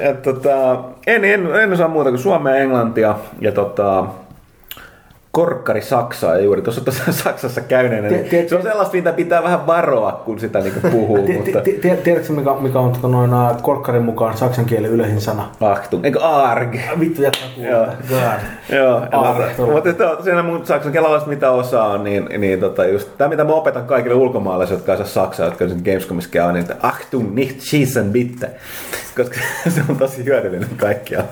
en osaa muuta kuin suomea, englantia ja korkkari Saksaa. Ja juuri tuossa Saksassa käyneenä, niin se on sellaista, mitä pitää vähän varoa, kun sitä puhuu. Tiedätkö, mikä on korkkarin mukaan saksan kielen yleisin sana? Achtung, eikö arg? Vittu jättää kuulta. Joo, mutta siinä mun saksan kielalaista mitä osaa on, niin just tämä mitä mä opetan kaikille ulkomaalaisille, jotka ei saa saksaa, jotka on Gamescomissa käy, niin Achtung, nicht schießen bitte. Koska se on tosi hyödyllinen kaikkialla.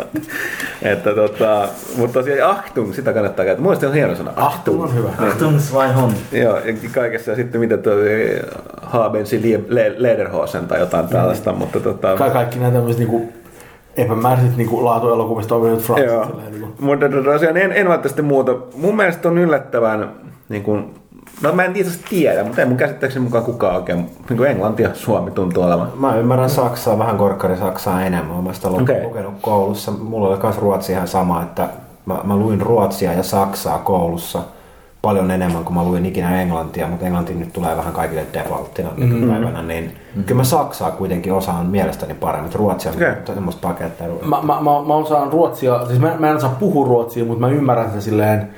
Mutta tosiaan Achtung, sitä kannattaa käyttää. Muista se on hieno sana. Achtung on hyvä. Achtung, zwei Hund. Joo, ja kaikessa ja sitten mitä haben Sie Lederhosen tai jotain tällaista. Mutta kaikki nämä tämmöiset epämääräiset laatuelokuvista on mennyt franssit. Mutta tosiaan en välttämättä muuta. Mun mielestä on yllättävän No mä en itse tiedä, mutta ei mun käsittääkseni mukaan kukaan oikein. Niin Englanti ja Suomi tuntuu olevan. Mä ymmärrän Saksaa, vähän korkkari Saksaa enemmän. Mä oon sitä lukenut koulussa. Mulla oli myös Ruotsi ihan sama, että mä luin ruotsia ja saksaa koulussa paljon enemmän kuin mä luin ikinä englantia, mutta englanti nyt tulee vähän kaikille defaulttina nykypäivänä, niin kyllä mä saksaa kuitenkin osaan mielestäni paremmin. Ruotsia on semmoista pakettia. Mä osaan ruotsia, siis mä en osaa puhua ruotsia, mutta mä ymmärrän sen silleen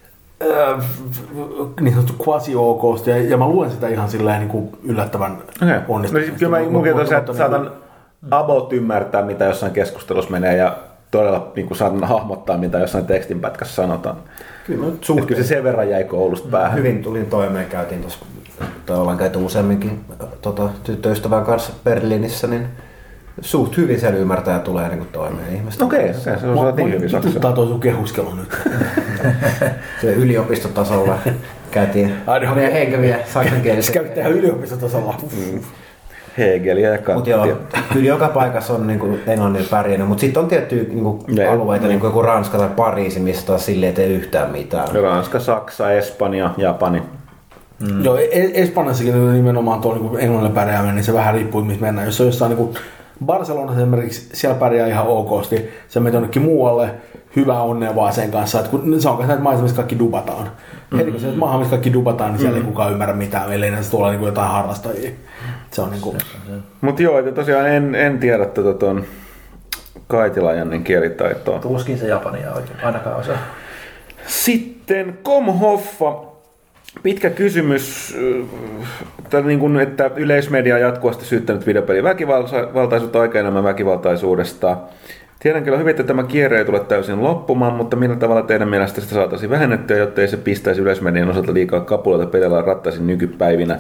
niin sanottu quasi-okosti ja mä luen sitä ihan silleen niin kuin yllättävän onnistuneesti. No, kyllä mä munkin tosiaan saatan about ymmärtää, mitä jossain keskustelussa menee ja todella niin kuin saatan hahmottaa, mitä jossain tekstinpätkässä sanotaan. Kyllä se sen verran jäi koulusta päähän. Hyvin tulin toimeen, käytiin tuossa, ollaan käyty useamminkin tyttöystävän kanssa Berliinissä, niin suht hyvin sen ymmärtää tulee niin toimeen ihmistä. Okei, se on niin hyvin saksaa. Tuttaa toi sun kehuskelu nyt. Se yliopistotasolla käytiin meidän henkeviä saksankielisiä. Käytetään yliopistotasolla. Hegeliä ja Kantia. Mutta joo, kyllä joka paikassa on niinku englannin pärjännyt, mutta sitten on tiettyjä niinku alueita, niinku joku Ranska tai Pariisi, missä taas silleen ei tee yhtään mitään. Ranska, Saksa, Espanja, Japani. Joo, Espanjassakin nimenomaan tuo niinku englannille pärjääminen, niin se vähän riippuu, missä mennään. Jos on jossain niinku Barcelonassa esimerkiksi, siellä pärjää ihan okosti. Se menee jonnekin muualle, hyvää onnea vaan sen kanssa, että kun se on näitä maissa, missä kaikki dubataan. Heti kun se maahan, missä kaikki dubataan, niin siellä ei kukaan ymmärrä mitään, ellei näistä tuolla niinku jotain harrastajia. Se on niinku... Mutta joo, että tosiaan en tiedä tuon Kaitilajannin kielitaitoa. Tuskin se japania oikein, ainakaan osaa. Sitten Komhoffa. Pitkä kysymys, että yleismedia on jatkuvasti syyttänyt videopelin väkivaltaisuutta, aika enemmän väkivaltaisuudesta. Tiedän kyllä hyvin, että tämä kierre ei tule täysin loppumaan, mutta millä tavalla teidän mielestä sitä saataisiin vähennettyä, jotta ei se pistäisi yleismedian osalta liikaa kapuloita pelillä rattaisin nykypäivinä?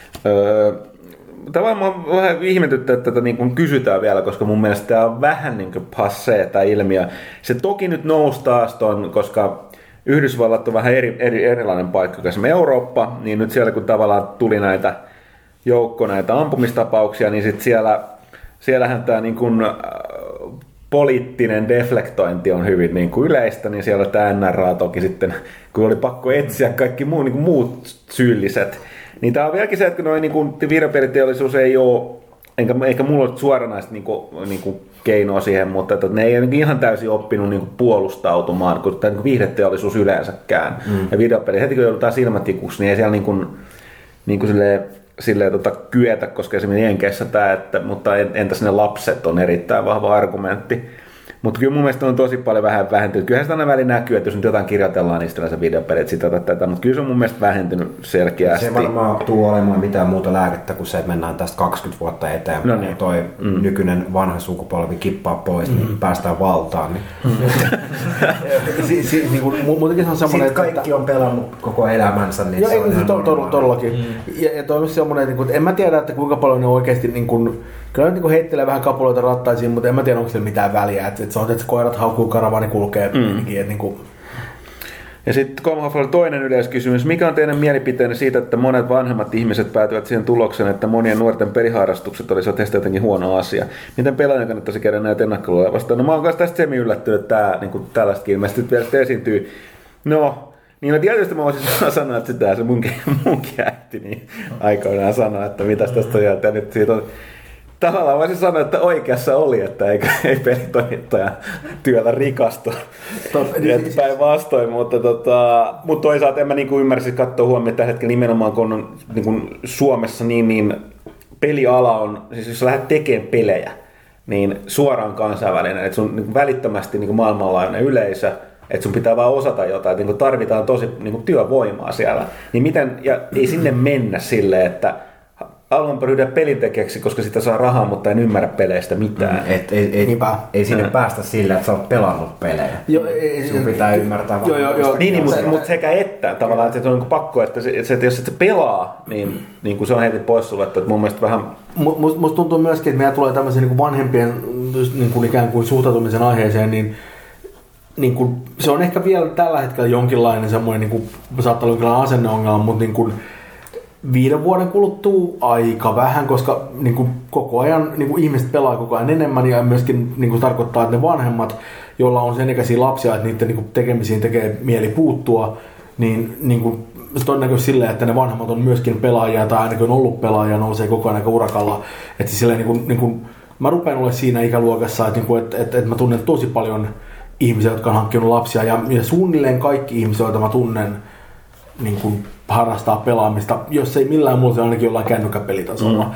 Tavallaan mä vähän ihmetyttää, että tätä niin kuin kysytään vielä, koska mun mielestä tämä on vähän niin kuin passee tämä ilmiö. Se toki nyt nousi taas koska Yhdysvallat on vähän erilainen paikka kuin esimerkiksi Eurooppa, niin nyt siellä kun tavallaan tuli näitä ampumistapauksia, niin sitten siellähän tämä niin kuin poliittinen deflektointi on hyvin niin kuin yleistä, niin siellä tämä NRA toki sitten, kun oli pakko etsiä kaikki niin kuin muut syylliset, niin tämä on vieläkin se, että kun niin videopeliteollisuus ei ole, eikä mulla ole suoranaista niin kuin keinoa siihen, mutta että ne ei ihan täysin oppinut niin kuin puolustautumaan, kun tämä niin viihdeteollisuus yleensäkään. Ja videopeli, heti kun joudutaan silmätikuksi, niin ei siellä niin kuin silleen kyetä, koska esimerkiksi Jenkeissä tämä, mutta entäs ne lapset on erittäin vahva argumentti. Mutta kyllä mun mielestä on tosi paljon vähän vähentynyt. Kyllähän sitä aina väliin näkyy, että jos nyt jotain kirjoitellaan niistä näissä videopelit, sitä tätä, mutta kyllä se on mun mielestä vähentynyt selkeästi. Se varmaan tuo olemaan mitään muuta lääkettä kuin se, että mennään tästä 20 vuotta eteenpäin. No niin. Ja toi nykyinen vanha sukupolvi kippaa pois, niin päästään valtaan. Muutenkin se on semmoinen, että kaikki on pelannut koko elämänsä. Niin joo, se on todellakin. Ja toi on semmoinen, että en mä tiedä, että kuinka paljon ne oikeasti... Kyllä nyt heittelee vähän kapuloita rattaisiin, mutta en mä tiedä, onko sillä mitään väliä. Että se on, että koirat haukkuu, karavaani kulkee. Ja sitten Komhoffalla toinen yleiskysymys. Mikä on teidän mielipiteenne siitä, että monet vanhemmat ihmiset päätyvät siihen tulokseen, että monien nuorten peliharrastukset olisivat heistä jotenkin huono asia? Miten pelaajan kannattaisi käydä näitä ennakkoluuloja vastaan? No mä oon tästä semi-yllättynyt, että tämä niin tällaistakin ilmeisesti vielä esiintyy. No, niin tietysti mä voisin sanoa, että sitä se munkin äiti niin aikoinaan sanoa, että mitäs tästä on ja nyt siitä on... Tavallaan voisin sanoa, että oikeassa oli, että ei pelitoimittajan työllä rikastu. Päinvastoin, mutta toisaalta en mä niinku ymmärsin katsoa huomioon tällä hetkellä nimenomaan, kun on niinku Suomessa niin peliala on, siis jos sä lähdet tekemään pelejä, niin suoraan kansainvälinen, että sun niinku välittömästi niinku maailmanlaajuinen yleisö, että sun pitää vaan osata jotain, että niinku tarvitaan tosi niinku työvoimaa siellä. Niin miten, ja ei sinne mennä silleen, että haluanpa ryhtyä pelintekijäksi, koska sitä saa rahaa, mutta en ymmärrä peleistä mitään. Ei sinne päästä sillä, että sä oot pelannut pelejä. Sun pitää ymmärtää vaan. Niin, mutta sekä että tavallaan, että se on niin pakko, että jos et se pelaa, niin kuin se on heti pois suljettu. Että mun mielestä vähän... Musta tuntuu myöskin, että meillä tulee tämmöisen niin vanhempien niin kuin ikään kuin suhtautumisen aiheeseen, niin kuin, se on ehkä vielä tällä hetkellä jonkinlainen semmoinen, niin kuin, saattaa olla jonkinlainen asenneongelma, mutta niin kuin, 5 vuoden kuluttuu aika vähän, koska niin kuin koko ajan niin kuin ihmiset pelaa koko ajan enemmän ja myöskin niin kuin tarkoittaa, että ne vanhemmat, joilla on sen ikäisiä lapsia, että niiden niin kuin tekemisiin tekee mieli puuttua, niin kuin todennäköisesti silleen, että ne vanhemmat on myöskin pelaajia tai ainakin on ollut pelaajia, nousee koko ajan aika urakalla. Että silleen mä rupean olemaan siinä ikäluokassa, että mä tunnen tosi paljon ihmisiä, jotka on hankkinut lapsia ja suunnilleen kaikki ihmiset, joita mä tunnen, niin kuin harrastaa pelaamista, jos ei millään muuta, se ainakin jollain kännykkäpelitasolla.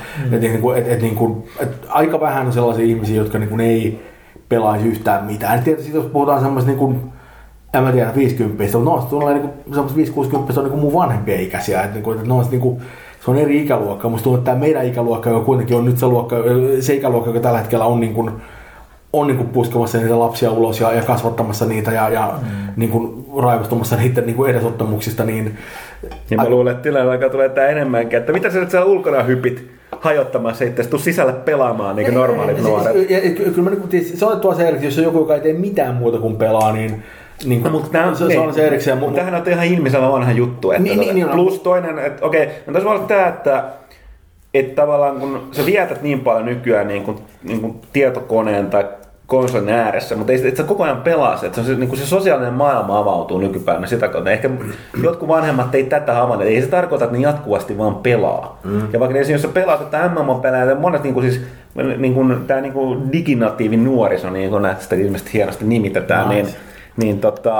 Aika vähän on sellaisia ihmisiä, jotka niin kuin ei pelaisi yhtään mitään. Tietysti jos puhutaan semmoista, niin kuin, en mä tiedä, 50, mutta niin semmoista 5-60 on niin kuin mun vanhempia ikäisiä. Että se on eri ikäluokka. Musta tuntuu, että tämä meidän ikäluokka, joka kuitenkin on nyt se ikäluokka, joka tällä hetkellä on niin kuin puskamassa niitä lapsia ulos ja kasvattamassa niitä ja niin kuin raivostumassa niiden niin kuin edesottamuksista. Niin mä luulen, että tilanne alkaa tulee tää enemmänkin, että mitä sä nyt siellä ulkona hypit hajottamassa itse, tuu sisälle pelaamaan niin kuin normaalit nuoret. Kyllä se on tuossa erikseen, jos on joku, joka ei tee mitään muuta kuin pelaa, niin se on se erikseen. Mutta tämähän on ihan ilmiselvä vanha juttu. Että plus toinen, että okei, tässä voi olla tämä, että tavallaan kun sä vietät niin paljon nykyään niin kuin tietokoneen tai konsolin ääressä, mutta et sä koko ajan pelaa se, että se sosiaalinen maailma avautuu nykypäivänä sitä kautta. Ehkä jotkut vanhemmat ei tätä havainneet, ei se tarkoita, että ne jatkuvasti vaan pelaa. Ja vaikka jos sä pelaat tätä MMO-pelejä, monet tämä diginatiivin nuoriso, niin kuin sitä ilmeisesti hienosti nimitetään, niin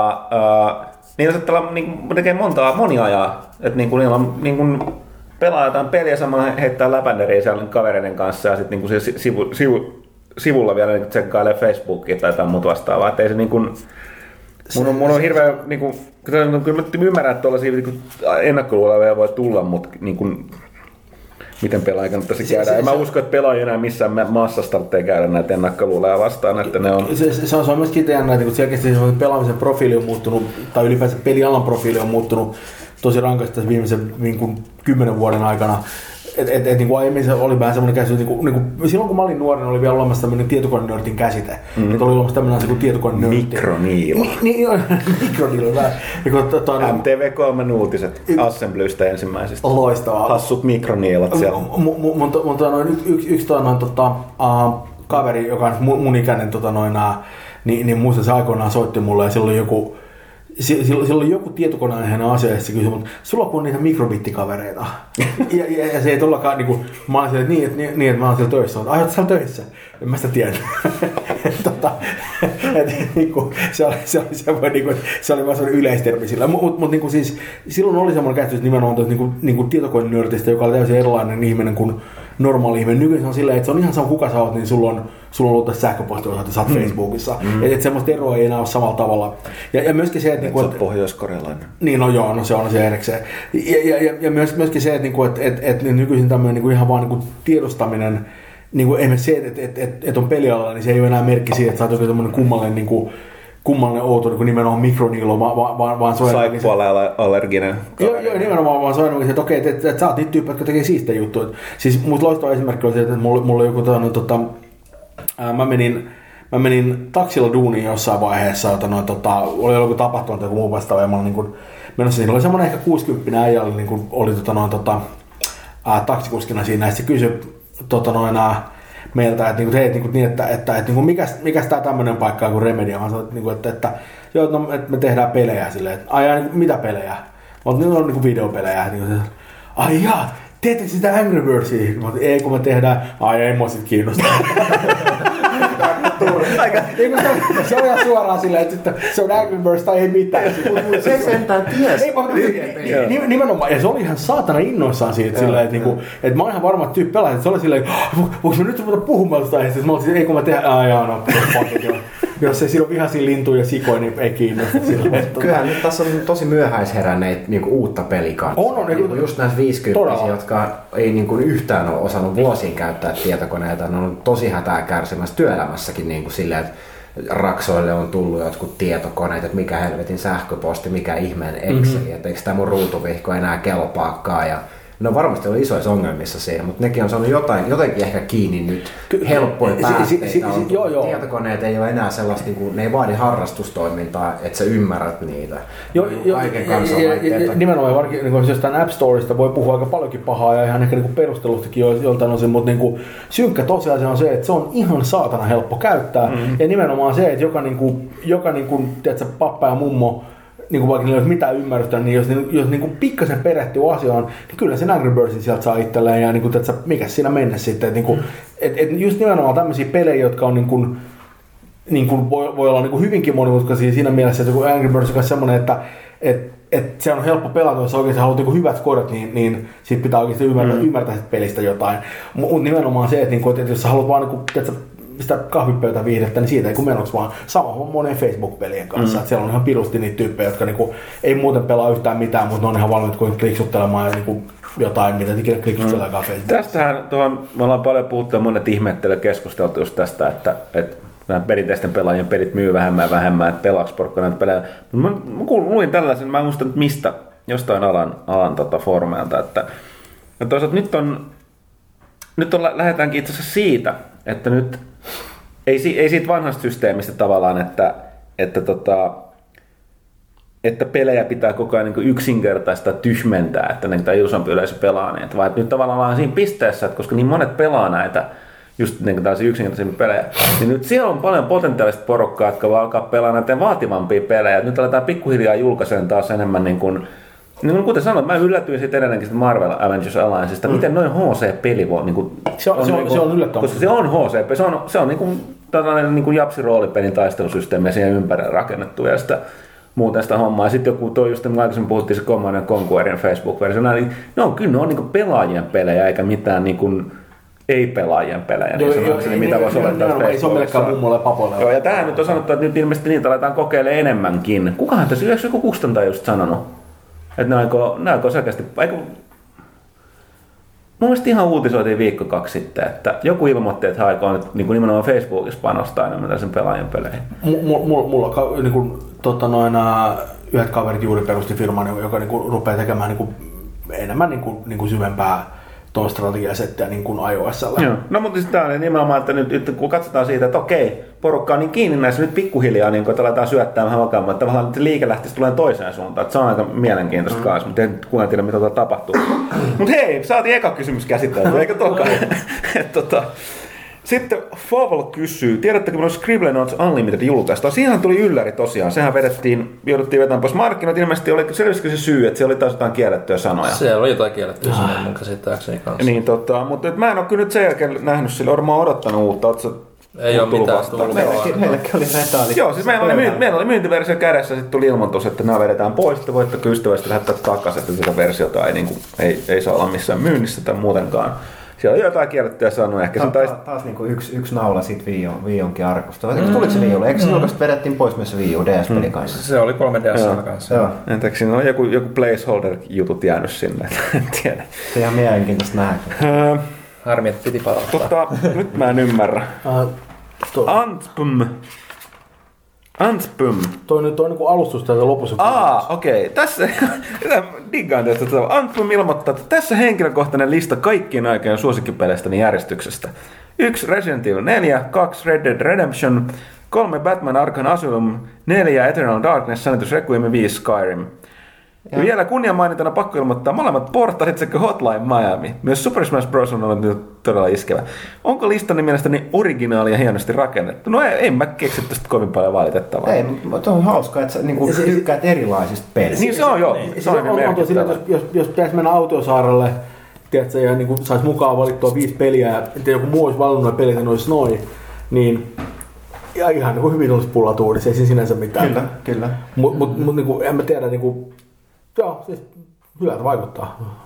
tekee monia ajaa, että niillä on pelaa jotain peliä, samalla heittää läpänderiä siellä kavereiden kanssa ja sitten sivulla vielä niin tsekkailee Facebookia tai jotain muuta vastaavaa. Että ei se mun on hirveä, kyllä mä ymmärrän, että tuollaisia ennakkoluuloja voi tulla, mutta miten pelaaja kannattaisi käydä. Mä usko, että pelaaja enää missään maassa tarvitsee käydä näitä ennakkoluuloja vastaan. Että ne on... Se on myös kiteen, kun selkeästi pelaamisen profiili on muuttunut, tai ylipäänsä pelialan profiili on muuttunut tosi rankasti tässä viimeisen 10 vuoden aikana. Aiemmin se oli vähän semmoinen käsitys, silloin kun mä olin nuorena, oli vielä olemassa tämmöinen tietokonenörtin käsite. Että oli olemassa tämmöinen asia kuin tietokonenörtti. Mikroniilo. Mikroniilo. MTV3 uutiset Assemblystä ensimmäisestä. Loistavaa. Hassut mikroniilat siellä. Yksi kaveri, joka on mun ikäinen, niin muistan se aikoinaan soitti mulle ja silloin joku tietokoneaiheinen asia, ja se kysyi, mutta sulla on niitä mikrobittikavereita. ja se ei tollakaan, mä olin siellä, että mä oon siellä töissä. Ai, oot siellä töissä? En mä sitä tiedä. Se oli vaan sellainen yleistermi sillä. Mutta siis, silloin oli semmoinen käsitys nimenomaan tietokonenörtistä, joka oli täysin erilainen ihminen kuin normaali ihminen. Nykyisin on silleen, että se on ihan sama kuka sä oot, niin sulla on ollut tässä sähköpostiosoite, sä oot Facebookissa. Että semmoista eroa ei enää ole samalla tavalla. Ja myöskin se, että... Se on pohjois-korealainen. Niin, no joo, se on se erikseen. Ja myöskin se, että nykyisin tämmöinen ihan vaan tiedostaminen, esimerkiksi se, että on pelialalla, niin se ei ole enää merkki siitä, että sä oot joku tämmöinen kummallinen outo nimenomaan mikroniilo, vaan se on... Saippuala-allerginen. Joo, nimenomaan vaan se on, että okei, että sä oot niitä tyyppejä, jotka tekee siistejä juttuja. Siis musta loistava esimerkki on se, että mulla joku mä menin taksilla duuniin jossain vaiheessa, oli joku tapahtuma tai joku muu vastaava, ja mä olin menossa siinä. Oli semmoinen ehkä 60 äijä, oli taksikuskina siinä, ja se kysyi meiltä, että mikäs tää tämmönen paikka on kuin Remedia. Mä sanoin, että me tehdään pelejä silleen, että mitä pelejä? Mutta ne on videopelejä. Ai jaa, teettekö sitä Angry Birdsia? Ei, kun me tehdään, ei mua sit kiinnostaa. Se on ihan suoraan silleen, että se on Angry Birds tai ei mitään. Se sentään tiesi. Nimenomaan, ja se oli ihan saatana innoissaan siitä silleen, että mä oon ihan varma, että tyyppi pelaa, että se oli silleen, voinko mä nyt ruveta puhumaan sitä aiheesta? Mä olin, ei kun mä tehdään, jos ei siinä ole vihaisia lintuja ja sikoja, niin ei kiinnosta. Kyllähän nyt tässä on tosi myöhäisheränneitä uutta pelikansaa. On. Just näissä 50, jotka ei yhtään ole osannut vuosiin käyttää tietokoneita. Ne on tosi hätää kärsimässä työelämässäkin silleen, että raksoille on tullut jotkut tietokoneet, että mikä helvetin sähköposti, mikä ihmeen Exceli, että eikö tämä mun ruutuvihko enää kelpaakaan. Ja no varmasti oli isoissa ongelmissa siinä, mutta nekin on saanut jotenkin ehkä kiinni nyt. Helppoja päätteitä on. Tietokoneet ei ole enää sellaista, ne ei vaadi harrastustoimintaa, että sä ymmärrät niitä. Kaiken kansanlaitteita. Nimenomaan varsinkin jostain App Storesta voi puhua aika paljonkin pahaa ja ihan ehkä perustelustakin joltain osin, mutta synkkä tosiasia on se, että se on ihan saatana helppo käyttää. Ja nimenomaan se, että joka tiedätkö, pappa ja mummo niin kuin vaikka niillä ei ole mitään ymmärrystä, niin jos niin kuin pikkasen perehtyy asiaan, niin kyllä sen Angry Birdsin sieltä saa itselleen ja niin kuin, että mikä siinä mennä sitten. Että niin et just nimenomaan tämmöisiä pelejä, jotka on niin kuin voi olla niin kuin hyvinkin monimutkaisia siinä mielessä, että kun Angry Birds on semmoinen, että se on helppo pelata, jos oikein haluat niin hyvät scoret, niin siitä pitää oikeasti ymmärtää pelistä jotain. Mutta nimenomaan se, että jos sä haluat vaan sitä kahvipöytäviihdettä, niin siitä ei kun menoksi vaan sama monen Facebook-pelien kanssa. Että siellä on ihan pirusti niitä tyyppejä, jotka niinku ei muuten pelaa yhtään mitään, mutta ne on ihan valmiit kuin kliksuttelemaan ja niinku jotain, mitä ikinä kliksuttelemaan Facebookissa. Tästähän me ollaan paljon puhuttu ja monet ihmettelyn keskusteltu just tästä, että nämä perinteisten pelaajien pelit myy vähemmän ja vähemmän, että pelaaks porukka näitä pelejä. Mä luin tällaisen, mä en muista nyt mistä, jostain alan foorumeilta, että toisaalta nyt lähdetäänkin itse asiassa siitä, että nyt ei siitä vanhasta systeemistä tavallaan, että pelejä pitää koko ajan niin yksinkertaista tyhmentää, että niitä ei useampi yleisö pelaa niitä, vaan että nyt tavallaan ollaan siinä pisteessä, että koska niin monet pelaa näitä just niin tällaisia yksinkertaisia pelejä, niin nyt siellä on paljon potentiaalista porukkaa, jotka voi alkaa pelaa näitä vaativampia pelejä. Nyt aletaan pikkuhiljaa julkaisen taas enemmän niin kuin kuten sanoin, mä yllätyin siitä edelleenkin Marvel Avengers Alliancesta, miten noin HC-peli voi se on yllättävää. Koska se on HC, se on niin kuin japsi-roolipelin taistelusysteemi ja siihen ympärille rakennettu ja sitä muuten sitä hommaa. Ja sitten joku toi just, kun aikaisemmin puhuttiin se Command & Conquerin Facebook-versio, niin ne on niin kuin pelaajien pelejä eikä mitään niin kuin ei-pelaajien pelejä, niin mitä voisi olettaa Facebookissa. Ei se ole melkein mummolle ja papoille. Joo, ja tähän nyt on sanottu, että nyt ilmeisesti niitä aletaan kokeilemaan enemmänkin. Kukahan tässä joku kustantaja just sanonut? Että ne aikoo selkeästi. Mun mielestä ihan uutisoitiin viikko 2 sitten, että joku ilmoitti, että he aikoo nyt niin nimenomaan Facebookissa panostaa enemmän tällaisen pelaajan peleihin. Mulla niin yhdet kaverit juuri perusti firman, joka niin kuin, rupeaa tekemään niin kuin, enemmän niin kuin syvempää tuon strategiasettiä niin kuin iOS:llä. Joo. No mutta sitten tämä on nimenomaan, että nyt kun katsotaan siitä, että okei, porukka on niin kiinni näissä nyt pikkuhiljaa, niin että aletaan syöttää vähän vakaamaan, että tavallaan nyt liike lähtisi tulee toiseen suuntaan. Että se on aika mielenkiintoista kanssa, mutta en kukaan tiedä, mitä tapahtuu. Mutta hei, saatiin eka kysymys käsiteltyä, eikö tokaan? Sitten Favel kysyy, tiedättekö minun Scribble Notes Unlimited julkaistaan? Siihen tuli ylläri tosiaan, sehän jouduttiin vetämään pois markkinoilta. Ilmeisesti selvisikö se syy, että siellä oli taas jotain kiellettyjä sanoja? Siellä oli jotain kiellettyjä sanoja mun käsittääkseni kanssa. Niin, mutta mä en ole kyllä nyt sen jälkeen nähnyt sille, olen odottanut uutta. Ei ole mitään tullut. Meilläkin oli retaalit. Joo, siis meillä oli myyntiversio kädessä, sitten tuli ilmoitus, että nämä vedetään pois, että voitteko ystävästi lähettää takaisin, että tätä versiota ei saa olla missään myynnissä tai muutenkaan. Siellä on jotain kiellettyjä sanoja. Ehkä se taas niin kuin yksi naula siitä Wii Onkin arkusta. Tuliko se Wii Ulle? Eikö se julkaista vedettiin pois myös Wii U DS-pelin kanssa? Se oli 3DS kanssa. Joo. Entäkö siinä on joku placeholder-jutut jäänyt sinne? En tiedä. Se on ihan mielenkiintoista nähdä. Harmi, että piti palauttaa. Nyt mä en ymmärrä. Antpum. Toi nyt on niinku alustus täältä lopussa. Okei. Tässä diggaan tästä. Antpum ilmoittaa, että tässä henkilökohtainen lista kaikkien aikojen suosikkipeleistä järjestyksestä. 1 Resident Evil 4, 2 Red Dead Redemption, 3 Batman Arkham Asylum, 4 Eternal Darkness, Sanitus Requiem ja 5 Skyrim. Ja vielä kunnianmainintana pakko ilmoittaa molemmat portalit sekä Hotline Miami. Myös Super Smash Bros. On ollut todella iskevä. Onko listani mielestäni originaali ja hienosti rakennettu? No en mä keksi tästä kovin paljon valitettavaa. Ei, mutta on hauskaa, että sä niinku tykkäät erilaisista peleistä. Niin se on joo. Se on merkittävä. Jos pitäisi mennä Autiosaarelle, tiedätkö, ja niin saisi mukaan valittua 5 peliä, ja joku muu olisi valinnut ne pelit, ja ne olisi noin, niin ja ihan niin kuin hyvin olisi pullatuudissa, ei siinä sinänsä mitään. Kyllä. Mutta niin en mä tiedä, niin kuin, joo, siis hyvältä vaikuttaa.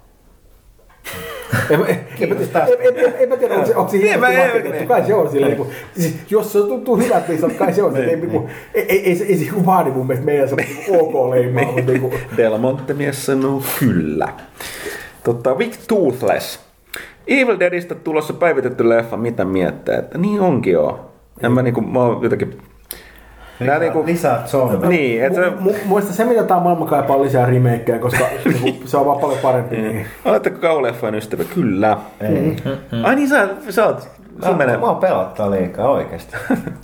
En mä tiedä, onko se hienosti vaikutettu. Kai se on silleen, jos se tuntuu hyvät listat, kai se on. Ei se vaadi mun mielestä meidän OK-leimaa. Del Monte-mies sanoo kyllä. Vic Toothless. Evil Deadistä tulossa päivitetty leffa, mitä miettii? Että niin onkin joo. Mä oon jotenkin... Lisää zombeja. Niin, muista se, mitä tää maailma kaipaa lisää remakeja, koska se on vaan paljon parempi. Niin. Oletteko kauleffan ystävä? Kyllä. Ei. Ai niin, sä oot. Mä oon pelottaa liikaa oikeesti.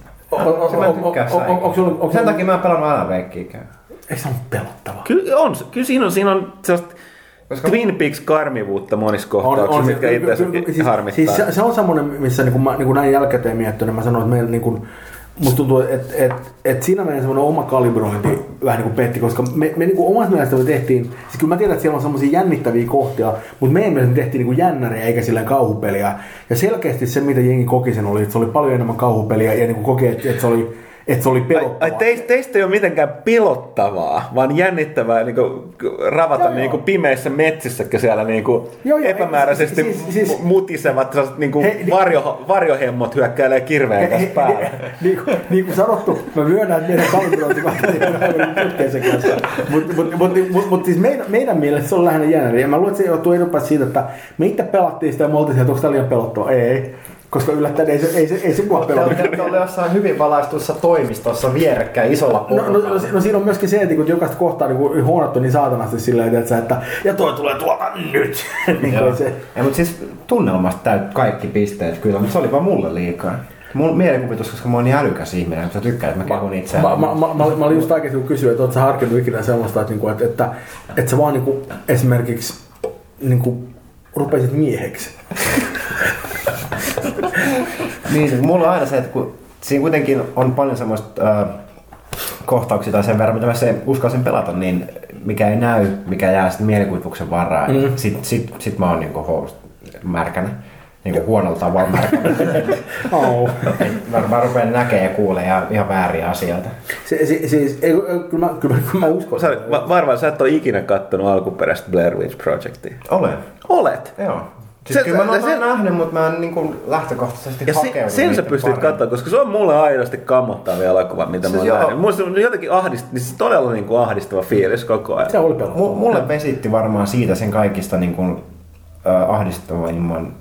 Sen takia mä oon pelannut aina veikkiikään. Ei se on pelottavaa. Kyllä siinä on sellaista Twin Peaks karmivuutta monissa kohtauksissa, mitkä itse harmittaa. Siis se on semmoinen, missä niin näin jälkikäteen miettinyt, mä sanoin, että meillä musta tuntuu, että siinä meidän semmoinen oma kalibrointi vähän niin kuin petti, koska me niin kuin omasta mielestä me tehtiin, siis kyllä mä tiedän, että siellä on semmoisia jännittäviä kohtia, mutta meidän mielestä me tehtiin niin kuin jännäriä eikä silleen kauhupeliä. Ja selkeästi se, mitä jengi koki sen oli, että se oli paljon enemmän kauhupeliä ja niin kuin koki, että se oli pelottavaa. Teistä ei ole mitenkään pelottavaa, vaan jännittävää niin ravata niin pimeissä metsissäkin siellä niin epämääräisesti mutisevat niin varjohemmot hyökkäilee kirveen kanssa päälle. Niin kuin sanottu, mä myönnän, että meidän kalibrointi yhteisen kanssa. Mutta siis meidän mielestä se on lähinnä jännäriä. Mä luulen, että se johtuu enempää siitä, että me itse pelattiin sitä ja me oltiin sieltä, onko tämä liian pelottavaa? Ei. Koska yllättäen ei se mua pelota. Te olette jossain hyvin valaistussa toimistossa vierekkäin isolla porukalla. No siinä on myöskin se, että kun jokaista kohtaa niin huonattu niin saatanasti silleen, että ja toi tulee tuolta nyt. Niin se. Mutta siis tunnelmasta täyt kaikki pisteet kyllä, mutta se oli vaan mulle liikaa. Mun mielikuvitus, koska mä oon niin älykäs ihminen, että sä tykkää, että mä kehun itseään. Mä olin just oikeasti kun kysyä, että oot sä harkinnut ikinä sellaista, että sä vaan niinku esimerkiksi niinku rupesit mieheksi. Niin, mulla on aina se, että kun siinä kuitenkin on paljon semmoista kohtauksia tai sen verran, mitä mä uskalsin pelata, niin mikä ei näy, mikä jää sitten mielikuvituksen varaan. Sit mä oon niinku märkänä. Niinku huonolla tavalla märkänä. Mä rupean näkemään ja kuulemaan ihan vääriä asioita. Kyllä mä uskon. Varmaan sä et ole ikinä kattonut alkuperäistä Blair Witch Projectia. Olen. Olet? Joo. Siis kyllä mä oon nähnyt, mutta mä en niin lähtökohtaisesti hakeudut. Sen sä pystyt katsomaan, koska se on mulle aidosti kammottava elokuva, mitä mä oon nähnyt. Mulla on jotenkin niin se todella niin kuin ahdistava fiilis koko ajan. Se oli pelottava. Mulle vesitti varmaan siitä sen kaikista niin kuin, ahdistavimman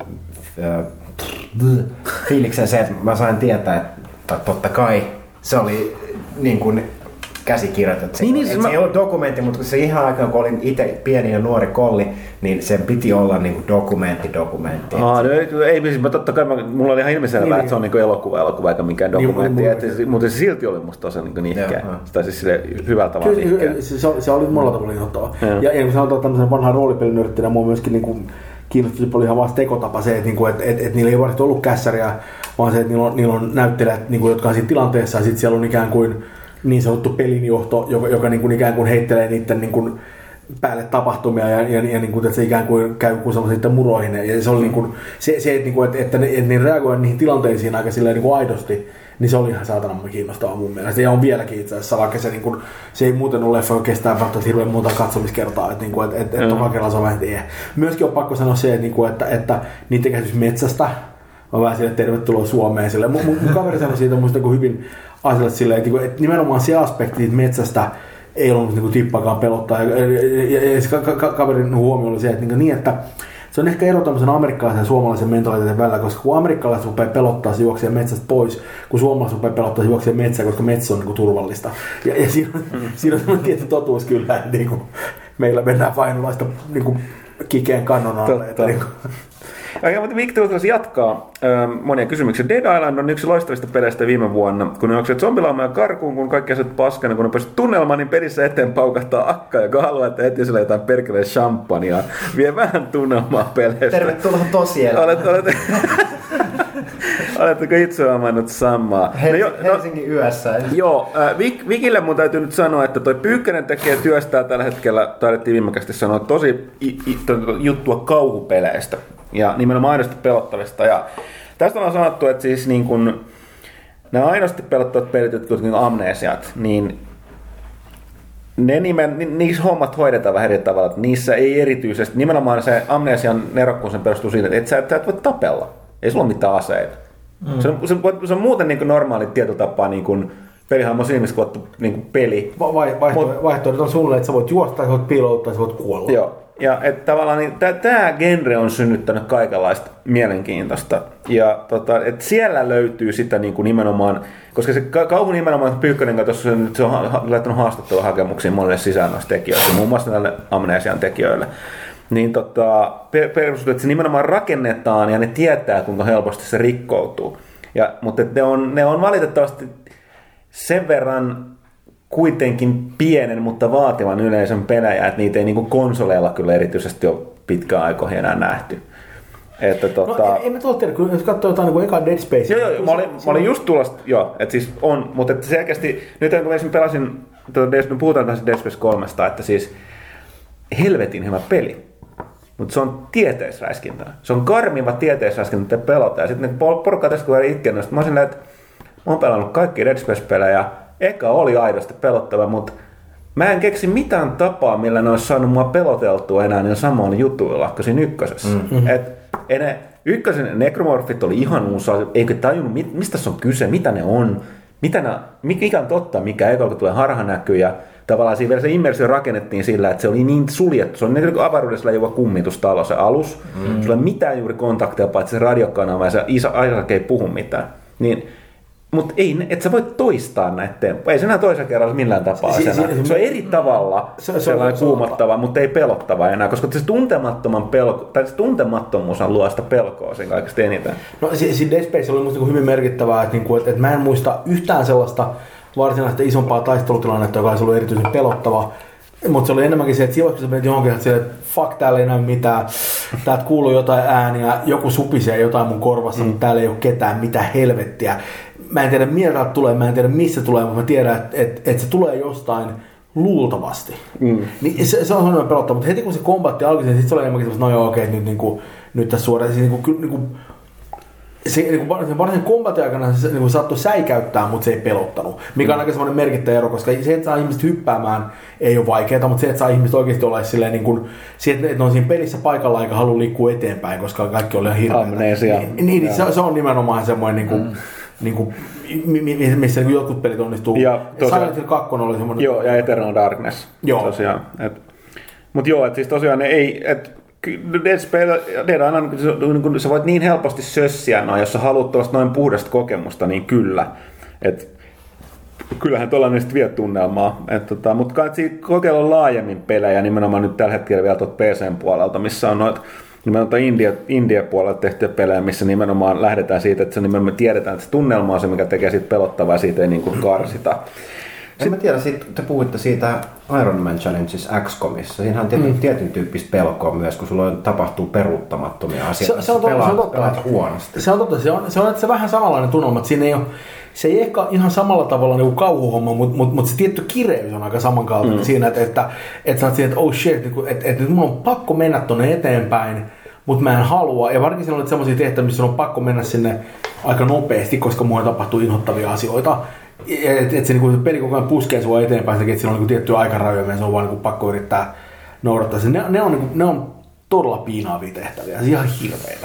fiiliksen se, että mä sain tietää, että totta kai se oli niin kuin käsikirjoitettu. Se ei ole dokumentti, mutta se ihan aikaan, kun olin itse pieni ja nuori kolli, niin sen piti olla niinku dokumentti. Totta kai mulla oli ihan ilmiselvää, että se on niinku elokuva eikä mikään dokumentti, mutta se silti oli musta tosi niinku nihkeä. Tai siis hyvällä tavalla nihkeä. Se oli monella tavalla inhottava. Ja kun sanotaan tämmöisen vanhan roolipelinörttinä, mua myöskin niinku kiinnosti paljon ihan vaan tekotapa se, että niillä ei varmasti ollut kässäriä, vaan se, että niillä on näyttelijät, jotka on siinä tilanteessa, ja sitten siellä on ikään kuin niin sanottu pelinjohto, joka niin kuin ikään kuin heittelee niiden niin kuin päälle tapahtumia ja niin kuin, että se ikään kuin käy kuin sellaisiin muroihin. Ja se oli niin kuin, että ne reagoivat niihin tilanteisiin aika silleen niin kuin aidosti, niin se oli ihan saatanan kiinnostavaa mun mielestä. Ja on vieläkin itse asiassa, vaikka se, niin kuin, se ei muuten ole leffa, joka kestää välttämättä hirveän muuta katsomiskertaa. Että toka kerralla se on vähän tiedä. Myöskin on pakko sanoa se, että niiden käsitys metsästä on vähän silleen, tervetuloa Suomeen. Mun kaveri sanoi siitä muista hyvin asialliset silleen, että nimenomaan se aspekti metsästä ei ollut niin tippaakaan pelottaa. Ja kaverin huomio oli se, että se on ehkä ero tämmöisen amerikkalaisen ja suomalaisen mentaliteetin välillä, koska kun amerikkalaiset rupeaa pelottaa, se juoksee metsästä pois, kun suomalaiset rupeaa pelottaa, se juoksee metsään, koska metsä on niin kuin turvallista. Ja siinä on semmoinen tietty totuus kyllä, että niin kuin meillä mennään vainolaista niin kikeen kannon alle. Mutta Victor jatkaa monia kysymyksiä. Dead Island on yksi loistavista peleistä viime vuonna. Kun ne juokset zombilaumaa karkuun, kun kaikki asiat paskana, kun ne pääsee tunnelmaan, niin pelissä eteen paukahtaa akka, joka haluaa, että heti sillä jotain perkeleen champagnea. Vie vähän tunnelmaa peleistä. Tervetuloa tosielämään. Oletteko itse huomannut samaa? Helsingin yössä. Joo, Vikille mun täytyy nyt sanoa, että toi Pyykkönen työstää tällä hetkellä, taidettiin viimekästi sanoa, tosi juttua kauhupeleistä. Ja nimenomaan aidosti pelottavista. Ja tästä on sanottu, että siis niin kun, nämä aidosti pelottavat pelit, jotka ovat amnesiat, niin niissä hommat hoidetaan vähän eri tavalla. Että niissä ei erityisesti, nimenomaan se amnesian nerokkuus perustuu siitä, että et et voi tapella. Ei sulla ole mitään aseita. Se on muuten niin kuin normaali tietotapaa niin kuin pelihahmo silmissä kuvattu niin peli. Vaihtoehdot on sulle, että sä voit juosta, sä voit piilouttaa, sä voit kuolla. Joo. Ja että tavallaan niin, tämä genre on synnyttänyt kaikenlaista mielenkiintoista. Ja että siellä löytyy sitä niin kuin nimenomaan, koska se kauhu nimenomaan Pyykkönen kanssa, se on laittanut haastattelua hakemuksia monille sisäännostekijöille, muun muassa näille amnesian tekijöille. Niin perustuu, että se nimenomaan rakennetaan ja ne tietää, kuinka helposti se rikkoutuu. Mutta ne on valitettavasti sen verran kuitenkin pienen, mutta vaativan yleisön pelejä, että niitä ei niin kuin konsoleilla kyllä erityisesti ole pitkään aikoihin enää nähty. Että, en mä tuolla tiedä, kun jos katsoo jotain niin eka Dead Space. Joo, mä olin just tulosta, että siis on, mutta että selkeästi, nyt kun esimerkiksi pelasin, puhutaan tästä Dead Space 3, että siis helvetin hyvä peli, mutta se on tieteisräiskintä. Se on karmiva tieteisräiskintä, että pelota. Ja sitten ne porukka tästä kun oli itken, mä olisin, että mä oon pelannut kaikki Dead Space-pelejä, eka oli aidosti pelottava, mutta mä en keksi mitään tapaa, millä ne olisi saanut mua peloteltua enää niin samoin jutuilla kuin siinä ykkösessä. Ykkösen nekromorfit oli ihan uusi, eikö tajunnut, mistä se on kyse, mitä ne on, mikä on totta, mikä eka, kun tulee harhanäky, ja tavallaan siinä vielä se immersio rakennettiin sillä, että se oli niin suljettu, se on niin kuin avaruudessa joku kummitustalo se alus, sulla ei mitään juuri kontakteja, paitsi se radiokanava, ja se Isaac ei puhu mitään, niin mutta et sä voi toistaa näitä temppuja. Ei se enää toisen kerralla millään tapaa. Se on eri tavalla sellainen kuumottava, mutta ei pelottava enää, koska se tuntemattomuus luo sitä pelkoa sen kaikesta eniten. No siinä Dead Space oli musta hyvin merkittävää, että mä en muista yhtään sellaista varsinaista isompaa taistelutilannetta, joka olisi ollut erityisen pelottava. Mutta se oli enemmänkin se, että silloin kun sä menet johonkin, että fuck, täällä ei näy mitään, täältä kuuluu jotain ääniä, joku supisee jotain mun korvassa, mutta täällä ei ole ketään, mitä helvettiä. Mä en tiedä miltä täältä tulee, mä en tiedä missä tulee, mutta mä tiedän, että se tulee jostain luultavasti. Niin se on sellainen pelottava, mutta heti kun se kombatti alkoi, niin sitten se oli enemmänkin semmoista, no joo okei, nyt tässä suoraan. Se varsinaisen kombatin aikana se saattoi säikäyttää, mutta se ei pelottanut. Mikä on aika semmoinen merkittävä ero, koska se, että saa ihmiset hyppäämään, ei ole vaikeaa, mutta se, että saa ihmiset oikeasti olla silleen, että ne on siinä pelissä paikalla eikä halua liikkua eteenpäin, koska kaikki on ihan hirveätä. Niin, se on nimenomaan semmoinen, missä jotkut pelit onnistuu. Silent Hill 2 oli semmoinen. Joo, ja Eternal Darkness. Joo. Tosiaan. Mutta joo, että siis tosiaan ne ei... Dead aina, sä voit niin helposti sössiä noin, jos sä haluat noin puhdasta kokemusta, niin kyllä. Kyllähän tuolla niistä vie tunnelmaa. Mutta kannattaa kokeilla laajemmin pelejä, nimenomaan nyt tällä hetkellä vielä tuolta PC:n puolelta, missä on noita nimenomaan India-puolelta tehtyjä pelejä, missä nimenomaan lähdetään siitä, että se nimenomaan tiedetään, että se tunnelma on se, mikä tekee siitä pelottavaa, ja siitä ei niin kuin karsita. En mä tiedä, te puhuitte siitä Iron Man Challenges XCOMissa. Siinähän on tietyn tyyppistä pelkoa myös, kun sulla tapahtuu peruuttamattomia asioita. Se on pelaat huonosti. Se on totta. Se on vähän samanlainen tunnelma, että siinä se ei ehkä ihan samalla tavalla niin kuin kauhuhomma, mutta se tietty kireys on aika samankaltainen siinä, että sä oot siinä, että oh shit, että mun on pakko mennä tonne eteenpäin, mutta mä en halua. Ja varsinkin siinä on sellaisia tehtäviä, missä on pakko mennä sinne aika nopeasti, koska mulla tapahtuu inhottavia asioita. Että se, se peli koko ajan puskee sua eteenpäin, että siinä on tiettyä aikarajoja, ja se on vaan pakko yrittää noudattaa. Ne on todella piinaavia tehtäviä, se ihan hirveitä.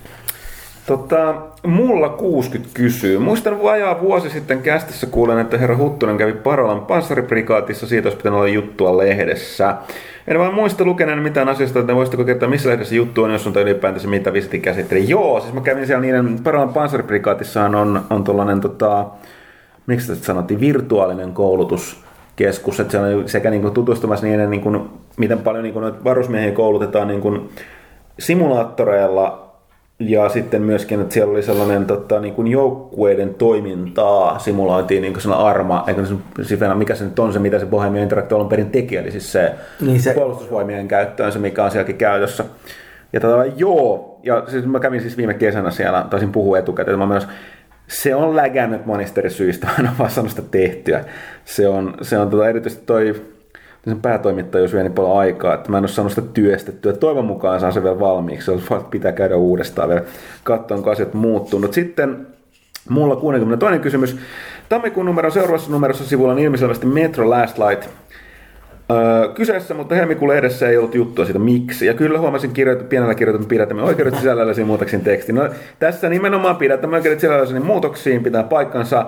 Mulla 60 kysyy. Muistan vajaa vuosi sitten kästissä kuulen, että herra Huttunen kävi Parolan panssariprikaatissa, siitä olisi pitänyt olla juttua lehdessä. En vaan muista lukeneen mitään asiasta, että voisitko kertoa missä lehdessä juttu on, jos on ylipäätänsä mitä visitin käsitteli. Joo, siis mä kävin siellä niiden Parolan panssariprikaatissaan on tollanen miksi tästä sanottiin, virtuaalinen koulutuskeskus, että se on sekä niin kuin tutustumassa niiden, niin kuin, miten paljon niin kuin varusmiehiä koulutetaan niin kuin simulaattoreilla, ja sitten myöskin, että siellä oli sellainen niin kuin joukkueiden toimintaa simuloitiin niin kuin sellainen ARMA, eikä se, mikä se nyt on se, mitä se Bohemia Interactive alun perin teki, eli siis se puolustusvoimien käyttöön, se mikä on sielläkin käytössä. Ja joo, ja siis mä kävin siis viime kesänä siellä, taisin puhua etukäteen, se on lägännyt monista eri syistä, mä en ole vaan saanut sitä tehtyä. Se on erityisesti sen päätoimittajuus vie niin paljon aikaa, että mä en ole saanut sitä työstettyä. Toivon mukaan saan se vielä valmiiksi, se pitää käydä uudestaan vielä, katsoa, onko asiat muuttunut. Sitten mulla 62. kysymys. Tammikuun numeron seuraavassa numerossa sivulla on ilmiselvästi Metro Last Light kyseessä, mutta helmikuun edessä ei ollut juttua siitä miksi. Ja kyllä huomasin pienellä kirjoitetun pidätämme oikeudet sisälläisiin muutoksin tekstiin. No, tässä nimenomaan pidätämme oikeudet sisälläisiin muutoksiin pitää paikkansa.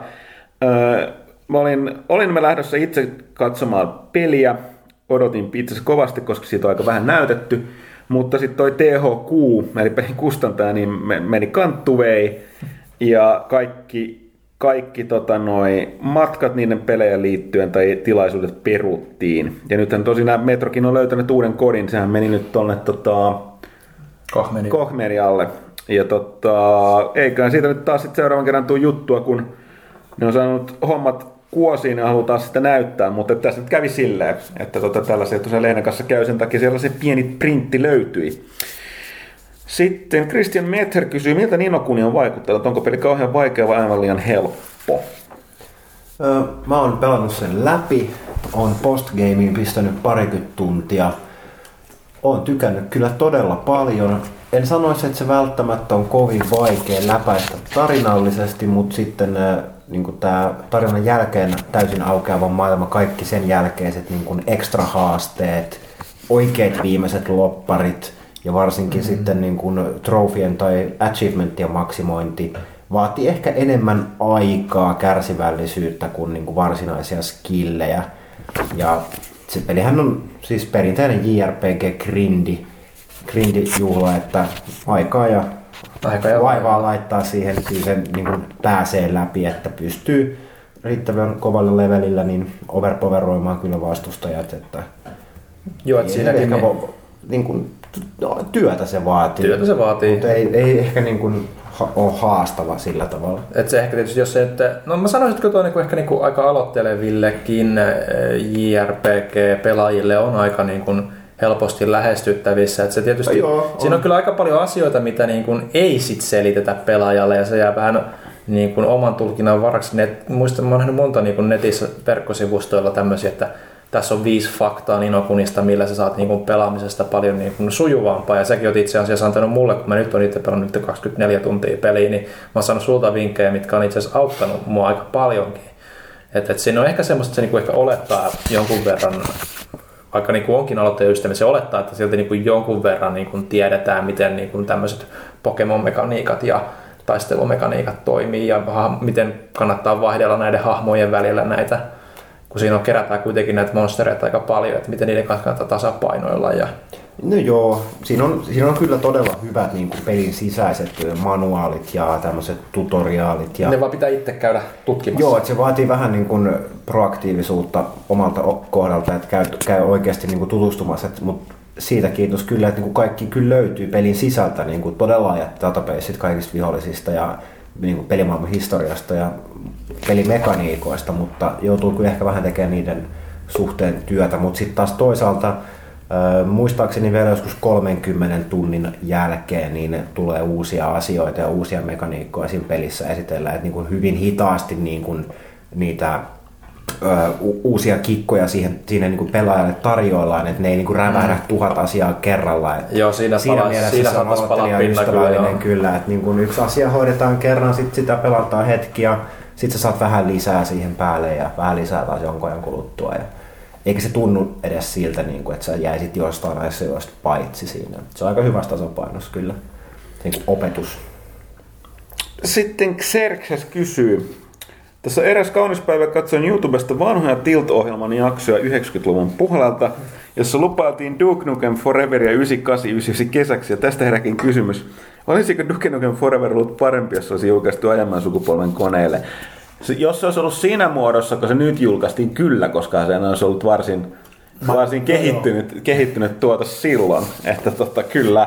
Olin lähdössä itse katsomaan peliä. Odotin itse asiassa kovasti, koska siitä on aika vähän näytetty. Mutta sitten toi THQ, eli pelin kustantaja, niin meni kanttuvei. Ja kaikki matkat niiden pelejä liittyen tai tilaisuudet peruttiin. Ja nythän tosin Metrokin on löytänyt uuden kodin, sehän meni nyt tuonne Kochmerialle. Ja eiköhän siitä nyt taas seuraavan kerran tuu juttua, kun ne on saanut hommat kuosiin ja halutaan sitä näyttää, mutta tässä nyt kävi silleen, että tällaisia tosiaan lehden kanssa käy, sen takia siellä se pieni printti löytyi. Sitten Christian Mether kysyy, miltä Ni no Kuni on vaikuttanut? Onko peli kauhean vaikea vai aivan liian helppo? Mä oon pelannut sen läpi, oon postgameen pistänyt parikymmentä tuntia. Oon tykännyt kyllä todella paljon. En sanoisi, että se välttämättä on kovin vaikea läpäistä tarinallisesti, mutta sitten niin tämä tarinan jälkeen täysin aukeava maailma, kaikki sen jälkeiset niin ekstra haasteet, oikeat viimeiset lopparit ja varsinkin sitten niin kuin trofien tai achievementtien maksimointi vaatii ehkä enemmän aikaa, kärsivällisyyttä kuin, niin kuin varsinaisia skillejä. Ja se pelihän on siis perinteinen JRPG-grindi-juhla, että aikaa ja vaivaa laittaa siihen, että sen niin kuin pääsee läpi, että pystyy riittävän kovalla levelillä niin overpoweroimaan kyllä vastustajat. Että joo, että siinäkin niin kuin, työtä se vaatii. Työtä se vaatii. Mutta ei ehkä niin kuin ole haastava sillä tavalla. Et se ehkä tietysti, jos se nyt, no mä sanoisin, että tuo niinku ehkä niinku aika aloittelevillekin JRPG-pelaajille on aika niinku helposti lähestyttävissä. Et se tietysti, siinä on kyllä aika paljon asioita, mitä niinku ei sit selitetä pelaajalle ja se jää vähän niinku oman tulkinnan varaksi. Muistan, mä oon nähnyt monta niinku netissä verkkosivustoilla tämmöisiä, että tässä on 5 faktaa Ni no Kunista, millä sä saat niin pelaamisesta paljon niin sujuvampaa. Ja säkin oot itse asiassa antanut mulle, kun mä nyt oon itse pelannut 24 tuntia peliä, niin mä oon saanut sulta vinkkejä, mitkä on itse asiassa auttanut mua aika paljonkin. Et siinä on ehkä semmoista, että se niin ehkä olettaa jonkun verran, vaikka niin onkin aloittajaystävä, se olettaa, että silti niin jonkun verran niin tiedetään, miten niin tämmöiset Pokemon-mekaniikat ja taistelumekaniikat toimii ja miten kannattaa vaihdella näiden hahmojen välillä näitä, kun siinä kerätään kuitenkin näitä monstereita aika paljon, että miten niiden kanssa kannattaa tasapainoilla. Ja no joo, siinä on kyllä todella hyvät niin kuin pelin sisäiset manuaalit ja tämmöiset tutoriaalit. Ja ne vaan pitää itse käydä tutkimassa. Joo, että se vaatii vähän niin kuin proaktiivisuutta omalta kohdalta, että käy oikeasti niin kuin tutustumassa. Mutta siitä kiitos kyllä, että niin kuin kaikki kyllä löytyy pelin sisältä, niin kuin todella laajat databaseit kaikista vihollisista ja niin kuin pelimaailman historiasta ja pelimekaniikoista, mutta joutuu kyllä ehkä vähän tekemään niiden suhteen työtä. Mutta sitten taas toisaalta muistaakseni vielä joskus 30 tunnin jälkeen niin tulee uusia asioita ja uusia mekaniikkoja siinä pelissä esitellään, että niin kuin hyvin hitaasti niin kuin niitä uusia kikkoja siinä niin kuin pelaajalle tarjoillaan, että ne ei niin kuin rävähdä 1000 asiaa kerralla. Joo, siinä mielessä se on aloittelijaystävällinen kyllä, että niin kuin yksi asia hoidetaan kerran, sitten sitä pelataan hetki ja sitten sä saat vähän lisää siihen päälle ja vähän lisää taas jonkun ajan kuluttua. Eikä se tunnu edes siltä, niin kuin, että sä jäisit jostain asioista paitsi siinä. Se on aika hyvässä tasapainossa kyllä, niin kuin opetus. Sitten Xerxes kysyy. Tässä eräs kaunis päivä katsoin YouTubesta vanhoja Tilt-ohjelman jaksoja 90-luvun puolelta, jossa lupailtiin Duke Nukem Forever ja 98 kesäksi, ja tästä heräkin kysymys. Olisiko Duke Nukem Forever ollut parempi, jos se olisi julkaistu aiemman sukupolven koneille? Jos se olisi ollut siinä muodossa, kun se nyt julkaistiin, kyllä, koska se olisi ollut varsin kehittynyt silloin, että kyllä.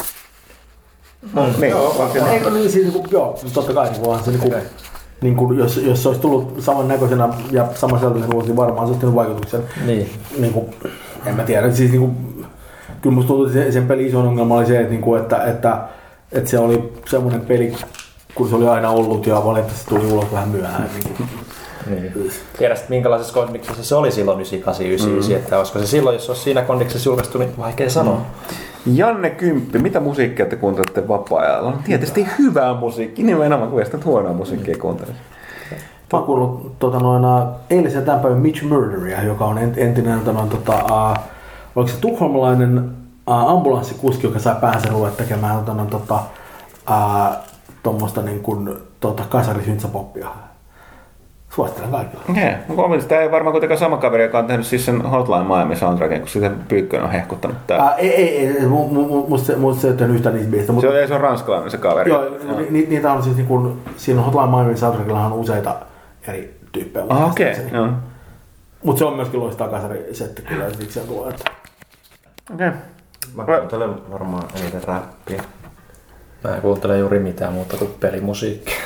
Totta kai vaan se niin kuin, jos se olisi tullut samannäköisenä ja samansieltäisen niin varmaan se olisi tehnyt vaikutuksen. Niin kuin, en mä tiedä. Siis, niin kuin, kyllä musta tuntuu, että sen pelin isoin ongelma oli se, että se oli semmoinen peli, kun se oli aina ollut ja valitettavasti tuli ulos vähän myöhään. Niin. Tiedätkö, minkälaisessa kondiksessa se oli silloin 98, että olisiko se silloin, jos olisi siinä kondiksessa julkaistu, niin vaikea sanoa. Janne Kymppi, mitä musiikkia te kuuntelette vapaa-ajalla? No, tietysti hyvää musiikkia, nimenomaan kun sitä huonoa musiikkia kuuntelee. Mä oon kuullut eilisen tämän päivän Mitch Murderia, joka on entinen oliko se tukholmalainen ambulanssikuski, joka sai päänsä ruveta tekemään tuommoista niin kuin kasarisyntsäpoppia. Suosittelen kaikille. Okei. Tämä ei varmaan kuitenkaan sama kaveri, joka on tehnyt siis sen Hotline Miami soundtrackin, kun sitä Pyykkönen on hehkuttanut täällä. Ei. Musta se ei ole tehnyt yhtään niistä biistä. Se on ranskalainen se kaveri. Joo, niitä on siis niin kuin, siinä Hotline Miami soundtrackilla on useita eri tyyppejä. Okei. Mutta se on myöskin loistaa kasarisetti kyllä, että se tuo. Okei. Mä kuuntelen varmaan eniten räppiä. Mä en kuuntele juuri mitään muuta kuin pelimusiikkia.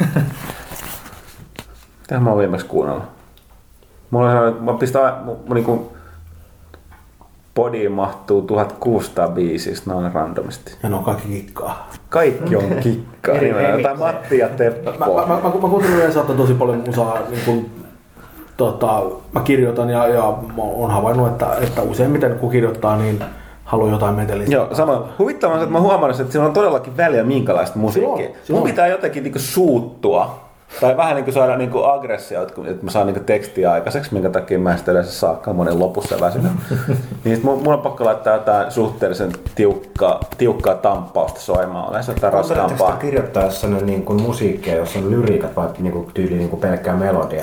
Tähän mä oon viimeksi kuunnellut. Mulla on sellainen, mä pistän niinku podiin mahtuu 1605, noin randomisti. Ja ne on kaikki kikkaa. Kaikki on kikkaa. Tai Matti ja Teppo. Mä kuuntelin yleensä tosi paljon musaa, niin kun, mä kirjoitan ja mä oon havainnut, että useimmiten kun kirjoittaa, niin haluaa jotain metelistä. Joo, sama. Huvittavaa, että mä huomannut, että siinä on todellakin väliä minkälaista musiikkia. Mun pitää jotenkin niinku suuttua. Tai vähän niin kuin saada niin kuin aggressio, että mä saan niin kuin tekstiä aikaiseksi, minkä takia mä en sitä yleensä saakaan monen lopussa väsynyt. Niin mun on pakko laittaa jotain suhteellisen tiukkaa tamppausta soimaan. Yleensä jotain raskaampaa. Oletteko kirjoittaessa niin kuin musiikkia, jossa on lyriikat vai niin kuin tyyli niin kuin pelkkää melodiaa?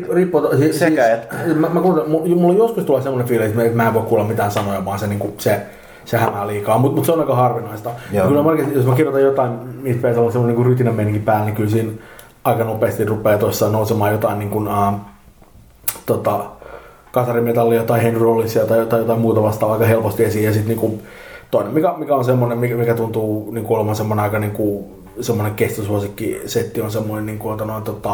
Mulla joskus tulee semmoinen fiilis, että mä en voi kuulla mitään sanoja, vaan se hämää liikaa, mutta se on aika harvinaista. Kyllä jos mä kirjoitan jotain, mistä pitää olla semmoinen niin rytinän meininki päällä, niin kyllä siinä aika nopeasti rupeaa tuossa nousemaan jotain niin kuin, kasarimetallia tai Henry Rollinsia tai jotain muuta vastaavaa aika helposti esiin. Ja sitten niin toinen, mikä on semmoinen, mikä tuntuu niin kuin olevan semmoinen aika niin kuin, semmoinen kestosuosikki-setti on semmoinen niin kuin,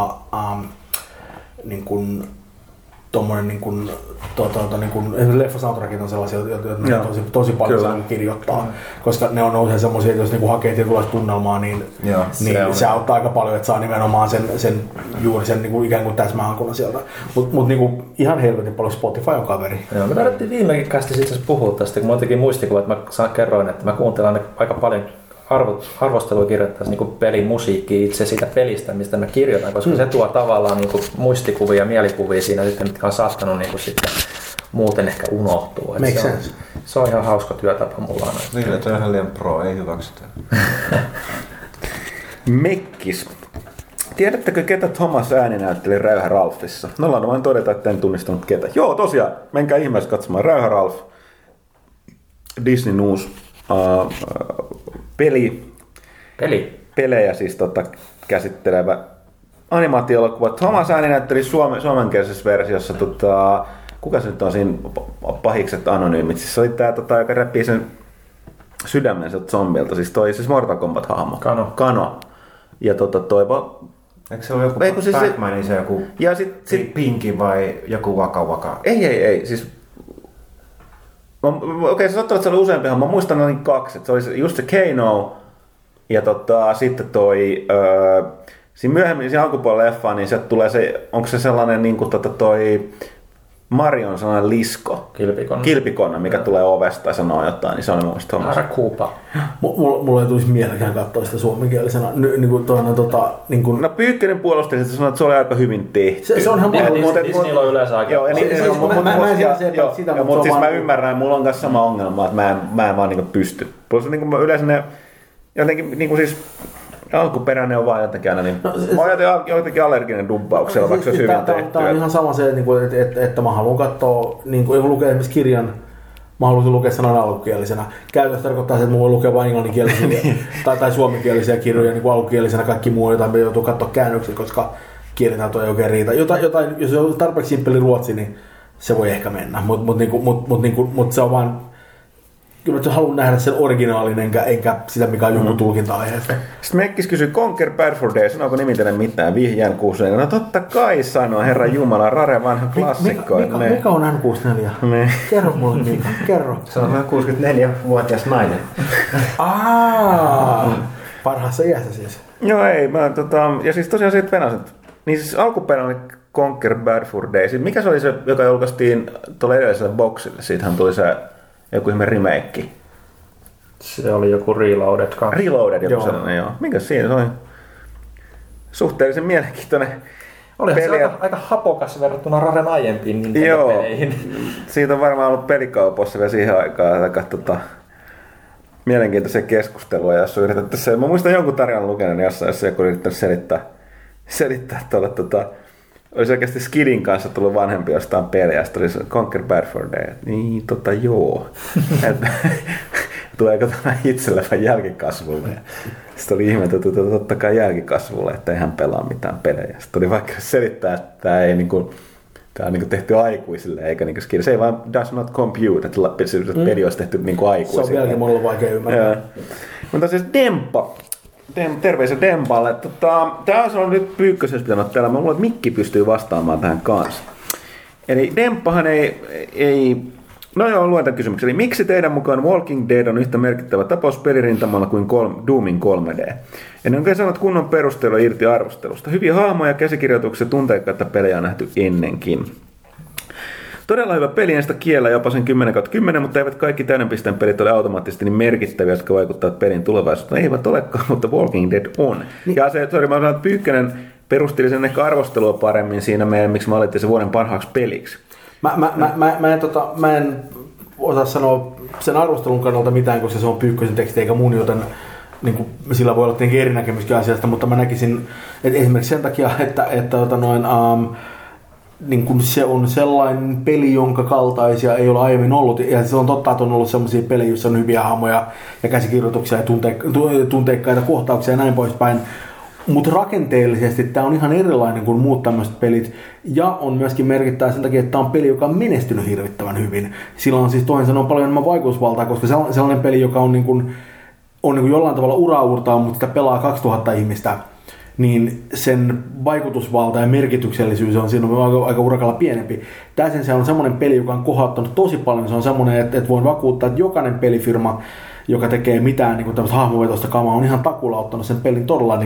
niin kuin tommoinen niin kuin leffa soundtrackit on sellaisia, joita tosi paljon kirjoittaa, koska ne on usein semmoisia, että jos niin kuin hakee tietynlaista tunnelmaa, niin se auttaa aika paljon, että saa nimenomaan juuri sen niin kuin ikään kuin täsmähankuna sieltä. Mutta niin kuin ihan helvetin paljon Spotify on kaveri. Joo, me tarvittiin viimekin itse asiassa puhua tästä, kun mä jotenkin muistikuva, että mä kerroin, että mä kuuntelen aika paljon arvostelua kirjoittaisi niin pelimusiikkia itse siitä pelistä, mistä mä kirjoitan, koska se tuo tavallaan niin muistikuvia ja mielikuvia siinä sitten, mitkä on saattanut niin sitten muuten ehkä unohtua. Se on ihan hauska työtapa mulla on. Niin, että on ihan liian pro, ei hyväksytä. Mekkis. Tiedättekö, ketä Thomas ääni näytteli Räyhä Ralphissa? Nollaan vain todeta, että en tunnistanut ketä. Joo, tosiaan, menkää ihmeessä katsomaan Räyhä Ralph. Disneyn uusi pelejä siis käsittelevä animaatio-elokuva. Thomas ääni näytteli suomenkielisessä versiossa, kuka se nyt on siinä pahikset anonyymit, siis se oli tää, joka repii sen sydämen sieltä zombilta, siis Mortal Kombat-hahmo. Kano. Ja eikö se ole joku Batmanin se joku ja sit Pinki vai joku Waka? Ei, siis okei, se saattaa, että se oli useampi, mä muistan noin 2, että se oli just se Kano ja sitten siinä myöhemmin, siinä alkupuolella leffaan, niin sieltä tulee se, onko se sellainen niin kuin Marion sellainen lisko, kilpikonna, mikä tulee ovesta tai sanoo jotain, niin se on mun mielestä Thomas. Arakuupa. Mulla ei tulisi mielekään katsoa sitä suomenkielisenä. No Pyykkönen puolusteli, että sanoi, että se oli aika hyvin tehty. Se on ihan Disneyllä on yleensä aika. Mutta siis mä ymmärrän, mulla on myös sama ongelma, että mä en vaan niinku pysty. Plus mä yleensä ne jotenkin niinku siis alkuperäinen on vaan jotenkin aina, niin mä oon jotenkin allerginen dubbauksella, vaikka se olisi hyvin tehty. Tämä on ihan sama se, että mä haluan katsoa, niin kun lukee esimerkiksi kirjan, mä haluaisin lukea sanan alkukielisenä. Käytössä tarkoittaa se, että mä voin lukea vain englanninkielisiä tai suomenkielisiä kirjoja niin alkukielisenä, kaikki muu, jotain me joutuu katsoa käännöksiä, koska kielitaito ei oikein riitä. Jotain, jos on tarpeeksi simppeli ruotsi, niin se voi ehkä mennä, mutta se on vaan. Kyllä mä haluan nähdä sen originaalin, enkä sitä mikä on joku tulkinta-aiheesta. Sitten Mekkis kysyi Conquer Bad for Day, sanooko nimitellen mitään vihjään 64? No totta kai sanoo, herra jumala, rare vanha klassikko. Mikä on N64? Ne. Kerro mulle Mika, kerro. Se on 64-vuotias nainen. Parhaassa iässä siis. Joo ei, ja siis tosiaan siitä venasit. Niin siis alkuperäinen Conquer Bad for Day, siis mikä se oli se, joka julkaistiin tuolla edelliselle boxille? Siitähän tuli se joku ihme remake. Se oli joku Reloaded kanssa. Reloaded joku sellainen, joo. Minkäs siinä se oli? Suhteellisen mielenkiintoinen Olihan se aika hapokas verrattuna Raren aiempiin Nintendo-peleihin. Siitä on varmaan ollut pelikaupoissa vielä siihen aikaan aika mielenkiintoisia keskustelua, jos on yritetty se. Mä muistan jonkun tarinan lukeneen jossain, jos joku yrittänyt selittää tuolla olisi oikeasti Skidin kanssa tullut vanhempi jostain pelejä, sitten olisi Conquer Bad for Day. Niin, joo. Tuleeko tämä itselle vai jälkikasvulle? Sitten oli ihmetelty, että totta kai jälkikasvulle, että ei hän pelaa mitään pelejä. Sitten oli vaikka selittää, että tämä ei tämä on tehty aikuisille, eikä Skidin. Se ei vaan does not compute, että peli olisi tehty aikuisille. Se on vieläkin monella vaikea ymmärtää. Mutta siis Demppa. Terveisiä Dempalle. Tämä on nyt Pyykkösessä pitänyt täällä. Mä luulen, että Mikki pystyy vastaamaan tähän kanssa. Eli Demppahan ei No joo, luen tämän kysymyksen. Eli miksi teidän mukaan Walking Dead on yhtä merkittävä tapaus pelirintamalla kuin Doomin 3D? En oikein sanonut kunnon perustelua irti arvostelusta. Hyviä hahmoja, käsikirjoituksia, tunteikkaita pelejä on nähty ennenkin. Todella hyvä peli, en sitä kiellä jopa sen 10/10, mutta eivät kaikki täyden pisteen pelit ole automaattisesti niin merkittäviä, jotka vaikuttavat pelin tulevaisuuteen. Eivät olekaan, mutta Walking Dead on. Ja se, mä sanon, että Pyykkönen perusteli sen ehkä arvostelua paremmin siinä meidän, miksi me valittiin se vuoden parhaaksi peliksi. Mä en osaa sanoa sen arvostelun kannalta mitään, koska se on Pyykkösen teksti eikä mun, joten niin kuin, sillä voi olla tietenkin eri näkemyskin asiasta, mutta mä näkisin, että esimerkiksi sen takia, että niin kuin se on sellainen peli, jonka kaltaisia ei ole aiemmin ollut. Ja se on totta, että on ollut sellaisia pelejä, joissa on hyviä hahmoja ja käsikirjoituksia ja tunteikkaita kohtauksia ja näin poispäin. Mutta rakenteellisesti tämä on ihan erilainen kuin muut tämmöiset pelit. Ja on myöskin merkittävä sen takia, että tämä on peli, joka on menestynyt hirvittävän hyvin. Sillä on siis toisin sanoen paljon enemmän vaikutusvaltaa, koska se on sellainen peli, joka on, niin kuin jollain tavalla uraurtaa, mutta sitä pelaa 2000 ihmistä. Niin sen vaikutusvalta ja merkityksellisyys on siinä aika urakalla pienempi. Tässä se on semmoinen peli, joka on kohottanut tosi paljon. Se on semmoinen, että voin vakuuttaa, että jokainen pelifirma, joka tekee mitään niin tämmöistä hahmovetoista kamaa, on ihan takulla ottanut sen pelin todella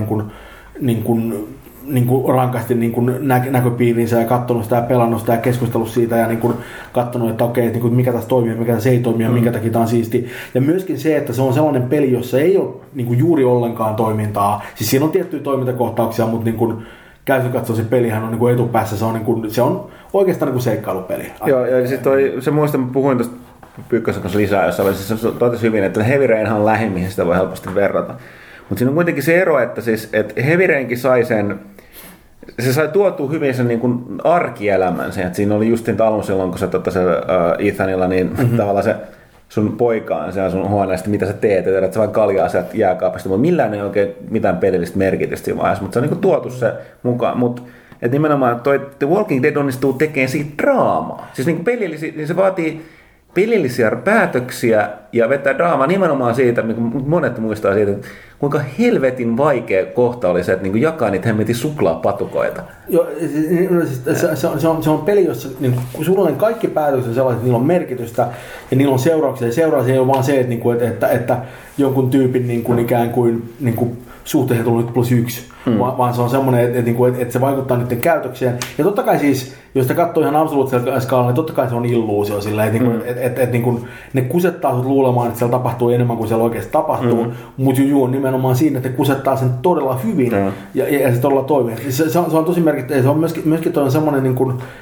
rankasti näköpiirinsä ja katsonut sitä ja pelannut sitä ja keskustellut siitä ja katsonut, että okei, että mikä tässä toimii ja mikä tässä ei toimi ja minkä takia tämä on siisti. Ja myöskin se, että se on sellainen peli, jossa ei ole juuri ollenkaan toimintaa. Siis siinä on tiettyjä toimintakohtauksia, mutta käytännössä katsoen se pelihän on etupäässä. Se on oikeastaan seikkailupeli. Joo, ja se muista, mä puhuin tuosta Pyykkösen kanssa lisää jossain välissä. Se totesi hyvin, että Heavy Rainhan on lähin, mihin sitä voi helposti verrata. Mutta siinä on kuitenkin se ero, että Heavy Rainkin sai sen, se sai tuotua hyvin sen niin kuin arkielämän sen, että siinä oli just siinä alun silloin, kun se Ethanilla, niin tavallaan se sun poika on siellä sun huoneesta, mitä sä teet, että sä vain kaljaa sieltä jääkaapista, mutta millään ei oikein mitään pelillistä merkitystä siinä vaiheessa, mutta se on niin kuin tuotu se mukaan, mutta että nimenomaan The Walking Dead onnistuu tekemään siitä draamaa, siis niin kuin niin se vaatii pelillisiä päätöksiä ja vetää draamaa nimenomaan siitä, monet muistaa siitä, että kuinka helvetin vaikea kohta oli se, että niin jakaa niitä hemmetin suklaapatukoita. Joo, se on peli, jossa niin sulla on kaikki päätökset sellaiset, että niillä on merkitystä ja niillä on seurauksia. Ja seurauksia ei ole vaan se, että jonkun tyypin ikään kuin suhteeseen tullut +1, vaan se on semmoinen, että se vaikuttaa niiden käytökseen. Ja totta kai siis, jos sitä katsoo ihan absoluuttisella skaalalla, niin totta kai se on illuusio sillä, että ne kusettaa sut luulemaan, että siellä tapahtuu enemmän kuin siellä oikeasti tapahtuu, mutta on nimenomaan siinä, että ne kusettaa sen todella hyvin ja se todella toimii. Se on tosi merkittävä. Se on myöskin toi semmoinen,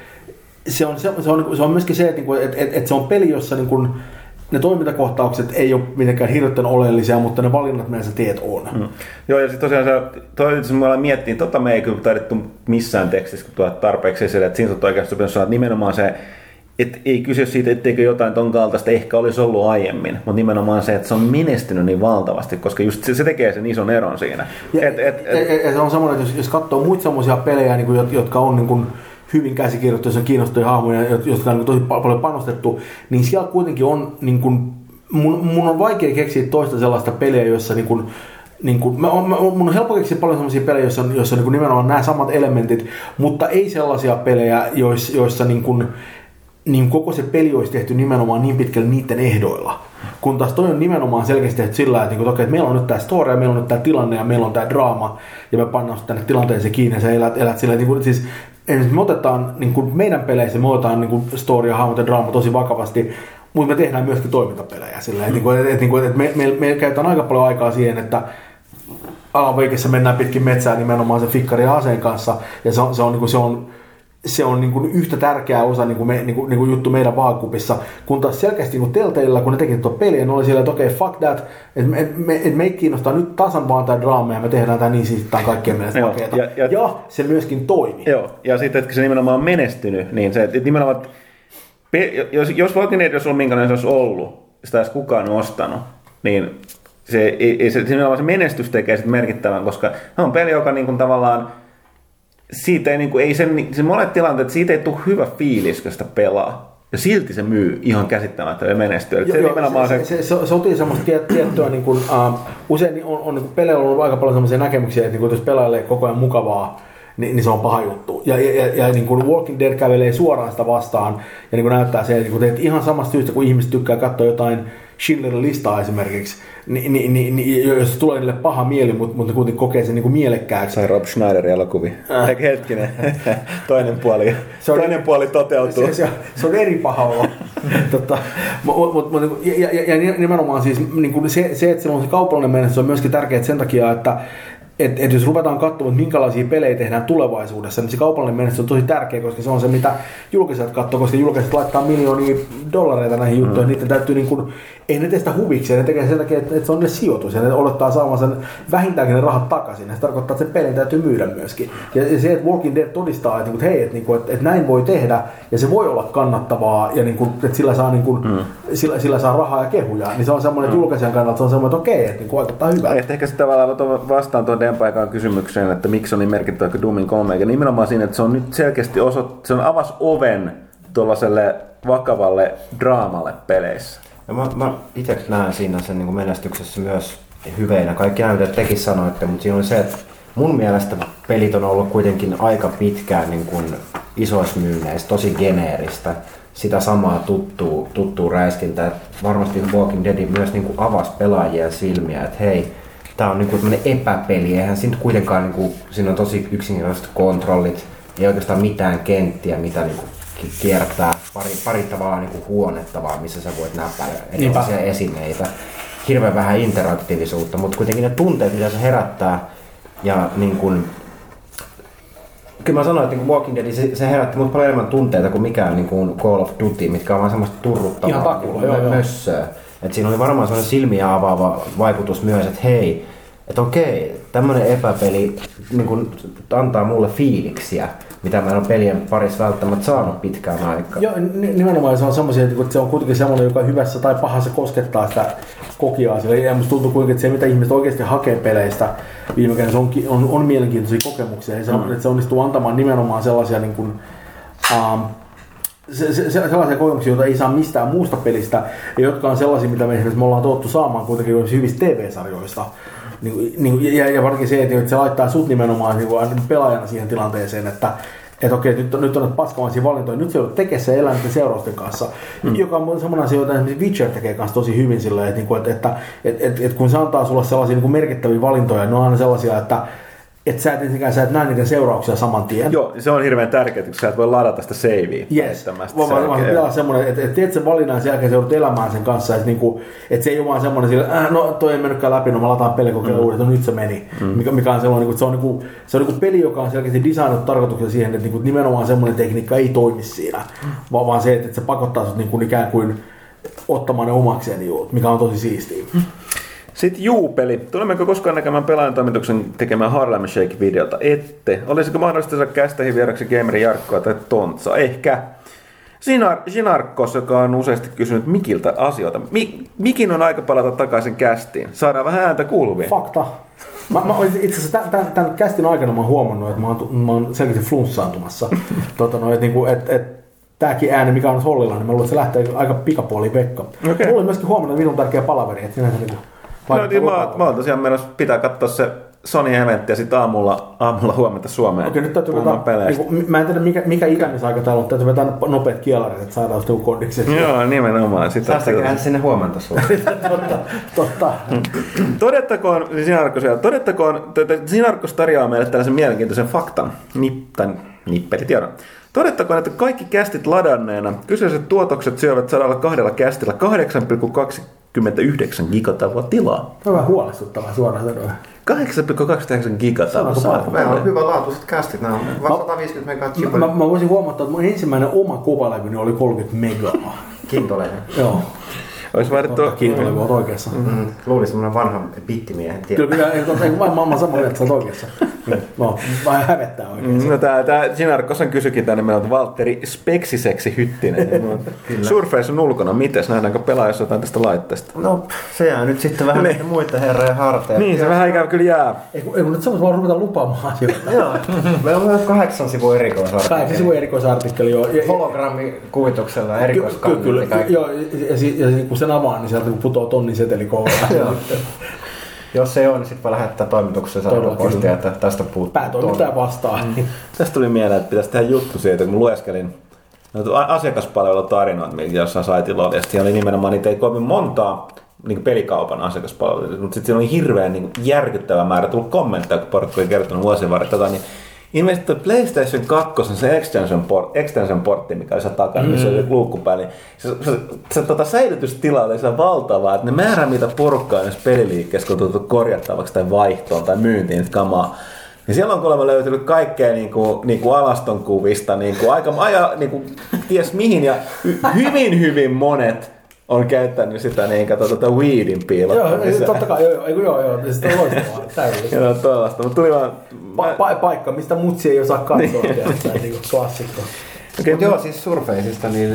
se on myöskin se, että se on peli, jossa ne toimintakohtaukset ei ole mitenkään hirveän oleellisia, mutta ne valinnat, mitä sä teet, on. Joo, ja sitten tosiaan se me ollaan miettinyt, me ei kyllä taidettu missään tekstissä tuoda tarpeeksi esille, että siinä on oikeasti sanoa, että nimenomaan se, että ei kyse siitä, etteikö jotain ton kaltaista ehkä olisi ollut aiemmin, mutta nimenomaan se, että se on menestynyt niin valtavasti, koska just se tekee sen ison eron siinä. Ja se on semmoinen, että jos katsoo muita semmoisia pelejä, jotka on hyvin käsikirjoittu, jos on kiinnostavia hahmoja, jotka on tosi paljon panostettu, niin siellä kuitenkin on, mun on vaikea keksiä toista sellaista peliä, jossa mun on helppo keksiä paljon sellaisia pelejä, joissa nimenomaan nämä samat elementit, mutta ei sellaisia pelejä, joissa koko se peli olisi tehty nimenomaan niin pitkälle niiden ehdoilla. Kun taas toi on nimenomaan selkeästi tehty sillä, että meillä on nyt tämä story ja meillä on nyt tämä tilanne ja meillä on tämä draama ja me pannaan tänne tilanteeseen kiinni ja sä elät sillä, siis me otetaan meidän peleissä, me otetaan story ja hahmot ja draama tosi vakavasti, mutta me tehdään myöskin toimintapelejä sillä, että me käytetään aika paljon aikaa siihen, että Alan Wakeissa mennään pitkin metsää nimenomaan sen fikkarin ja aseen kanssa ja se on yhtä tärkeä osa juttu meidän vaakakupissa, kun taas selkeästi Telltaleilla, kun ne teki tuon pelin, ne oli siellä, että okei, fuck that, että meitä kiinnostaa nyt tasan vaan tämä draama ja me tehdään tämä niin siitä, tämä on kaikkien mielestä vaikeaa. Ja se myöskin toimii. Joo, ja sitten, että se nimenomaan on menestynyt, niin se, että nimenomaan, jos Walking Dead olisi ollut minkälainen se olisi ollut, sitä olisi kukaan ostanut, niin se menestys tekee sitten merkittävän, koska se on peli, joka tavallaan siitä ei se monet tilanteet, että siitä ei tule hyvä fiilis, kun sitä pelaa. Ja silti se myy ihan käsittämättä ja menestyy. Se on semmoista tiettyä, usein on peleillä ollut aika paljon semmoisia näkemyksiä, että jos pelaajalle koko ajan mukavaa, niin se on paha juttu. Ja niin kuin Walking Dead kävelee suoraan sitä vastaan ja niin kuin näyttää se, että ihan samasta syystä, kun ihmiset tykkää katsoa jotain Schindlerin listaa esimerkiksi, niin jos tulee niille paha mieli, mutta ne kuitenkin kokee sen niin kuin mielekkääksi. Sai Rob Schneiderin elokuvia. Eikä hetkinen, toinen puoli toteutuu. Se on eri paha olo. Ja nimenomaan siis niin kuin se, että sillä on se kaupallinen menestys on myöskin tärkeää sen takia, että jos ruvetaan katsomaan, minkälaisia pelejä tehdään tulevaisuudessa, niin se kaupallinen menestys on tosi tärkeä, koska se on se, mitä julkiset katsoo, koska julkiset laittaa miljoonia dollareita näihin juttuihin. Niiden täytyy, niin kuin, ei ne tee sitä huvikseen, ne tekee sen takia, että se on ne sijoitus, ja ne odottaa saamaan sen vähintäänkin ne rahat takaisin, ja se tarkoittaa, että sen pelin täytyy myydä myöskin. Ja se, että Walking Dead todistaa, että hei, että näin voi tehdä, ja se voi olla kannattavaa, ja että sillä saa rahaa ja kehuja, niin se on semmoinen, että julkaisijan kannalta se on semmoinen, että okei, että vaikuttaa hyvältä. Ehkä se tavallaan vastaan tuon Dempaikaan kysymykseen, että miksi on niin merkittävä kuin Doomin 3, ja nimenomaan siinä, että se on nyt selkeästi se on avasi oven tuollaiselle vakavalle draamalle peleissä. Ja mä itse näen siinä sen niin kuin menestyksessä myös hyveinä. Kaikki näytä, että tekin sanoitte, mutta siinä oli se, että mun mielestä pelit on ollut kuitenkin aika pitkään niin kuin isoissa myynneissä, tosi geneeristä. Sitä samaa tuttuu räiskintä. Varmasti Walking Dead myös niin kuin avasi pelaajien silmiä, että hei, tää on niinku tämmönen epäpeli, eihän siinä kuitenkaan niinku, siinä on tosi yksinkertaiset kontrollit, ei oikeastaan mitään kenttiä, mitä niinku kiertää, pari tavallaan niinku huonetta vaan, missä sä voit näppäillä erilaisia esineitä. Hirveän vähän interaktiivisuutta, mutta kuitenkin ne tunteet, mitä se herättää, ja niin kun, kyllä mä sanoin, että niin Walking Dead se herätti mut paljon enemmän tunteita kuin mikään niin kuin Call of Duty, mitkä on vaan semmoista turruttavaa mössöä. Et siinä oli varmaan sellainen silmiä avaava vaikutus myös, että hei, että okei, tämmönen epäpeli niin kun antaa mulle fiiliksiä, mitä mä en ole pelien parissa välttämättä saanut pitkään aikaa. Joo, nimenomaan se on semmoisia, että se on kuitenkin semmoinen, joka hyvässä tai pahassa koskettaa sitä kokijaa. Ja musta tuntuu kuitenkin, että se mitä ihmiset oikeasti hakee peleistä viime kädessä on mielenkiintoisia kokemuksia. Ja että se onnistuu antamaan nimenomaan sellaisia niin kuin, sellaisia kokemuksia, joita ei saa mistään muusta pelistä, ja jotka on sellaisia, mitä me ollaan tottu saamaan kuitenkin hyvistä TV-sarjoista. Ja varsinkin se, että se laittaa sut nimenomaan pelaajana siihen tilanteeseen, että okei, nyt on paskamaisia valintoja, nyt se joudut tekemään se eläinten seurausten kanssa, joka on semmoinen asia, jota esimerkiksi Witcher tekee kanssa tosi hyvin silleen, että kun se antaa sulle sellaisia merkittäviä valintoja, ne on aina sellaisia, että sä et näe niiden seurauksia saman tien. Joo, se on hirveän tärkeää, kun sä et voi ladata sitä savea. Yes, vaan pitää olla semmoinen, että teet sen valinnan sen jälkeen, sä joudut elämään sen kanssa, että se ei ole vaan semmoinen sille, no toi ei mennytkään läpi, no mä lataan pelikokeen uudet, nyt se meni. Mikä on sellainen, että se on peli, joka on selkeästi designattu tarkoituksella siihen, että nimenomaan semmoinen tekniikka ei toimi siinä, vaan se, että se pakottaa sut ikään kuin ottamaan ne omakseen, mikä on tosi siistiä. Sitten Juupeli. Tulemmeko koskaan näkemään pelaajan toimituksen tekemään Harlem Shake-videota? Ette. Olisiko mahdollista saada kästähin vieraksi Gamerin Jarkkoa tai Tontsa? Ehkä. Sinarkkos, joka on useasti kysynyt Mikiltä asioita. Mikin on aika palata takaisin kästiin. Saadaan vähän ääntä kuuluviin. Fakta. Itse asiassa tämän kästin aikana mä oon huomannut, että mä oon selkeästi flunssaantumassa. Tääkin ääni, mikä on Hollilla, niin mä luulen, että se lähtee aika pikapuoliin Pekka. Okay. Mulla oli myöskin huomannut vitun tärkeä palaveri, että sinänsä mä oon tosiaan menossa, pitää katsoa se Sony-eventti ja sitten aamulla huomenta Suomeen. Okei, nyt täytyy mä en tiedä mikä itämisaika täällä on, täytyy vetää nopeat kielarit, että saadaan sitten kondikset. Joo, nimenomaan. Säästäkään sinne huomenta Suomeen. Totta. Todettakoon, Sinarkkos tarjoaa meille tällaisen mielenkiintoisen faktan, nippelitiedon. Todettakoon, että kaikki kästit ladanneena kyseiset tuotokset syövät 102 kästillä 8,29 gigatavua tilaa. Hyvä huolestuttavaa suoraan sanoen. 8,29 gigatavua. Meillä on hyvä laatuiset kästit, nämä on 150 megaa. Mä voisin huomata, että mun ensimmäinen oma kuvalevy oli 30 megaa. Kintoleinen. Joo. Olisi vaadittu... Kintolevi olet oikeassa. Luulisi semmoinen vanha bittimiehen. Kyllä, mä oon samaa mieltä, että sä oot oikeassa. No, vähän hävettää oikeassa. No tää Sinarkkosen kysyikin tänne, meillä on Valtteri Speksiseksi Hyttinen. Surface on ulkona, mites? Nähdäänkö pelaajassa jotain tästä laitteesta? No, se jää nyt sitten vähän muita herrojen harteja. Niin, se vähän ikävä kyllä jää. Ei nyt sä vaan ruveta lupaamaan asioita. Joo, meillä on 8 sivua erikoisartikkeli. 8 sivua erikoisartikkeli, joo. Hologrammikuvituksella erikoiskantti. Joo, ja kun sen avaan, niin sieltä putoaa tonnin seteli kohdalla. Jos ei ole, niin sitten voi lähettää toimitukseen sähköpostia, että tästä puuttuu. Päätoimittaja vastaan. Tästä tuli mieleen, että pitäisi tehdä juttu siitä, kun lueskelin asiakaspalvelutarinoita, jossain saitilla oli. Ja sitten oli nimenomaan, niitä ei kovin montaa niin pelikaupan asiakaspalveluita, mutta sitten siinä oli hirveän niin järkyttävä määrä tullut kommentteja, kun porukka oli kertonut vuosien varrella. Niin ilmeisesti PlayStation 2, se extension portti, mikä oli se takana, missä oli luukkupää, niin se säilytystila oli se valtavaa, että ne määrä, mitä porukkaa on peliliikkeessä, kun on tullut korjattavaksi tai vaihtoon tai myyntiin, että kamaa. Ja siellä on kuulemma löytynyt kaikkea niinku alastonkuvista, ties mihin, ja hyvin monet on käyttänyt sitä weedin piilottamista. Joo, totta kai, joo, se on loistavaa, täydellistä. Joo, tollaista, mutta tuli vaan... Paikka, mistä mutsi ei osaa katsoa, niin klassikko. Okay, joo, siis Surfaceista, niin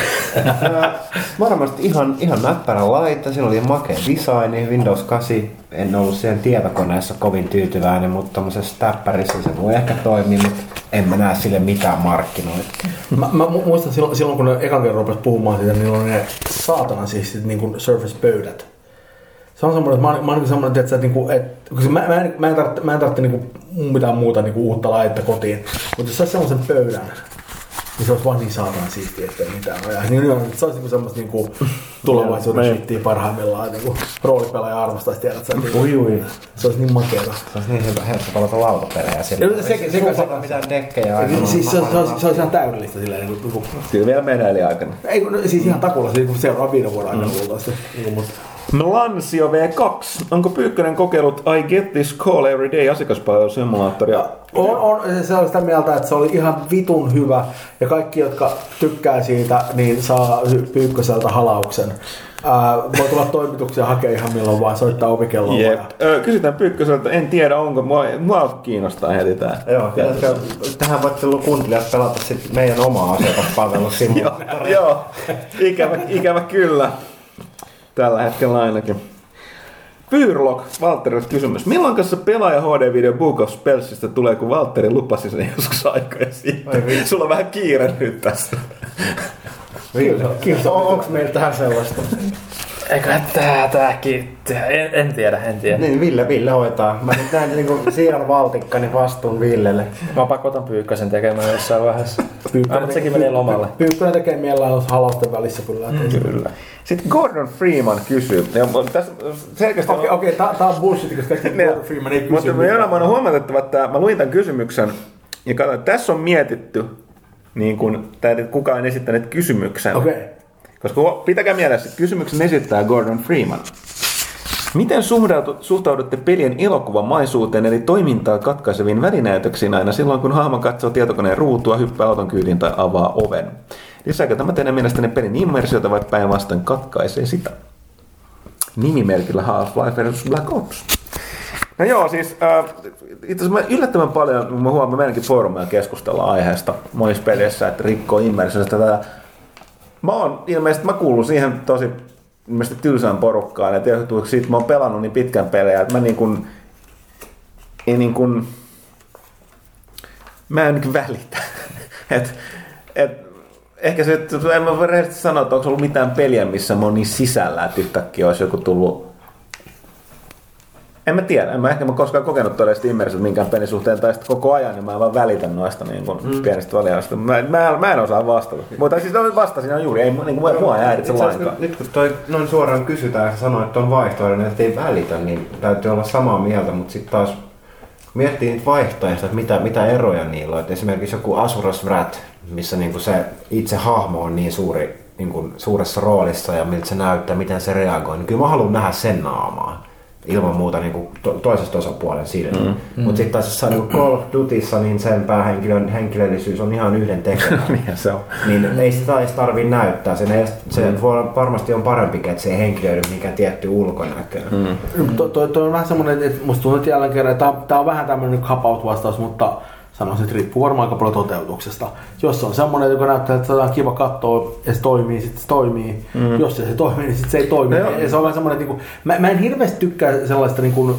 varmasti ihan näppärä laite, siinä oli makea design, Windows 8, en ollut siihen tietokoneessa kovin tyytyväinen, mutta tommosessa täppärissä se voi ehkä toimia, mutta en mä näe sille mitään markkinoita. Mä muistan silloin, kun ne ekan kerran rupesi puhumaan siitä, niin on ne saatana siis niin kuin Surface-pöydät. Se on semmoinen, että mä oon semmoinen, että mä en tarvitse mitään muuta uutta laitetta kotiin, mutta jos saisi semmoisen pöydän, niin se olisi vaan niin saatana siistiä, ettei mitään nojaa. Se olisi semmoista tulevaisuuden shittiä parhaimmillaan, roolipelaaja arvostaisi tiedät sä. Se olisi niin makeata. Se olisi niin hyvä helppo palata lautapelejä siellä. Se mitään dekkejä. Siis se olisi ihan täydellistä silleen. Kyllä vielä meneili aikana. Ei, siis ihan takulla, seuraavan 5 vuoden aikana luultavasti. Lansio V2. Onko Pyykkönen kokeillut I Get This Call Every Day asiakaspalvelusimulaattoria? On. Se oli sitä mieltä, että se oli ihan vitun hyvä. Ja kaikki, jotka tykkää siitä, niin saa Pyykköseltä halauksen. Voi tulla toimituksia hakea ihan milloin vaan, soittaa ovikelloa. Kysytään Pyykköseltä, en tiedä onko, mua kiinnostaa heti tää. Joo, tähän voitte kuuntelijat pelata sit meidän omaa asiakaspalvelusimulaattoria. Joo, ikävä kyllä. Tällä hetkellä ainakin. Pyrlok, Valtterille kysymys. Milloin kanssa pelaaja HD-video Book of Spellsistä tulee, kun Valtteri lupasi sen joskus aikaa siitä? Sulla on vähän kiire nyt tässä. Onko meillä tähän sellaista? Eikö tääkin? En tiedä. Niin, Ville hoitaa. Mä nyt näin Siiran valtikkani vastuun Villelle. Mä pakotan Pyykkösen tekemään jossain vaiheessa. Mutta sekin menee lomalle. Pyykkönen tekee mielellään halausten välissä kyllä. Kyllä. Sitten Gordon Freeman kysyy. Okei, tää on bullshit, koska Gordon Freeman ei kysy. Mutta mä oon huomatettava, että mä luin tämän kysymyksen ja katsoin, että tässä on mietitty, niin kun kukaan on esittänyt kysymyksen. Okei. Koska pitäkää mielessä, että kysymyksen esittää Gordon Freeman. Miten suhtaudutte pelien elokuvamaisuuteen eli toimintaa katkaiseviin välinäytöksiin aina silloin, kun hahmo katsoo tietokoneen ruutua, hyppää auton kyytiin tai avaa oven? Lisääkö tämä teidän mielestänne pelin immersiota vai päinvastoin katkaisee sitä? Nimimerkillä Half-Life vs. Black Ops. No joo, siis itse asiassa yllättävän paljon, mä huomaan, meidänkin foorumeilla keskustellaan aiheesta monissa peleissä, että rikkoo immersiosta tätä. Mä kuulun siihen tosi tylsään porukkaan, että johtuu siitä, mä oon pelannut niin pitkän pelejä, että mä en välitä. Ehkä se, en mä voi rehellisesti sanoa, että onko ollut mitään peliä, missä mä oon niin sisällä, että yhtäkkiä olisi joku tullut. En mä tiedä, en mä koskaan kokenut todellisesti immersiota minkään pelin suhteen, tai sitten koko ajan, niin mä en vaan välitän noista pienistä valioista. Mä en osaa vastata. Mutta siis vastasin on juuri, ei mua ei häiritse lainkaan. Nyt kun toi noin suoraan kysytään ja sanoit, että on vaihtoehtoinen, että ei välitä, niin täytyy olla samaa mieltä, mutta sitten taas miettii niitä vaihtoehtoja, että mitä eroja niillä on. Että esimerkiksi joku Asuras Wrath, missä niinku se itse hahmo on niin suuri, niinku suuressa roolissa ja miltä se näyttää, miten se reagoi, niin kyllä mä haluan nähdä sen naamaa. Ilman muuta niin toisesta osapuolen silmin. Mutta sitten taas jossain niin Call of Dutyssa, niin sen päähenkilön henkilöllisyys on ihan yhden tekevä. Niin ei sitä edes tarvitse näyttää. Se varmasti on parempi, että se ei henkilöidy mikään tietty ulkonäköön. Toi on vähän semmoinen, että musta tuntuu jälleen kerran, että tää on vähän tämmöinen cop-out-vastaus, mutta sanoisin, että riippuu varmaan aika paljon toteutuksesta. Jos on semmoinen, joka näyttää, että se on kiva katsoa ja se toimii, sitten se toimii. Jos se toimii, niin sitten se ei toimi. Ja se on vähän semmoinen, että mä en hirveästi tykkää sellaista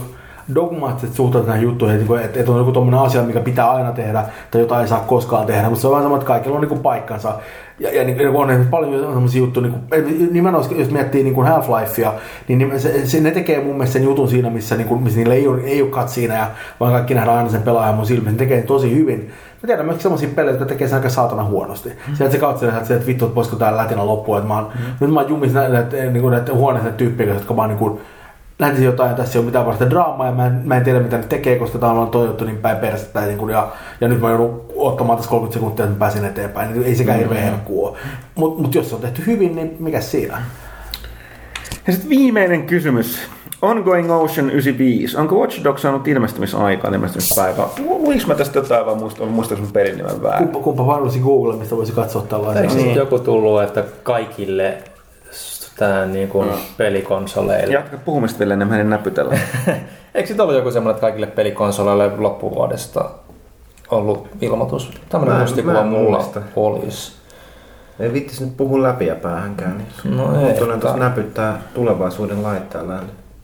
dogmaattiset suhtautuvat näihin juttuihin, että on joku tommoinen asia, mikä pitää aina tehdä tai jota ei saa koskaan tehdä, mutta se on vähän sama, että kaikilla on niin kuin paikkansa. Ja niin on paljon sellaisia juttuja, niin nimenomaan jos miettii niin kuin Half-Lifea, niin ne tekee mun mielestä sen jutun siinä, missä niillä ei ole cut siinä, ja vaan kaikki nähdään aina sen pelaajan mun silmissä, ne tekee tosi hyvin. Mä tiedän myös sellaisia pelejä, jotka tekee sen aika saatana huonosti. Sieltä se katselee, että vittu, että voisiko tää lätinä loppua, että nyt mä oon jumis näitä huoneista tyyppiä, jotka vaan niin lähtisin jotain, tässä ei ole mitään vasta draamaa, ja mä en tiedä mitä ne tekee, koska tää on toivottu niin päin persettä, ja nyt mä joudun ottamaan tässä 30 sekuntia, että mä pääsin eteenpäin, niin ei sekään hirveän herkkuu ole. Mut jos se on tehty hyvin, niin mikä siinä? Ja sitten viimeinen kysymys. Ongoing Ocean 95. Onko Watch Dogs saanut ilmestymispäivää? Luinko mä tästä jotain vai muistaako mun pelin nimen väärin? Kumpa varmasti Google, mistä voisi katsoa tällaisia. Eikö niin joku tullut, että kaikille tää niinku pelikonsoleille? Jatka puhumista vielä ennen mä en näpytellä. Eikö sit ollut joku semmoinen, että kaikille pelikonsoleille loppuvuodesta ollut ilmoitus? Tämmönen mustikuva mulla olisi. Ei vittis nyt puhu läpi ja päähänkään. Niin. No ei. Tuolla tuossa näpyttää tulevaisuuden laitteella.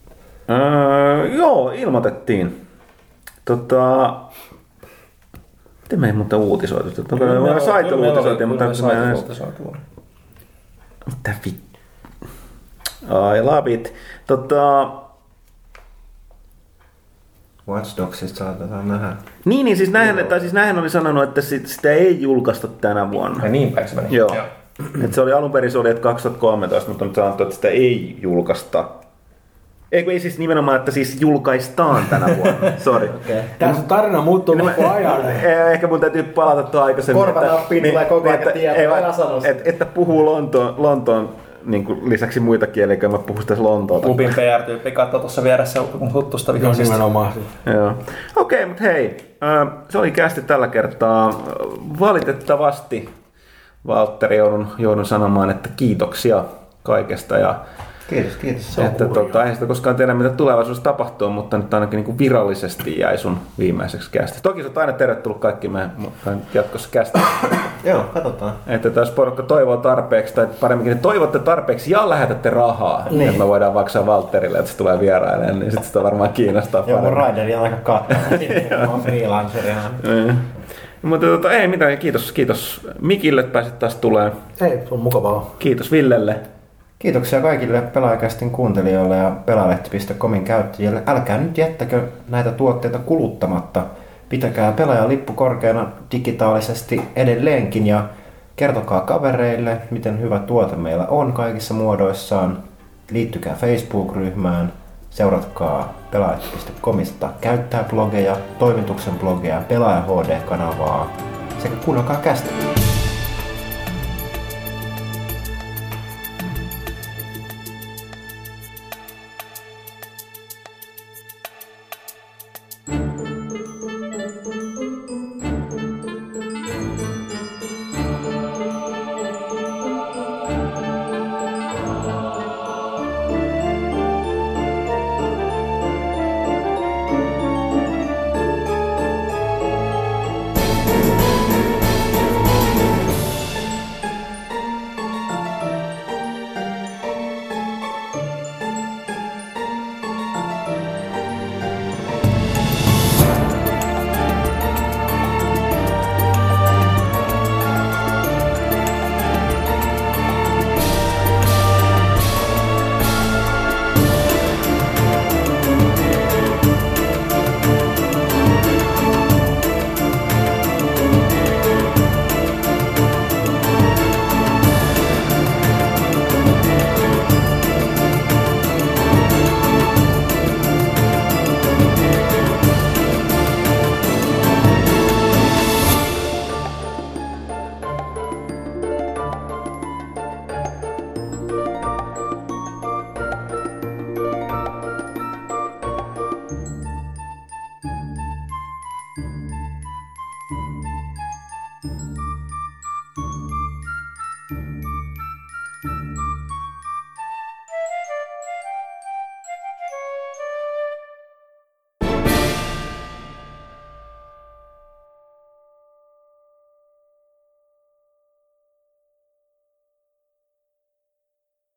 Joo, ilmoitettiin. Miten me ei muuta uutisoitu? Saito uutisoitiin, mutta mitä vittu? I love it. Watch Dogsista saatetaan nähdä. Niin siis näinhän oli sanonut, että sitä ei julkaista tänä vuonna. Ja niin päin se meni. Joo. Et se oli alun perin että 2013, mutta on sanottu, että sitä ei julkaista. Ei siis nimenomaan, että siis julkaistaan tänä vuonna. Sori. Okay. Tässä tarina muuttuu koko ajan. Ehkä mun täytyy palata tuon aikaisemmin. Korvanappiin tulee koko ajan tietoa. Että puhuu Lontoon niin kuin lisäksi muita kieliä, kun mä puhun tässä Lontoota. Klubin PR-tyyppi katsoo tuossa vieressä huttusta vihoisista. Nimenomaan. Okei, mutta hei. Se oli kästi tällä kertaa. Valitettavasti Valtteri joudun sanomaan, että kiitoksia kaikesta. Ja Kiitos. Että ei sitä koskaan tiedä, mitä tulevaisuudessa tapahtuu, mutta nyt ainakin niin kuin virallisesti jäi sun viimeiseksi kästi. Toki sä oot aina tervetullut kaikki me jatkossa kästi. Joo, katsotaan. Että jos porukka toivoo tarpeeksi, tai paremminkin toivotte tarpeeksi ja lähetätte rahaa, niin että me voidaan maksaa Valtterille, että se tulee vierailemaan, niin sitten sitä varmaan kiinnostaa paremmin. Joo, mun raideri on aika kattava. Mä oon freelancerina. Mutta ei mitään, kiitos Mikille, että pääsit taas tulemaan. Hei, se on mukavaa. Kiitos Villelle. Kiitoksia kaikille Pelaajakästin kuuntelijoille ja Pelaalehti.comin käyttäjille. Älkää nyt jättäkö näitä tuotteita kuluttamatta. Pitäkää Pelaajalippu korkeana digitaalisesti edelleenkin ja kertokaa kavereille, miten hyvä tuote meillä on kaikissa muodoissaan. Liittykää Facebook-ryhmään, seuratkaa Pelaajalehti.comista käyttää blogeja, toimituksen blogeja, Pelaaja HD-kanavaa sekä kuunnelkaa kästä.